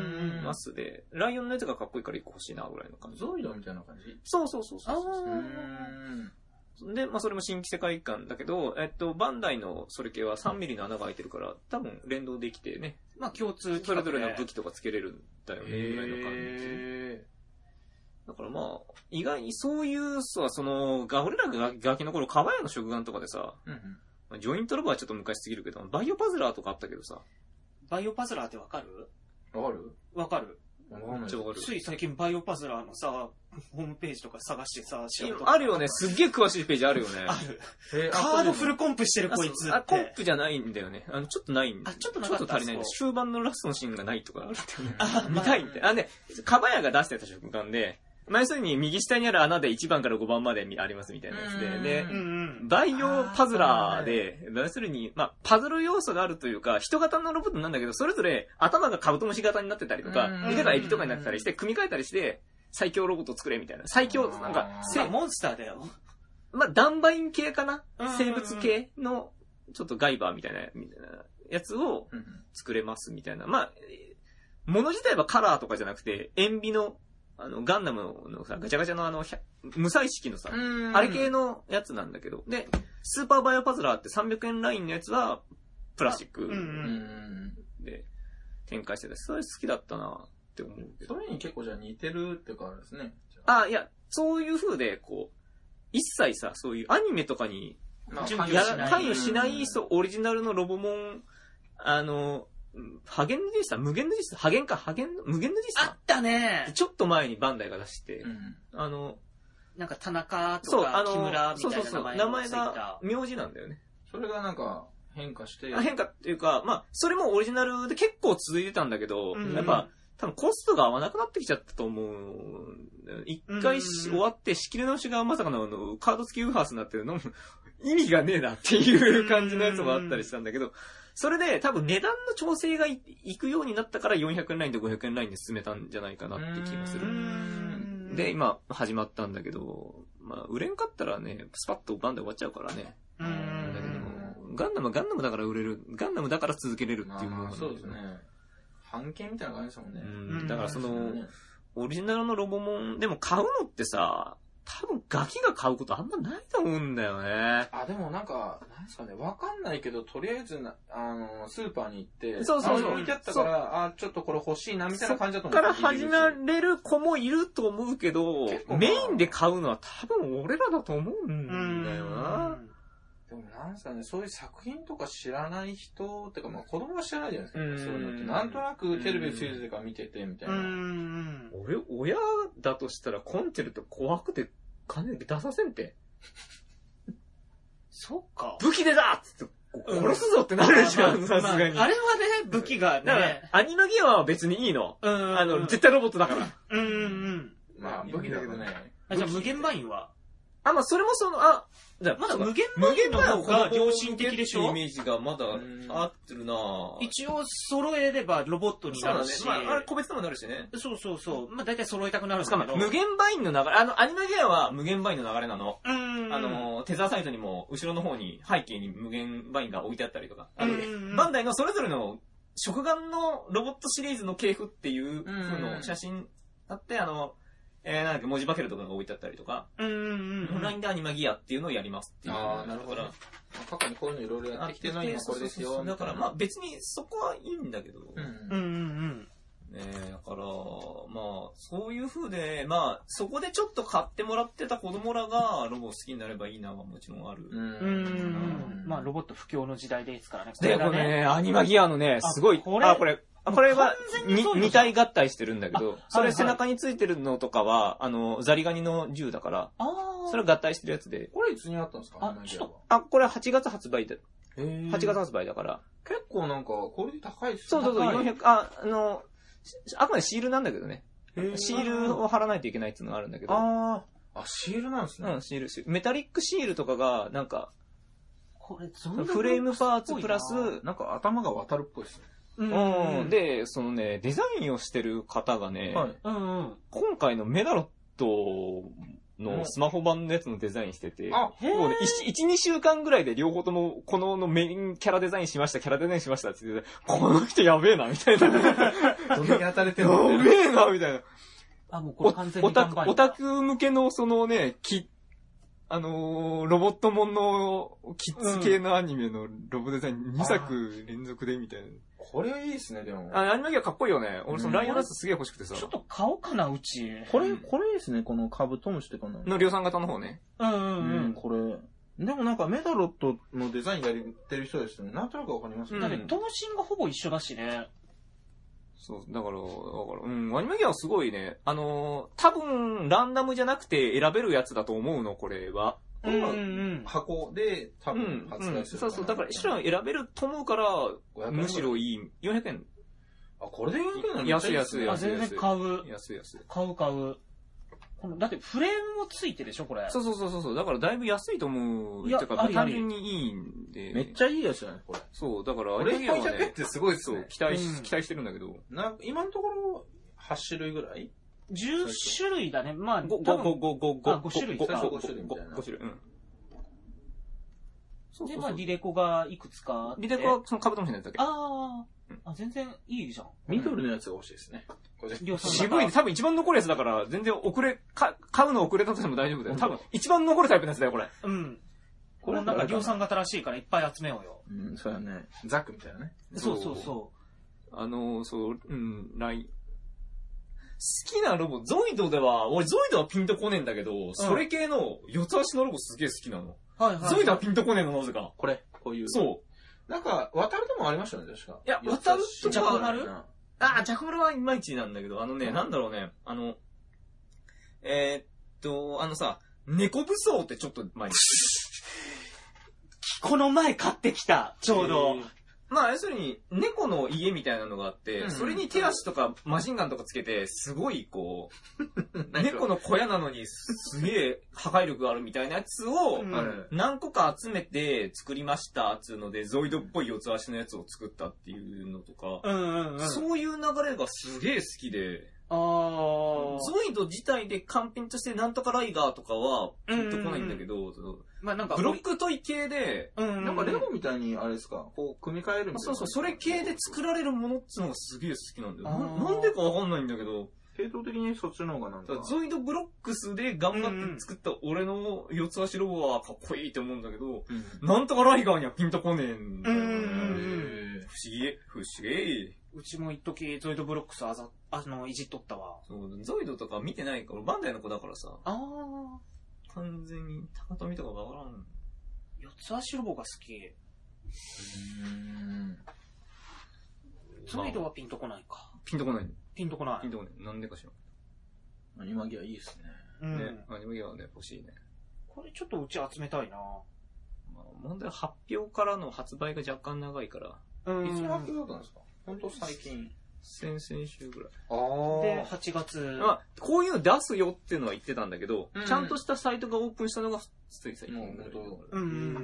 ますで、ライオンのやつがかっこいいからいっこ欲しいなぐらいの感じ。 ゾイドみたいな感じ？ そうそうそうそう。 あで、まあそれも新規世界観だけど、えっと、バンダイのそれ系はさんミリの穴が開いてるから、多分連動できてね。 まあ共通それぞれの武器とかつけれるんだよね、ぐらいの感じ。だからまあ、意外にそういうさ、その、ガ俺らがガキの頃、カバヤの食玩とかでさ、うんうんまあ、ジョイントロボはちょっと昔すぎるけど、バイオパズラーとかあったけどさ。 バイオパズラーってわかる？ わかる？ わかる。 めっちゃわかる。 つい最近バイオパズラーのさ、ホームページとか探してさ、 あるよね、すっげえ詳しいページあるよね。 ある。えー、カードフルコンプしてるこいつって。 あ、コンプじゃないんだよね。あの、ちょっとないんだ。あ、ちょっとなかった。 ちょっと足りないんだ。終盤のラストのシーンがないとかあるってね。あ、見たいんだよ。あ、ね、カバヤが出してた瞬間で、まあ、要するに右下にある穴でいちばんからごばんまでありますみたいなやつで、で、バイオパズラーで、要するに、まあ、パズル要素があるというか、人型のロボットなんだけど、それぞれ頭がカブトムシ型になってたりとか、腕がエビとかになってたりして、組み替えたりして、最強ロボットを作れみたいな。最強、なんか、 モンスターだよ。 まあ、ダンバイン系かな生物系の、ちょっとガイバーみたいな、みたいなやつを作れますみたいな。まあ、もの自体はカラーとかじゃなくて、塩ビの、あの、ガンダムのさ、ガチャガチャのあの、無彩色のさ、あれ系のやつなんだけど、で、スーパーバイオパズラーってさんびゃくえんラインのやつは、プラスチックで展開してたし、それ好きだったなって思うけど。 それに結構じゃあ似てるっていうかあれですね。 あ、いや、そういう風で、こう、一切さ、そういうアニメとかに、関与しない、そう、オリジナルのロボモン、あの、ハゲンのジスタ無限のジスタハゲンか、ハゲン、無限のジスタあったねちょっと前にバンダイが出して、うん、あの、 なんか田中とか木村みたいな名前が。そうそうそう、 名前が名字なんだよね。 それがなんか変化して。 変化っていうか、まあ、それもオリジナルで結構続いてたんだけど、うん、やっぱ、多分コストが合わなくなってきちゃったと思う。一回終わって仕切り直しがまさかのあのカード付きウーハースになってるのも意味がねえなっていう感じのやつもあったりしたんだけど、それで多分値段の調整が い, いくようになったからよんひゃくえんラインとごひゃくえんラインで進めたんじゃないかなって気がする。で、今始まったんだけど、まあ売れんかったらね、スパッとバンで終わっちゃうからね。だけど、ガンダムはガンダムだから売れる、ガンダムだから続けれるっていうもの、 ね、そうですね。半券みたいな感じですもんね。 うん、だからその、オリジナルのロボモン、でも買うのってさ、多分ガキが買うことあんまないと思うんだよね。 あ、でもなんか、なんですかね、わかんないけど、とりあえずな、あの、スーパーに行って、 そうそうそう。 置いてあったから、あ、ちょっとこれ欲しいな、みたいな感じだと思う。から始めれる子もいると思うけど、メインで買うのは多分俺らだと思うんだよな。 でもなんですかね、そういう作品とか知らない人ってか、まあ子供は知らないじゃないですか、そういうのって。なんとなくテレビついてから見てて、みたいな。 俺、親だとしたらコンチェルト怖くて金出させんて。 そっか。 武器でだっつって殺すぞってなるじゃん、さすがに。 あれはね、武器がね。 アニマギアは別にいいの。あの、絶対ロボットだから。 うんうん。 まあ武器だけどね。 じゃあ無限バインはあ、まあ、それもその、あ、 じゃあ、まだ無限バインの方が良心的でしょ？ イメージがまだ合ってるなぁ。 一応揃えればロボットになるし。 そうだね。まあ、あれ個別でもなるしね。 そうそうそう。まあ、大体揃えたくなるんですけど。 無限バインの流れ、あの、アニメゲアは無限バインの流れなの。うん。あの、テザーサイトにも、後ろの方に背景に無限バインが置いてあったりとか。あの、バンダイのそれぞれの、食玩のロボットシリーズの系譜っていう風の写真あって、あの、えー、なんか文字バケルとかが置いてあったりとか、うんうんうん。オンラインでアニマギアっていうのをやりますっていう。 ああ、なるほど。過去にこういうのいろいろやってきてるのにこれですよ。 だからまあ別にそこはいいんだけど。うんうんうん。ねえ、だから、まあ、そういう風で、まあ、そこでちょっと買ってもらってた子供らがロボ好きになればいいなはもちろんある。うん。 うんまあ、ロボット不況の時代ですからね。 で、これね、アニマギアのね、すごい、あ、これ、これはに体合体してるんだけど、それ背中についてるのとかは、あの、ザリガニの銃だから、それは合体してるやつで。 これいつにあったんですか？ あ、ちょっと。 あ、これはちがつ発売で。はちがつ発売だから。 結構なんか、クオリティ高いっすね。 そうそうそう、よんひゃく、あ、あの、あくまでシールなんだけどね。シールを貼らないといけないっていうのがあるんだけど。 ああ、シールなんですね。 うん、シール。メタリックシールとかが、なんか、 これフレームパーツプラス、 なんか頭が渡るっぽいっすね。 うん。で、そのね、デザインをしてる方がね、はい、今回のメダロットののスマホ版のやつのデザインしてて、あ、もうね、いち、にしゅうかんぐらいで両方とも、こののメインキャラデザインしました、キャラデザインしましたって言って、この人やべえな、みたいな。 どんだけ当たれてるのやべえな、みたいな。 あ、もうこれ完全にオタク、オタク向けのそのね、き、あのー、ロボットもんのキッズ系のアニメのロボデザインにさく連続でみたいな。 これいいですね、でも。 あ、アニメギアかっこいいよね。俺そのライオンラスすげえ欲しくてさ。 ちょっと買おうかな、うち。 これ、これいいですね、このカブトムシってこの。 の量産型の方ね。 うんうんうん。 これ。でもなんかメダロットのデザインやってる人ですよね。なんとなくわかりますね。 だって、頭身がほぼ一緒だしね。 そう、だから、だから、うん、アニメギアはすごいね。あのー、多分、ランダムじゃなくて選べるやつだと思うの、これは。 これは箱で多分発売する、うんうん。 そうそう、だから一緒に選べると思うから、むしろいい。よんひゃくえん。 あ、これでよんひゃくえんなの？ 安い安い安い。 あ、全然買う。 安い安い。 買う買う。このだってフレームもついてるでしょ、これ。 そうそうそうそう。だからだいぶ安いと思う。いや、てか、単純にいいんで。 めっちゃいいやつじゃないこれ。 そう、だから、 これよんひゃくえんってすごいですね。期待し、期待してるんだけど。 な、今のところ、はち種類ぐらい ? じゅっ 種類だね。まあ、 ご、ご、ご、ご、ご、 ご種類か。 ご種類みたいな。 ご種類。うん。 で、まあ、リレコがいくつか。 リレコはそのカブトムシのやつだっけ？ ああ、あ、全然いいじゃん。 緑のやつが欲しいですね。 渋いね。多分一番残るやつだから、全然遅れ、か、買うの遅れたとしても大丈夫だよ。多分一番残るタイプのやつだよ、これ。 うん。これなんか量産型らしいからいっぱい集めようよ。 うん、そうやね。ザックみたいなね。 そうそうそう。 あの、そう、うん、ライン。好きなロボ、ゾイドでは、俺ゾイドはピンとこねえんだけど、それ系の四つ足のロボすげえ好きなの。はいはい。ゾイドはピンとこねえの、なぜか。 これ、こういう。 そう。 なんか、渡るでもありましたね、確か。 いや、渡るとジャコマル？ ああ、ジャコマルはいまいちなんだけど、あのね、なんだろうね、あの、えー、っと、あのさ、猫武装ってちょっと前に。 この前買ってきた、ちょうど。 まあ、要するに、猫の家みたいなのがあって、うん、それに手足とかマシンガンとかつけて、すごい、こう、猫の小屋なのにすげえ破壊力があるみたいなやつを、何個か集めて作りました、つうので、ゾイドっぽい四つ足のやつを作ったっていうのとか、うんうんうん、そういう流れがすげえ好きで、あゾイド自体で完品としてなんとかライガーとかはピンとこないんだけど、うんうんうん、まあなんかブロックトイ系で、 うんうんうん、なんかレゴみたいにあれですか、こう組み替えるみたいな。 そうそう、それ系で作られるものっつうのがすげえ好きなんだよ。な, なんでかわかんないんだけど。 系統的にそっちの方がなんか。 ゾイドブロックスで頑張って作った俺の四つ足ロボはかっこいいと思うんだけど、うん、なんとかライガーにはピンとこねえんだよね。うんうんうん、不思議、不思議。 うちも一時ゾイドブロックスあざ、あの、いじっとったわ。 そう、ゾイドとか見てないから、バンダイの子だからさ。ああ。完全に高富とかわからん。 四つ足ロボが好き。うーん。ゾイドはピンとこないか。 ピンとこない。 ピンとこない。 ピンとこない。なんでかしら。 アニマギアいいですね。 うん。ね、アニマギアはね、欲しいね。 これちょっとうち集めたいな。 まあ、問題は発表からの発売が若干長いから。 うん。いつ発表だったんですか？ほんと最近。 先々週ぐらい。 あで、はちがつ。 まあ、こういうの出すよっていうのは言ってたんだけど、うん、ちゃんとしたサイトがオープンしたのがつい最近。うんうんうん。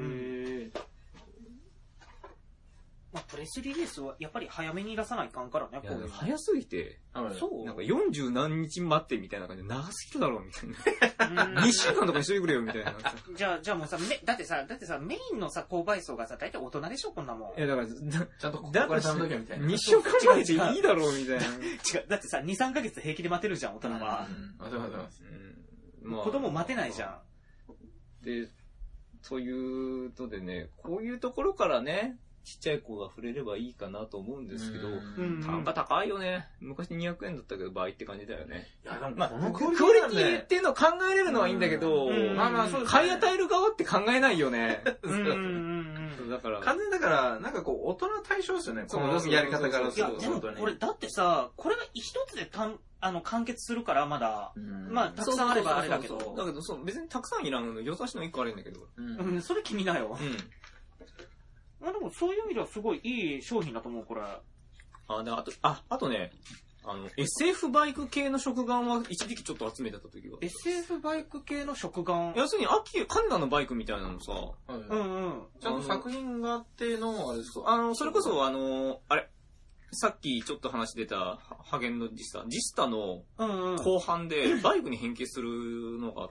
まあ、プレスリリースはやっぱり早めに出さないかんからね、 こういう早すぎて、そうなんかよんじゅう何日待ってみたいな感じで長すぎるだろうみたいな。にしゅうかんとかにしといてくれよみたいな。 じゃあ、じゃあもうさ、め、だってさ、だってさ、メインのさ、購買層がさ、大体大人でしょ、こんなもん。 いや、だから、 ちゃんとここから頼んどけみたいな。 にしゅうかん待っていいだろうみたいな。違う、だってさ、に、さんかげつ平気で待てるじゃん、大人は。 うん、待て待て待て。 まあ、子供待てないじゃん。で、というとでね、こういうところからね、ちっちゃい子が触れればいいかなと思うんですけど、単価高いよね。昔にひゃくえんだったけど倍って感じだよね。 いや、でも、 まあ、クオリティっていうのを考えれるのはいいんだけど、まあまあ、そう買い与える側って考えないよね。 だから。完全だから、なんかこう、大人対象ですよね。このやり方からすると。いや、でもこれ、だってさ、これが一つでたん、あの、完結するからまだ、まあ、たくさんあればあれだけど。 だけど、そう、別にたくさんいらんの、よさしの一個あるんだけど。 うん、それ君だよ。うん。まあでもそういう意味ではすごいいい商品だと思う、これ。 あ、で、あと、あ、あとね、あの、エスエフ バイク系の食玩は一時期ちょっと集めてた時は。 エスエフ バイク系の食玩要するに、秋、カンナのバイクみたいなのさ。 うんうん。ちゃんと作品があっての、あれですか？ あの、それこそ、あの、あれ、さっきちょっと話出た、ハゲンのジスタ。ジスタの後半でバイクに変形するのがあって、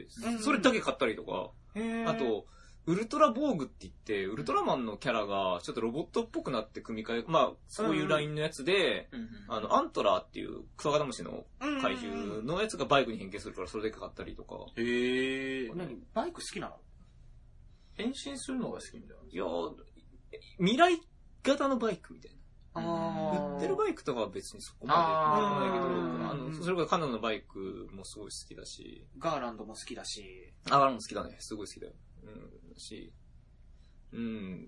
それだけ買ったりとか、あと、ウルトラボーグって言って、ウルトラマンのキャラがちょっとロボットっぽくなって組み替え、まあ、そういうラインのやつで、あの、アントラーっていうクワガタムシの怪獣のやつがバイクに変形するからそれだけ買ったりとか。 へー。 何バイク好きなの？ 変身するのが好きみたいな。 いやー、未来型のバイクみたいな。 あ売ってるバイクとかは別にそこまでないけど、あの、それからカナダのバイクもすごい好きだし。 ガーランドも好きだし。 あ、ガーランド好きだね。すごい好きだよ。うん、し、うん、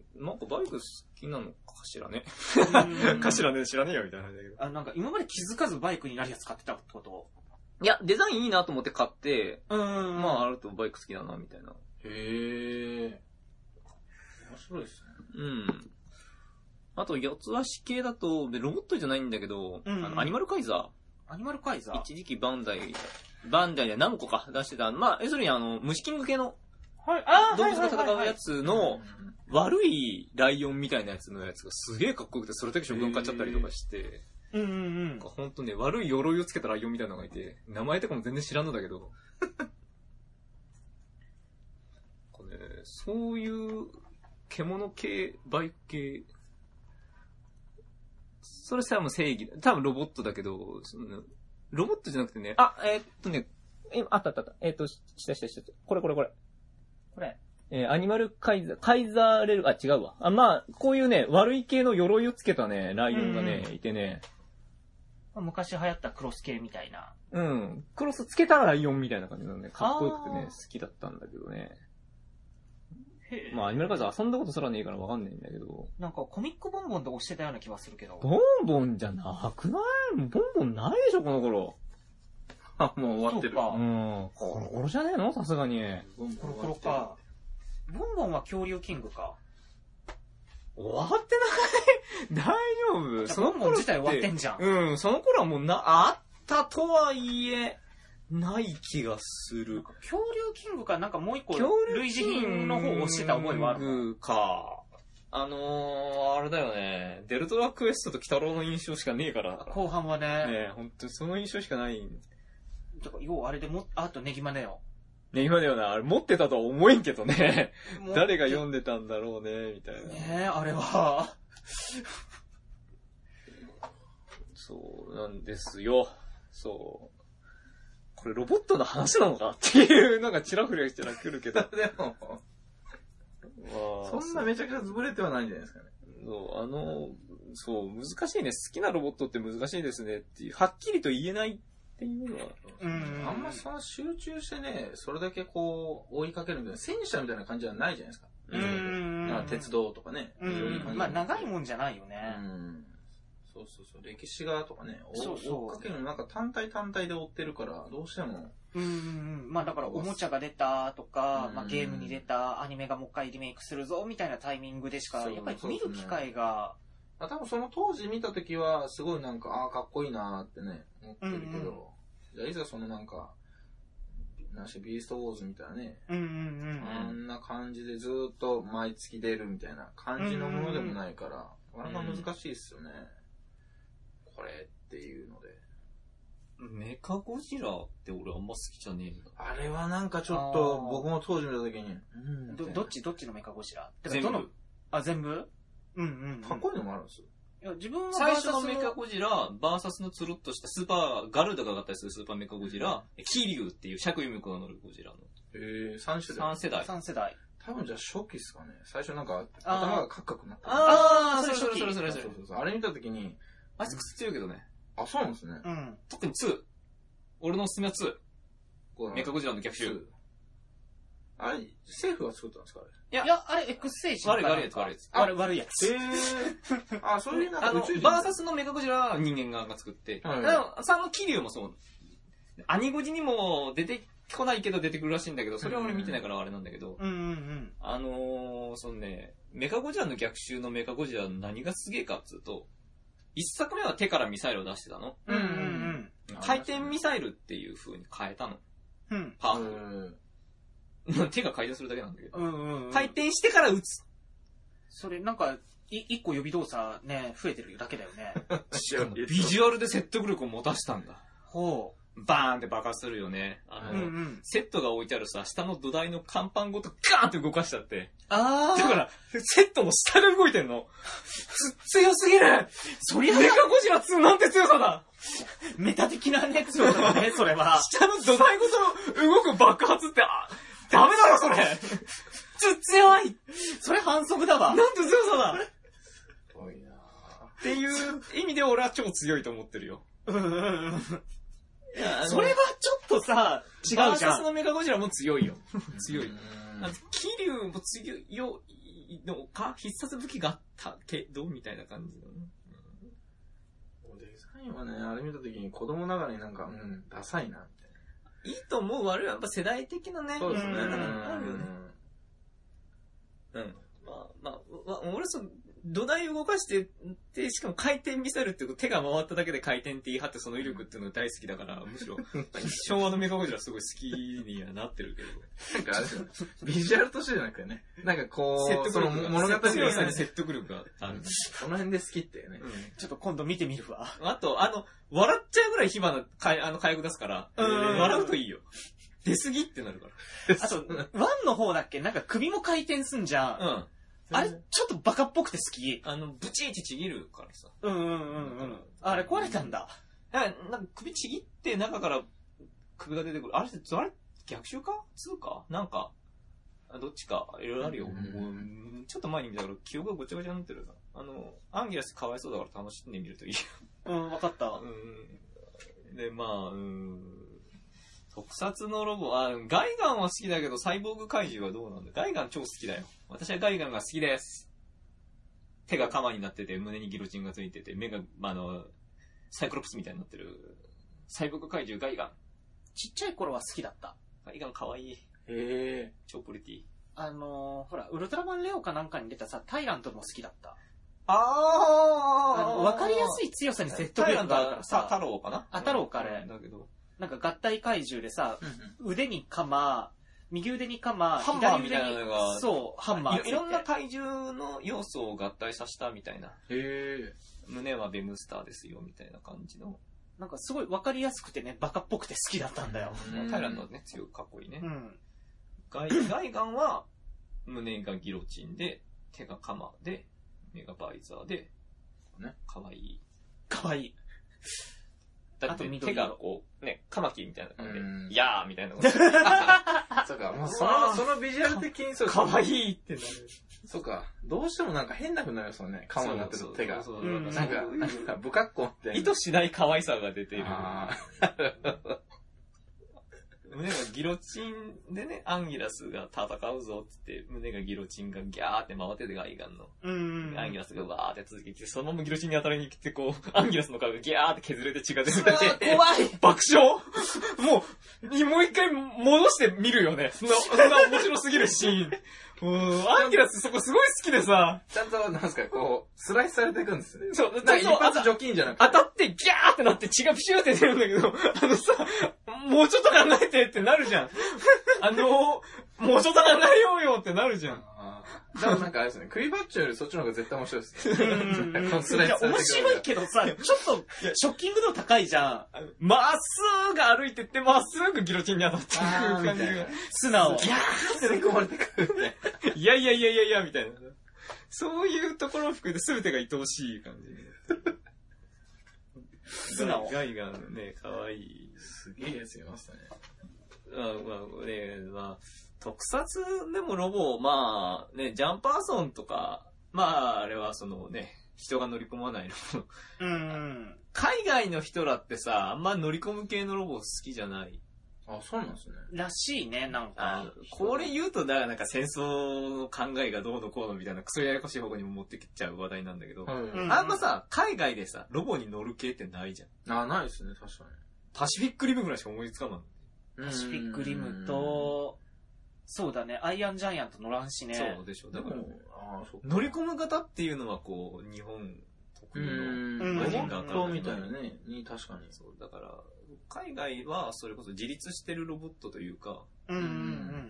なんかバイク好きなのかしらね。かしらね、知らねえよみたいな感じだけど。 あ、なんか今まで気づかずバイクになるやつ買ってたってこと？ いや、デザインいいなと思って買って、 うん。 まあ、あるとバイク好きだな、みたいな。 へー。面白いですね。 うん。あと、四つ足系だと、ロボットじゃないんだけど、うんうん、あのアニマルカイザー。アニマルカイザー？ 一時期バンダイ、バンダイで何個か出してた。まあ、要するにあの、虫キング系の、はい、あ動物が戦うやつの、悪いライオンみたいなやつのやつがすげえかっこよくて、それだけ食文買っちゃったりとかして、 うんうんうん。 ほんとね、悪い鎧をつけたライオンみたいなのがいて、名前とかも全然知らんのだけど、これ、ね、そういう獣系、バイク系、それさ、もう正義だ。多分ロボットだけど、そのロボットじゃなくてね、あ、えー、っとね、今、あったあったあった。えー、っと、したしたした。これこれこれ。 これ。 えー、アニマルカイザー、カイザーレル、あ、違うわ。あ、まあ、こういうね、悪い系の鎧をつけたね、ライオンがね、うん、いてね。 昔流行ったクロス系みたいな。 うん。クロスつけたライオンみたいな感じのね、かっこよくてね、好きだったんだけどね。まあ、アニマルカイザー遊んだことすらねえからわかんないんだけど。 なんかコミックボンボンで押してたような気はするけど。 ボンボンじゃなくない？ボンボンないでしょ、この頃。 あ、もう終わってる。 うん。コロコロじゃねえの？さすがに。 コロコロか。ボンボンは恐竜キングか。 終わってない大丈夫その頃自体終わってんじゃん。 うん、その頃はもうな、あったとはいえ、ない気がする。 恐竜キングかなんかもう一個、類似品の方を押してた覚えはある。 恐竜か。あのー、あれだよね。デルトラクエストと鬼太郎の印象しかねえから。 後半はね。 ねえ、ほんとにその印象しかない。 だから要はあれでも、あとネギマネよ。 ネギマネよな。あれ持ってたとは思えんけどね。誰が読んでたんだろうね、みたいな。 ねえ、あれは。 そうなんですよ。そう。これロボットの話なのかっていうのがチラフリしたら来るけど。 でも、そんなめちゃくちゃ潰れてはないんじゃないですかね。 そう、あの、そう、難しいね。好きなロボットって難しいですねっていう、はっきりと言えないっていうのは。 うん。あんまさ、集中してね、それだけこう、追いかけるみたいな、戦車みたいな感じはないじゃないですか。うん。鉄道とかね。 うん。まあ、長いもんじゃないよね。 うん。そうそうそう。歴史画とかね、そうそう。追っかけるのなんか単体単体で追ってるから、どうしても。 うん。まあだからおもちゃが出たとか、まあゲームに出たアニメがもう一回リメイクするぞみたいなタイミングでしか、やっぱり見る機会が。 多分その当時見たときは、すごいなんか、ああ、かっこいいなーってね、思ってるけど、じゃあいざそのなんか、なんしビーストウォーズみたいなね、 うんうんうん、 あんな感じでずーっと毎月出るみたいな感じのものでもないから、なかなか難しいっすよね。これっていうので。 メカゴジラって俺あんま好きじゃねえんだ。 あれはなんかちょっと僕も当時見たときに、 うん、ど、どっちどっちのメカゴジラ全部。 あ、全部うんうん、うん。 かっこいいのもあるんですよ。 いや、自分は最初のメカゴジラ、バーサスのつるっとしたスーパー、ガルダが上がったりするスーパーメカゴジラ、キリュウっていう釈由美子が乗るゴジラの。 へぇー、さん世代。 さん世代。 さん世代。 多分じゃあ初期っすかね。最初なんか頭がカクカクなってる。 あー、それそれそれそれそれ。 そうそうそう。あれ見たときに、 あいつ癖強いけどね。 あ、そうなんですね。 うん。 特にに。俺のおすすめはに。メカゴジラの逆襲。 あれ、政府が作ったんですかあれ。 いや、いや、あれ、X 星人。 悪い悪いやつ、悪いやつ。 悪い、悪いやつ。 へぇー。あ、そういうなんか宇宙人。バーサスのメカゴジラは人間側が作って、はい、あの、キリュウもそう。アニゴジにも出てこないけど出てくるらしいんだけど、それは俺見てないからあれなんだけど、 うんうんうん。 あのー、そのね、メカゴジラの逆襲のメカゴジラの何がすげえかっつうと、一作目は手からミサイルを出してたの。 うんうんうん。 回転ミサイルっていう風に変えたの。 うん。 パワフル。手が回転するだけなんだけど。 うんうんうん、 回転してから撃つ。 それなんか、い、一個予備動作ね、増えてるだけだよね。 ビジュアルで説得力を持たしたんだ。 ほう。 バーンって爆発するよね。あの、うんうん、セットが置いてあるさ、下の土台の甲板ごとガーンって動かしちゃって。あー。だから、セットの下が動いてんの。つ、強すぎるそりゃメカゴジラツーなんて強さだメタ的なね、強さだね、それは。 下の土台ごと動く爆発って、あ、ダメだろ、それつ、強いそれ反則だわ。 なんて強さだ強いなっていう意味で俺は超強いと思ってるよ。うんうんうん。 それはちょっとさ、違うじゃん。バーサスのメカゴジラも強いよ。強い。気流も強いのか必殺武器があったけどみたいな感じの、ね。 デザインはね、あれ見たときに子供ながらになんか、うん、ダサいな、みたいな。いいと思う、悪いはやっぱ世代的なね。 そうですね。うん。あるよね。 うん。まあ、まあ、俺そう、土台動かして、で、しかも回転ミサイルって手が回っただけで回転って言い張ってその威力っていうのが大好きだから、むしろ、昭和のメカゴジラすごい好きにはなってるけど。 なんかあれですよね。ビジュアルとしてじゃなくてね。なんかこう、説得力が、物語強さに説得力がある。 この辺で好きってね、 うん。ちょっと今度見てみるわ。 あと、あの、笑っちゃうぐらい火花、かい、あの、火薬出すから、うん、笑うといいよ。出過ぎってなるから。あと、ワンの方だっけなんか首も回転すんじゃん。うん。あれ、ちょっとバカっぽくて好き。 あの、ブチーってちぎるからさ。 うんうんうんうん。あれ壊れたんだ。 なんか、なんか首ちぎって中から首が出てくる。あれ、あれ逆襲かつうかなんか、どっちか、いろいろあるよ。もうちょっと前に見たから記憶がごちゃごちゃになってるな。あの、アンギラスかわいそうだから楽しんでみるといいよ。 うん、わかった。うん。で、まあ、うん。特撮のロボ、あ、ガイガンは好きだけど、サイボーグ怪獣はどうなんだ？ガイガン超好きだよ。私はガイガンが好きです。手が鎌になってて、胸にギロチンがついてて、目が、あの、サイクロプスみたいになってる。サイボーグ怪獣ガイガン。 ちっちゃい頃は好きだった。 ガイガンかわいい。 へー。超プリティ。 あのー、ほら、ウルトラマンレオかなんかに出たさ、タイラントも好きだった。 あー。 あの、わかりやすい強さに説得力があるからさ。 タロウかなあ、タロウかあれ。だけど。なんか合体怪獣でさ、うんうん、腕に鎌、右腕に鎌、 ハンマーみたいなのが、 そう、ハンマーい。いろんな怪獣の要素を合体させたみたいな。 へー。 胸はベムスターですよ、みたいな感じの。 なんかすごいわかりやすくてね、バカっぽくて好きだったんだよ。 タイランドね、強いかっこいいね。うん。ガイ、ガイガンは、胸がギロチンで、手が鎌で、目がバイザーで、ね、かわいい。 かわいい。 だって手がこう、ね、カマキリみたいな感じで、いやーみたいな。 そうか、もうその、そのビジュアル的にそうかわいいってなる。 そうか、どうしてもなんか変な風になりますもんね、カマになってる手が。そうそうそう。なんか、なんか、不格好って。 意図しない可愛さが出ている。胸がギロチンでね、アンギラスが戦うぞってって、胸がギロチンがギャーって回っててガイガンの。うん。アンギラスがわーって続けて、そのままギロチンに当たりに来て、こう、アンギラスの顔がギャーって削れて血が出てて。 怖い爆笑もう、もう一回戻して見るよね。そんな、そんな面白すぎるシーン。うん、アンギラスそこすごい好きでさ。 ちゃんと、なんすか、こう、スライスされていくんですね。 そう、 なんか一発除菌じゃなくて。 当たってギャーってなって血がピシューって出るんだけど、あのさ、もうちょっと考えてってなるじゃん。あの、もうちょっと考えようよってなるじゃん。 でもなんかあれですね、クリバッチョよりそっちの方が絶対面白いですね。 いや、面白いけどさ、ちょっと、ショッキング度高いじゃん。 まっすぐ歩いてって、まっすぐギロチンに当たってくる感じが。 素直。 ギャーって寝込まれてくるね。 いやいやいやいやいや、みたいな。そういうところを含めて全てが愛おしい感じ。素直。ガイがね、かわいい。 すげえやついましたね。 まあ、まあ、ね、まあ、特撮でもロボ、まあ、ね、ジャンパーソンとか、まあ、あれはそのね、人が乗り込まないの。うん。海外の人らってさ、あんま乗り込む系のロボ好きじゃない。 あ、そうなんですね。 らしいね、なんか。 これ言うと、だからなんか戦争の考えがどうのこうのみたいなクソややこしい方向にも持ってきちゃう話題なんだけど、はいはい、あんまさ、海外でさ、ロボに乗る系ってないじゃん。あ、ないですね、確かに。 パシフィックリムぐらいしか思いつかない。 パシフィックリムと、そうだね、アイアンジャイアント乗らんしね。 そうでしょ。だから、あそう乗り込む方っていうのはこう、日本特有のマジンガーみたいなね、に確かに。 そう、だから、海外はそれこそ自立してるロボットというか、 うんうんうん。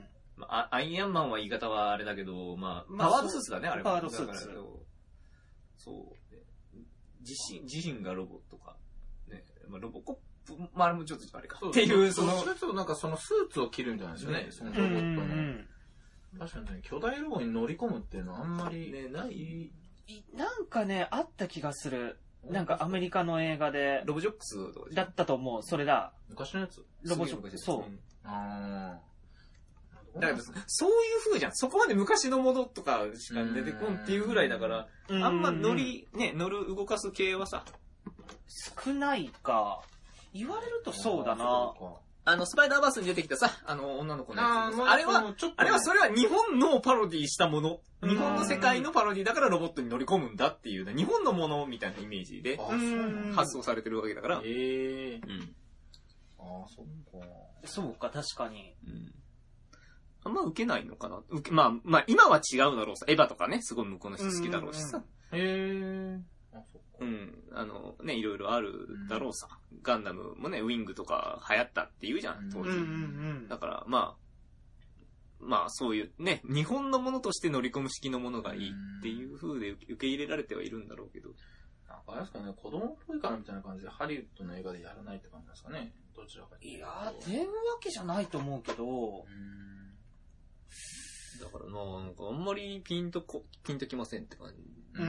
まあ、アイアンマンは言い方はあれだけど、まあ、パワードスーツだね、あれは。 パワードスーツ。 そう、ね。自身、自身がロボットか、ね、まあ、ロボコッまあ、あれもちょっとあれか。っていう、その。 それとなんかそのスーツを着るみたいなんですよね、そのロボットの。確かにね、巨大ロボに乗り込むっていうのはあんまり。ね、ない。 なんかね、あった気がする。なんかアメリカの映画で。 ロボジョックスとかだったと思う、それだ。 昔のやつロボジョックス。そう。 ああ。だから、そういう風じゃん。そこまで昔のものとかしか出てこんっていうぐらいだから、あんま乗り、ね、乗る、動かす系はさ。 少ないか。言われるとそうだな。 あの、スパイダーバースに出てきたさ、あの、女の子のやつ。あれは、あれは、それは日本のパロディしたもの。日本の世界のパロディだからロボットに乗り込むんだっていう、日本のものみたいなイメージで発想されてるわけだから。 へえ。うん。ああ、そっか。 そうか、確かに。 うん。あんま受けないのかな。受け、まあ、まあ、今は違うだろうさ。エヴァとかね、すごい向こうの人好きだろうしさ。 へえ。 うん。あの、ね、いろいろあるだろうさ。うん、ガンダムもね、ウィングとか流行ったって言うじゃん、当時。うんうんうん、だから、まあ、まあ、そういうね、日本のものとして乗り込む式のものがいいっていう風で受け入れられてはいるんだろうけど。 なんかあれですかね、子供っぽいからみたいな感じでハリウッドの映画でやらないって感じですかね。どちらかいやー、っていうわけじゃないと思うけど。うんだからな、なんかあんまりピンとこ、ピンときませんって感じ。うん。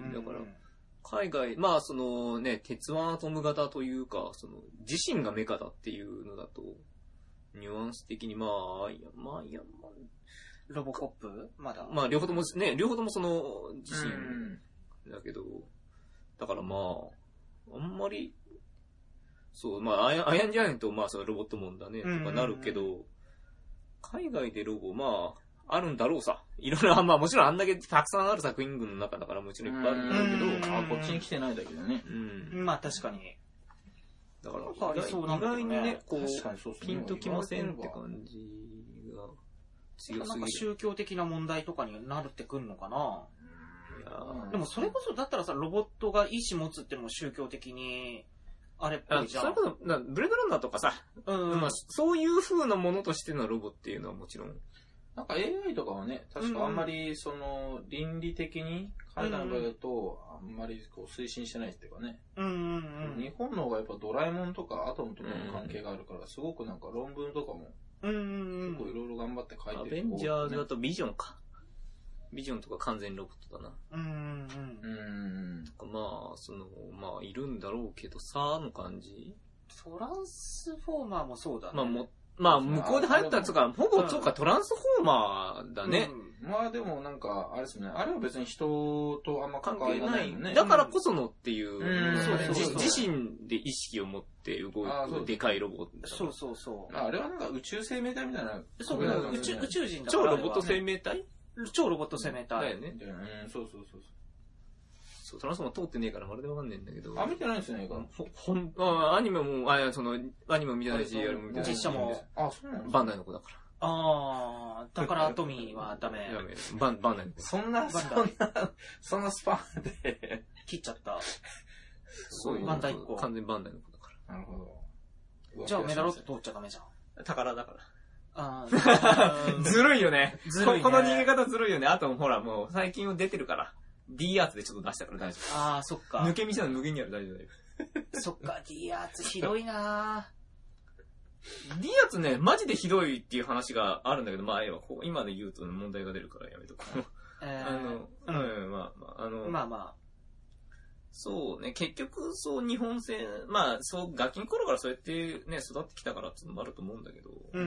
だから、海外、まあそのね、鉄腕アトム型というか、その、自身がメカだっていうのだと、ニュアンス的にまあ、いや、まあ、いや、まあ、 ロボコップまだ。 まあ両方ともね、両方ともその、自身だけど、だからまあ、あんまり、そう、まあ、アイアンジャイアント、まあそのロボットもんだね、とかなるけど、海外でロボ、まあ、あるんだろうさ。いろいろ、まあもちろんあんだけたくさんある作品群の中だからもちろんいっぱいあるんだけど、 あ、こっちに来てないだけでね。 うん。まあ確かに。 だから、意外にね、こう、ピンときませんって感じが強すぎる。 なんか宗教的な問題とかになるってくるのかな。いやでもそれこそ、だったらさ、ロボットが意志持つってのも宗教的に、あれっぽいじゃん。 それこそ、ブレードランナーとかさ、うんまあ、そういう風なものとしてのロボっていうのはもちろん。 なんか エーアイ とかはね、確かあんまりその倫理的に海外の場合だとあんまりこう推進してないっていうかね。うんうんうん、日本の方がやっぱドラえもんとかアトムとかの関係があるからすごくなんか論文とかも結構いろいろ頑張って書いてる、 ね。アベンジャーズだとビジョンか。ビジョンとか完全ロボットだな。うんうんうん。まあ、その、まあいるんだろうけどさ、の感じ。 トランスフォーマーもそうだね。 まあもまあ、向こうで流行ったやつが、ほぼ、そうか、トランスフォーマーだね。 うん、まあでもなんか、あれですね。あれは別に人とあんま関係ないよね。 だからこそのっていう、自身で意識を持って動くでかいロボット。 そうそうそう。 あれはなんか宇宙生命体みたいな。 そう、宇宙、宇宙人だから。超ロボット生命体超ロボット生命体。 だよね。 うん、そうそうそう。 そう、トランスフォーマー通ってねえからまるでわかんねえんだけど。 あ、見てないんですよね、 ほ、ほん、あ、アニメも、あ、その、アニメも見てないし、あれも見てないし。 実写も。 あ、そうなんですバンダイの子だから。 あー、だからトミーはダメ。 ダメ。バン、バンダイの子。 そんな、そんな、そんなスパンで。 切っちゃった。 そういう。 バンダイっ子。 完全バンダイの子だから。なるほど。じゃあメダロット通っちゃダメじゃん。 宝だから。 あーずるいよね。ずるいね。この逃げ方ずるいよね。あとほらもう最近出てるから。D アーツでちょっと出したから大丈夫。 ああ、そっか。 抜け道なの無限にある大丈夫だよ。 そっか、D アーツひどいなぁ。D アーツね、マジでひどいっていう話があるんだけど、まあ、今で言うと問題が出るからやめとこう。えー、あの、うん、まあまあ、あの、 まあまあ。 そうね、結局、そう、日本製、まあ、そう、ガキの頃からそうやってね、育ってきたからっていうのもあると思うんだけど。うんうん。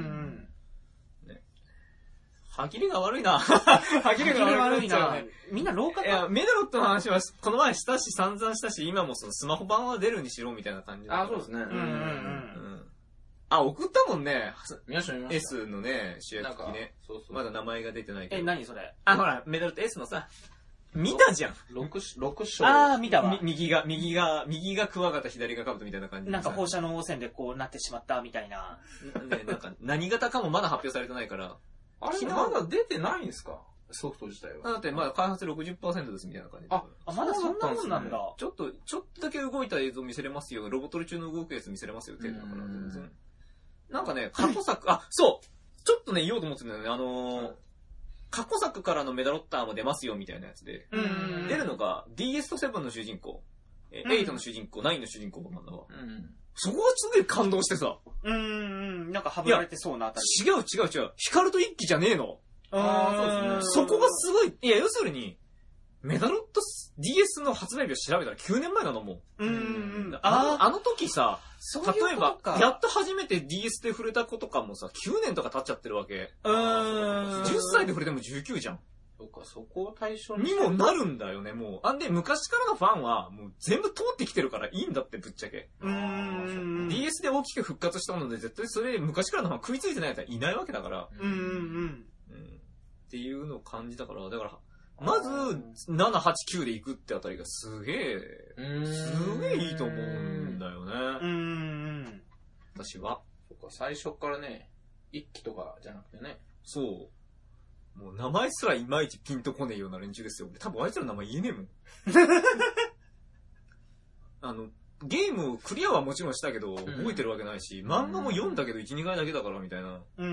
歯切れが悪いな。歯切れが悪いな。 みんな廊下か。 いや、メダロットの話はこの前したし、散々したし、今もそのスマホ版は出るにしろみたいな感じあ、そうですね。 うんうんうん。あ、送ったもんね。 見ました見ました。 S のね、主役機ね。そうそう。まだ名前が出てないけど。 え、何それ？ あ、ほら、メダロット S のさ、見たじゃん。 六、六章。 あー、見たわ。 右が、右が、右がクワガタ、左がカブトみたいな感じ。 なんか放射能汚染でこうなってしまったみたいな。 ね、なんか何型かもまだ発表されてないから。 あれまだ出てないんですかソフト自体は。 だってまだ開発 ろくじゅっパーセント ですみたいな感じで。 あ、まだそんなもんなんだ。 ちょっと、ちょっとだけ動いた映像見せれますよ。ロボット中の動くやつ見せれますよ。程度だから全然。なんかね、過去作、あ、そうちょっとね、言おうと思ってたんだよね。あのー、過去作からのメダロッターも出ますよみたいなやつで。出るのが ディーエス とセブンの主人公、はちの主人公、きゅうの主人公なんだわ。 そこがすげえ感動してさ。 うーん、なんかはぶられてそうなあたり。 違う違う違う。ヒカルと一騎じゃねえの。 ああ、そうですね。そこがすごい、いや、要するに、メダロット ディーエス の発売日を調べたらきゅうねんまえなのもん。 うん。 あの、あの時さ、 そういう例えば、やっと初めて ディーエス で触れた子とかもさ、きゅうねんとか経っちゃってるわけ。 うーん。 じゅっさいで触れてもじゅうきゅうじゃん。 そうか、そこを対象に。 にもなるんだよね、もう。あんで、昔からのファンは、もう全部通ってきてるからいいんだって、ぶっちゃけ。 うーん。 ディーエス で大きく復活したので、絶対それ、昔からのファン食いついてないやつはいないわけだから。 うんうんうん。 っていうのを感じたから、だから、まず、なな、はち、きゅうで行くってあたりがすげえ、すげえいいと思うんだよね。 うん。 私は。 そっか、最初からね、一期とかじゃなくてね。 そう。もう名前すらいまいちピンとこねえような連中ですよ。多分あいつらの名前言えねえもん。あの、ゲームをクリアはもちろんしたけど、覚えてるわけないし、漫画も読んだけどいち、にかいだけだからみたいな。 うんうん。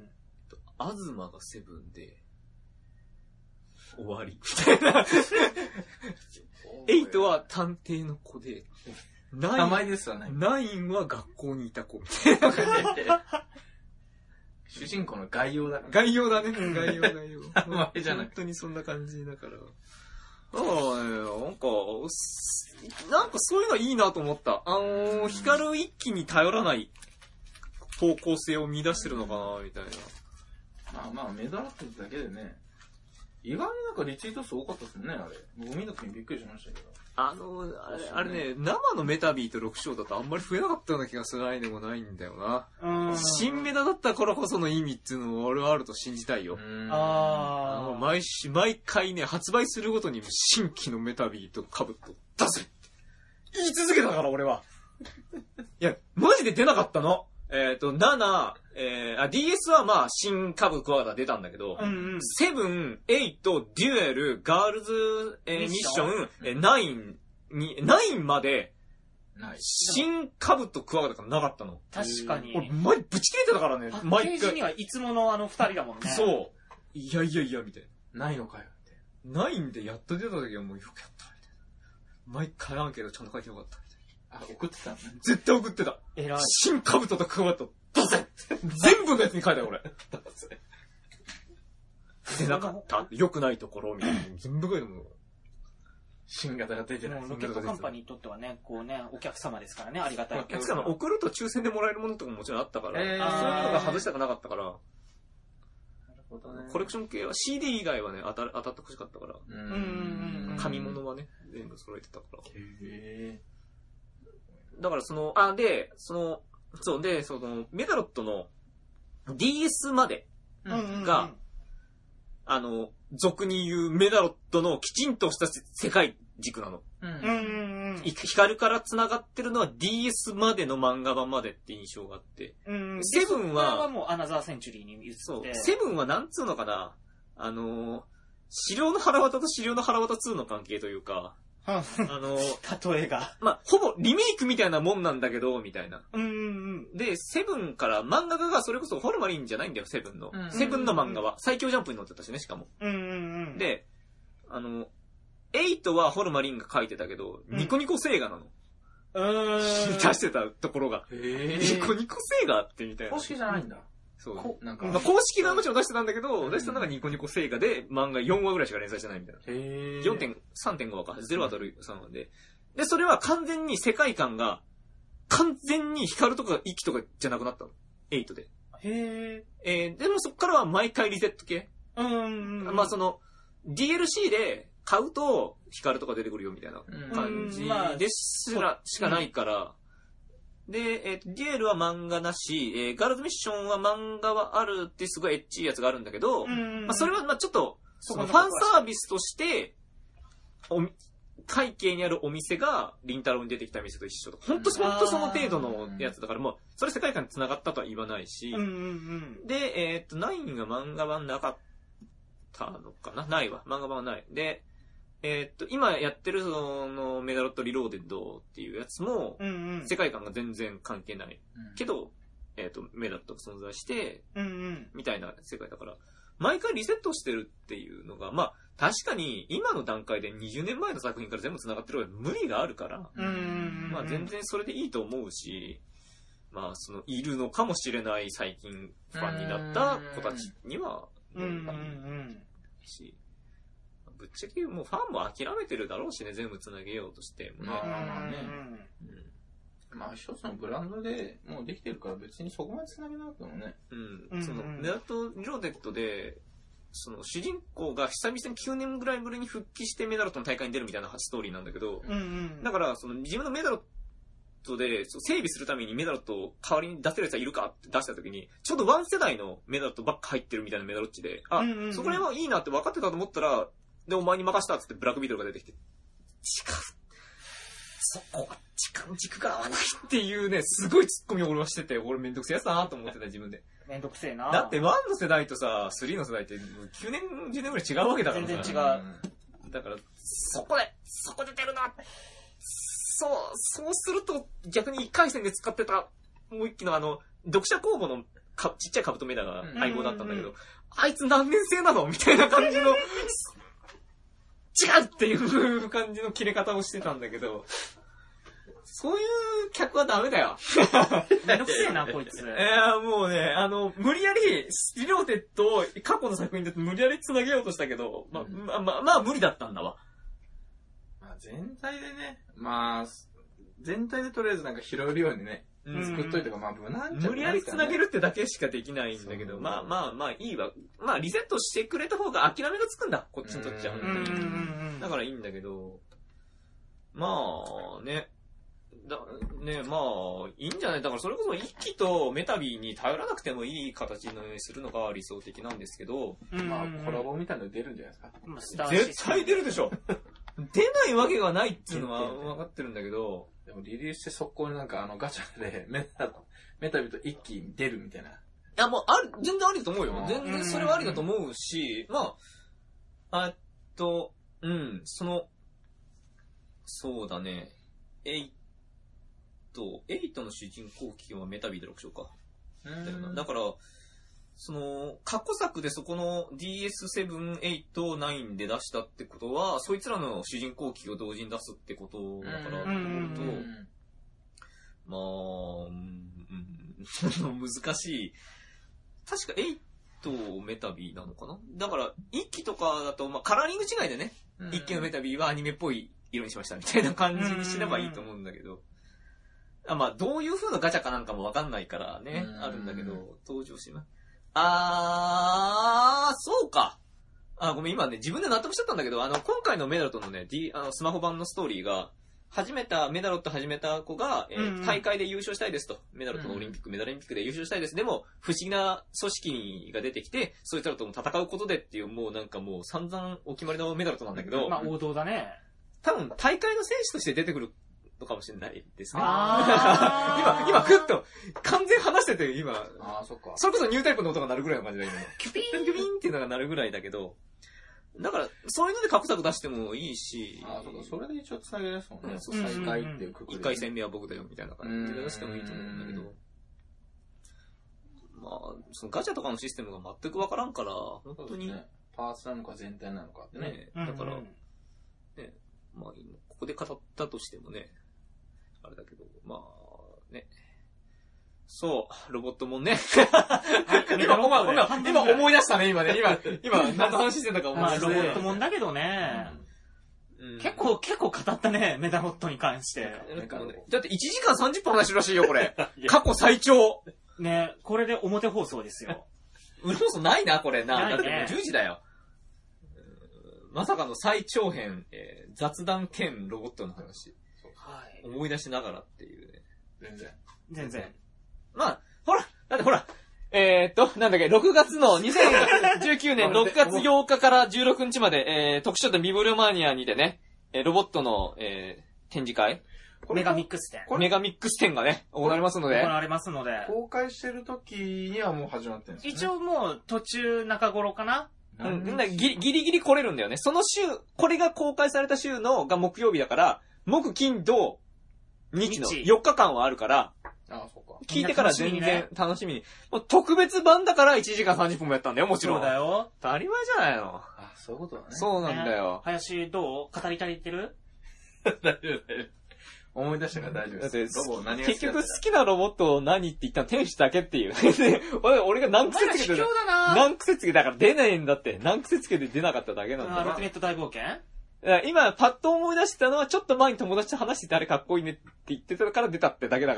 アズマがセブンで、終わり。みたいな。エイトは探偵の子で、 名前ですわね。 ナインは学校にいた子みたいな感じで。 主人公の概要だね。 概要だね。概要概要。 名前じゃなくて。 本当にそんな感じだから。ああ、なんか、なんかそういうのいいなと思った。あのー、光る一気に頼らない方向性を見出してるのかな、みたいな。 まあまあ、メダルってだけでね、意外になんかリツイート数多かったですもんね、あれ。僕見た時にびっくりしましたけど。 あの、あれ、あれね、生のメタビーとろく章だとあんまり増えなかったような気がするないでもないんだよな。新メダだったからこその意味っていうのを俺はあると信じたいよ。ああ。毎週、毎回ね、発売するごとに新規のメタビーとカブト出せって言い続けたから俺は。いや、マジで出なかったの。えっと、なな、えー、あ、ディーエス はまあ、新株クワガタ出たんだけど、うんうん、セブン、エイト、デュエル、ガールズ、えー、ミッション、えー、ナインに、ナインまで、新株とクワガタがなかったの。 確かに。 俺、前、ぶち切れてたからね、 毎回。ページにはいつものあの二人だもんね。 そう。いやいやいや、みたいな。ないのかよ、 みたいな。ナインでやっと出た時はもうよくやった、みたいな。毎回アンケートちゃんと書いてよかった、みたいな。 あ、送ってたね。 絶対送ってた。 偉い。 新株とクワガタ出せ全部のやつに書いたよ、俺。出なかった。良くないところ、みたいな。全部書いても新型が出てない。 ロケットカンパニーにとってはね、こうね、お客様ですからね、ありがたい。 お客様、送ると抽選でもらえるものとかももちろんあったから、えー、そういうのが外したくなかったから、なるほどね、コレクション系は シーディー 以外はね、当た当たってほしかったから、うん、紙物はね、全部揃えてたから。へー、だからその、あ、で、その、そう、で、その、メダロットの ディーエス までが、うんうんうん、あの、俗に言うメダロットのきちんとした世界軸なの。うんうんうん、ヒカルから繋がってるのは ディーエス までの漫画版までって印象があって。うん、セブンは、 はもうアナザーセンチュリーに移って。 そう。セブンはなんつうのかな、あの、資料の腹渡と資料の腹渡ツーの関係というか、あの、 例えが。 まあ、ほぼリメイクみたいなもんなんだけど、みたいな。 うんうん、 で、セブンから漫画家がそれこそホルマリンじゃないんだよ、セブンの。うんうんうん、セブンの漫画は。最強ジャンプに載ってたしね、しかも。 うんうんうん、 で、あの、エイトはホルマリンが書いてたけど、うん、ニコニコセーガなの。 うーん。 出してたところが。へー。ニコニコセーガってみたいな。 公式じゃないんだ。 そう。なんか、まあ、公式がもちろん出してたんだけど、うん、出してたのがニコニコセーガで漫画よんわぐらいしか連載してないみたいな。へー。よんてん、さんてんごわか。ゼロわとさんわで。で、それは完全に世界観が、完全に光とか息とかじゃなくなったの。エイトで。 へー。 えー、でもそっからは毎回リセット系。 うんうんうん。 まあその、ディーエルシー で買うと光とか出てくるよみたいな感じですら、しかないから。で、えー、デュエルは漫画なし、えー、ガールズミッションは漫画はあるってすごいエッチいやつがあるんだけど、まあそれはまあちょっと、そのファンサービスとして、お背景にあるお店が、リンタロウに出てきた店と一緒とか、ほんと、ほんとその程度のやつだから、もう、それ世界観に繋がったとは言わないし、 うんうんうん、 で、えー、っと、ナインが漫画版なかったのかなないわ。漫画版はない。で、えー、っと、今やってるその、メダロットリローデッドっていうやつも、 うんうん、 世界観が全然関係ない。うん、けど、えー、っと、メダロットが存在して、 うんうん、 みたいな世界だから、毎回リセットしてるっていうのが、まあ、 確かに今の段階でにじゅうねんまえの作品から全部繋がってるから無理があるから、 うん、 まあ全然それでいいと思うし、まあそのいるのかもしれない最近ファンになった子たちには、 うんうんうん、 し、ぶっちゃけもうファンも諦めてるだろうしね、全部繋げようとしてもね。 まあまあまあね。うん、まあ一つのブランドでもうできてるから別にそこまで繋げなくてもね。 うん。その、メダト・リロデットで、その主人公が久々にきゅうねんぐらいぶりに復帰してメダロットの大会に出るみたいなストーリーなんだけど、 うんうん、 だからその自分のメダロットで整備するためにメダロットを代わりに出せるやつはいるかって出した時に、ちょうどワン世代のメダロットばっか入ってるみたいなメダロッチで、あ、うんうんうん、そこら辺はいいなって分かってたと思ったら、で、お前に任したっつってブラックビートルが出てきて、違う。そこは時間軸が合わないっていうね、すごいツッコミを俺はしてて、俺めんどくせえやつだなと思ってた自分で。 めんどくせえな。 だってワンの世代とさ、スリーの世代ってきゅうねん、じゅうねんぐらい違うわけだからさ。全然違う。 だから、そこで、そこで出るな。そう、そうすると逆にいっかい戦で使ってた、もう一機のあの、読者公募のかちっちゃいカブトメダが相棒だったんだけど、うんうんうん、あいつ何年生なのみたいな感じの、違うっていう感じの切れ方をしてたんだけど、そういう客はダメだよ。 めんどくせえな、こいつ。 いや、もうね、あの、無理やり、リローテッドを過去の作品で無理やり繋げようとしたけど、まあ、うん、まあ、まあ、まあ、無理だったんだわ。 まあ、全体でね、まあ、全体でとりあえずなんか拾えるようにね、うん、作っといてか、まあ、無難じゃないか、ね、 無理やり繋げるってだけしかできないんだけど、まあまあまあ、いいわ。まあ、リセットしてくれた方が諦めがつくんだ、こっちにとっちゃ。本当に。だからいいんだけど、まあ、ね。だね、まあ、いいんじゃない？だからそれこそ一機とメタビーに頼らなくてもいい形にするのが理想的なんですけど、 まあ、コラボみたいなの出るんじゃないですか。 絶対出るでしょ。出ないわけがないっていうのは分かってるんだけど、 でもリリースして速攻になんかあのガチャでメタ、メタビーと一機出るみたいな。いや、もうある、全然ありだと思うよ。全然それはありだと思うし、まあ、あっと、うん、その、そうだね、えいエイトの主人公機はメタビーでろく章か。だよな。だから、その、過去作でそこの ディーエスセブン、エイト、ナインで出したってことは、そいつらの主人公機を同時に出すってことだから、と思うと、まあ、うん、難しい。確かエイトメタビーなのかな？だから、一機とかだと、まあ、カラーリング違いでね、一機のメタビーはアニメっぽい色にしましたみたいな感じにすればいいと思うんだけど、あ、まあ、どういう風なガチャかなんかもわかんないからね、あるんだけど、登場します。あー、そうか。あ、ごめん、今ね、自分で納得しちゃったんだけど、あの、今回のメダロットのね、D、あのスマホ版のストーリーが、始めた、メダロット始めた子が、えーうんうん、大会で優勝したいですと。メダロットのオリンピック、うん、メダルオリンピックで優勝したいです。でも、不思議な組織が出てきて、そういったのとも戦うことでっていう、もうなんかもう散々お決まりのメダロットなんだけど、 まあ、王道だね。 多分、大会の選手として出てくるのかもしれないですね。今、今、ふっと、完全話してて、今、 ああ、そっか。 それこそニュータイプの音が鳴るぐらいの感じだ、今。キュピーン、キュピーンっていうのが鳴るぐらいだけど、だから、そういうので過去作出してもいいし。 ああ、そうか、それで一応繋げですもんね。そう、再開っていうくくり。 一回戦目は僕だよ、みたいな感じで出してもいいと思うんだけど。まあ、そのガチャとかのシステムが全くわからんから、本当に。ね、 パーツなのか全体なのかってね。 ね、だから、ね、まあ、ここで語ったとしてもね、あれだけど、まあ、ね。そう、ロボットもんね。今、今、今、今思い出したね、今ね。今、今、何の話してたか思い出した、 ね。まあ、ロボットもんだけどね。うん、結構、結構語ったね、メダロットに関して。 だっていちじかんさんじゅっぷん話してるらしいよ、これ。過去最長。 ね、これで表放送ですよ。 裏放送ないな、これな。 ないね、 だってもうじゅうじだよ。まさかの最長編、えー、雑談兼ロボットの話。はい。思い出しながらっていうね。 全然。 全然。 まあ、ほら、だってほら、えー、っと、なんだっけ、ろくがつのにせんじゅうきゅうねんろくがつようかからじゅうろくにちまで、えー、特殊書店ビブルマニアにてね、えー、ロボットの、えー、展示会。 メガミックス展。 メガミックス展がね、行われますので。 行われますので。 公開してる時にはもう始まってるんですね。 一応もう途中中頃かな。 うん、ギリギリギリ来れるんだよね。その週、これが公開された週のが木曜日だから、木、金、土、日のよっかかんはあるから、 ああ、そっか。 聞いてから全然楽しみに。もう特別版だからいちじかんさんじゅっぷんもやったんだよ、もちろん。 そうだよ。 当たり前じゃないの。 あ、そういうことだね。 そうなんだよ。 ね、林、どう語り足りてる大丈夫、大丈夫。思い出したから大丈夫です。だって、ロボ何が好き結局好きなロボットを何って言ったら天使だけっていう。俺俺が何癖つけてる。何癖つけてだから出ないんだって。何癖つけて出なかっただけなんだ。 ロケネット大冒険今、パッと思い出したのは、ちょっと前に友達と話しててあれかっこいいねって言ってたから出たってだけだから、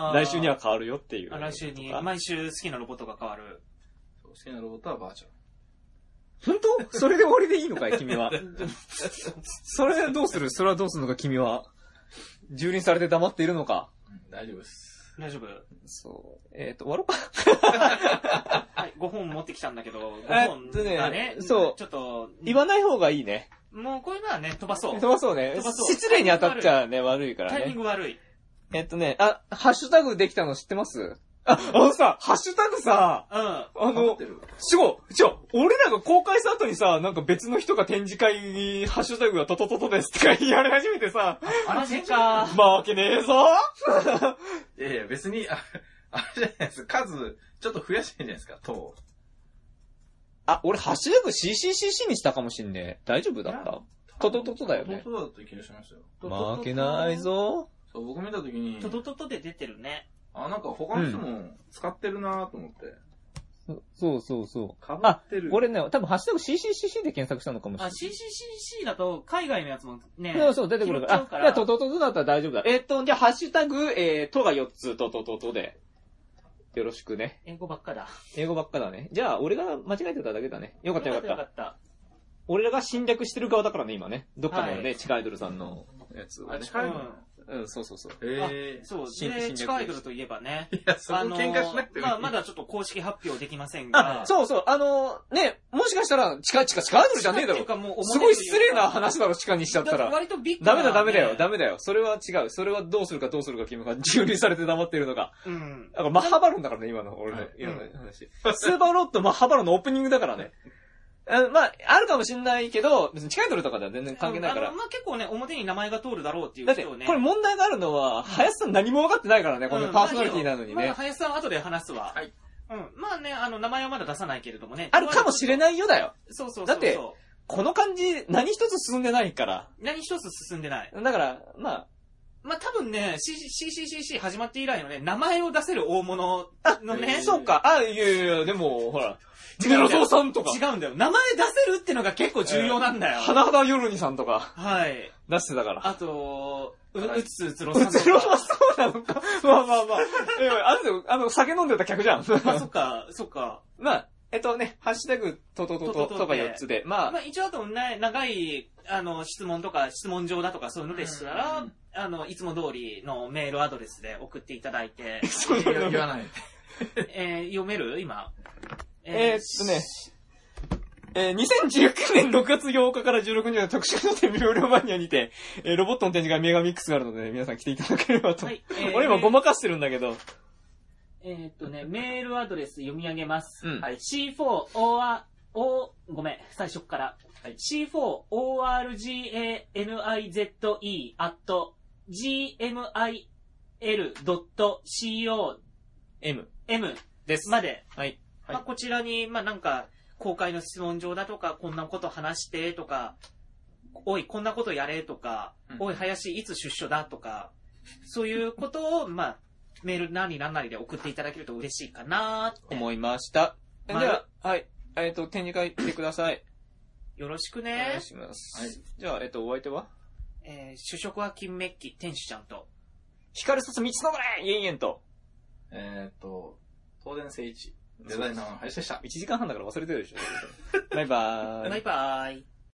来週には変わるよっていう。 来週に、毎週好きなロボットが変わる。 好きなロボットはバーチャル。 本当？それで終わりでいいのかい君は。それはどうするそれはどうするのか君は。蹂躙されて黙っているのか。 うん、大丈夫です。 大丈夫。 そう。えっ、ー、と、終わろうか。 はい、ごほん持ってきたんだけど、ごほんがね、そう。 ちょっと、 言わない方がいいね。 もうこういうのはね、飛ばそう。 飛ばそうね。飛ばそう。失礼に当たっちゃね、悪いからね。 タイミング悪い。 えっとね、あ、ハッシュタグできたの知ってます？あ、あのさ、ハッシュタグさ、うん。あの、すごい、ちょ、俺らが公開した後にさ、なんか別の人が展示会にハッシュタグがトトトトですとか言い始めてさ、 あらせか。 まあわけねえぞいやいや、別に、あ、あれじゃないですか、数、ちょっと増やしてんじゃないですか、と。 あ、俺ハッシュタグ シーシーシーシー にしたかもしんねえ。大丈夫だったトトトトだよね。 トトトトだった気がしましたよ。負けないぞ。 そう、僕見たときに。 トトトトで出てるね。 あ、なんか他の人も使ってるなぁと思って。 うん、そうそうそう。 かぶってる。 あ、これね、多分ハッシュタグ シーシーシーシー で検索したのかもしれない。 あ、シーシーシーシー だと海外のやつもね。 そうそう、出てくるから。あ、じゃあトトトトだったら大丈夫だ。えー、っと、じゃあハッシュタグ、えー、トがよっつ、トトトトで。よろしくね。 英語ばっかだ。 英語ばっかだね。じゃあ、俺が間違えてただけだね。よかったよかった。 よかった。 俺らが侵略してる側だからね、今ね。どっかのね、はい、地下アイドルさんのやつを、ね。 あ、地下アイドル、 うん、うん、そうそうそう。 えー、そう、で、地下アイドルといえばね。 いや、そこ喧嘩しなくてもいい。 まあ、まだちょっと公式発表できませんが。 あ、そうそう、あのー、ね、もしかしたら、地下、地下、地下アイドルじゃねえだろ。すごい失礼な話だろ、地下にしちゃったら。 割とビッグな、ね。ダメだ、ダメだよ、ダメだよ。それは違う。それはどうするかどうするか決めるか、蹂躙されて黙ってるのが。うん。だからマッハバロンだからね、今の、俺の、今の話。スーパーロットマッハバロンのオープニングだからね。あまあ、あるかもしんないけど、別に地下アイドルとかでは全然関係ないから。 まあ結構ね、表に名前が通るだろうっていう人をね。 だって、これ問題があるのは、林さん何も分かってないからね、このパーソナリティなのにね。 まあ、林さんは後で話すわ。 はい。 うん。まあね、あの、名前はまだ出さないけれどもね。 あるかもしれないよだよ。 そうそうそう。 だって、この感じ、何一つ進んでないから。 何一つ進んでない。 だから、まあ、 まあ、多分ね、シーシーシーシーシー 始まって以来のね、名前を出せる大物のね。 そうか。あ、いやいやいや、でも、ほら、メロゾーさんとか。 違うんだよ。名前出せるってのが結構重要なんだよ。 はなはだよるにさんとか。 はい。 出してたから。 あと、う、うつうつろさんとか。 うつろはそうなのか。まあまあまあ。え、あれあの、酒飲んでた客じゃん。 あ、そっか、そっか。 まあ、えっとね、ハッシュタグ、トトトトとかよっつで、まあ。 まあ一応あとね、長い、あの、質問とか、質問状だとかそういうのでしたら、あの、いつも通りのメールアドレスで送っていただいて。 そう言わない。 えー、読める今。 えー、っとね、えー、にせんじゅうきゅうねんろくがつようかからじゅうろくにちの特殊書店無料マニアにて、えー、ロボットの展示会メガミックスがあるので、ね、皆さん来ていただければと。はい、えー、俺今ごまかしてるんだけど。 えー、っとね、メールアドレス読み上げます。 うん、 はい、シーフォーオーアール、O、ごめん、最初から。はい、シーフォーオーアールジーエーエヌアイゼットイー at ジーエムアイエルドットシーオーエム です。まで。 はい。 まあ、こちらに、まあ、なんか、公開の質問状だとか、こんなこと話してとか、おい、こんなことやれとか、うん、おい、林、いつ出所だとか、そういうことを、まあ、メール何何なりで送っていただけると嬉しいかなって。 思いました。まあ、じゃあ、はい。えっと、展示会来てください。 よろしくね。 お願いします。はい。じゃあ、えっと、お相手はえー、主食は金メッキ、天使ちゃんと。 光さす三つのぐらいイエイエンと。 えーっと、東電誠一。デザイナーの林でした。 いちじかんはんだから忘れてるでしょ。バイバーイ。 バイバーイ。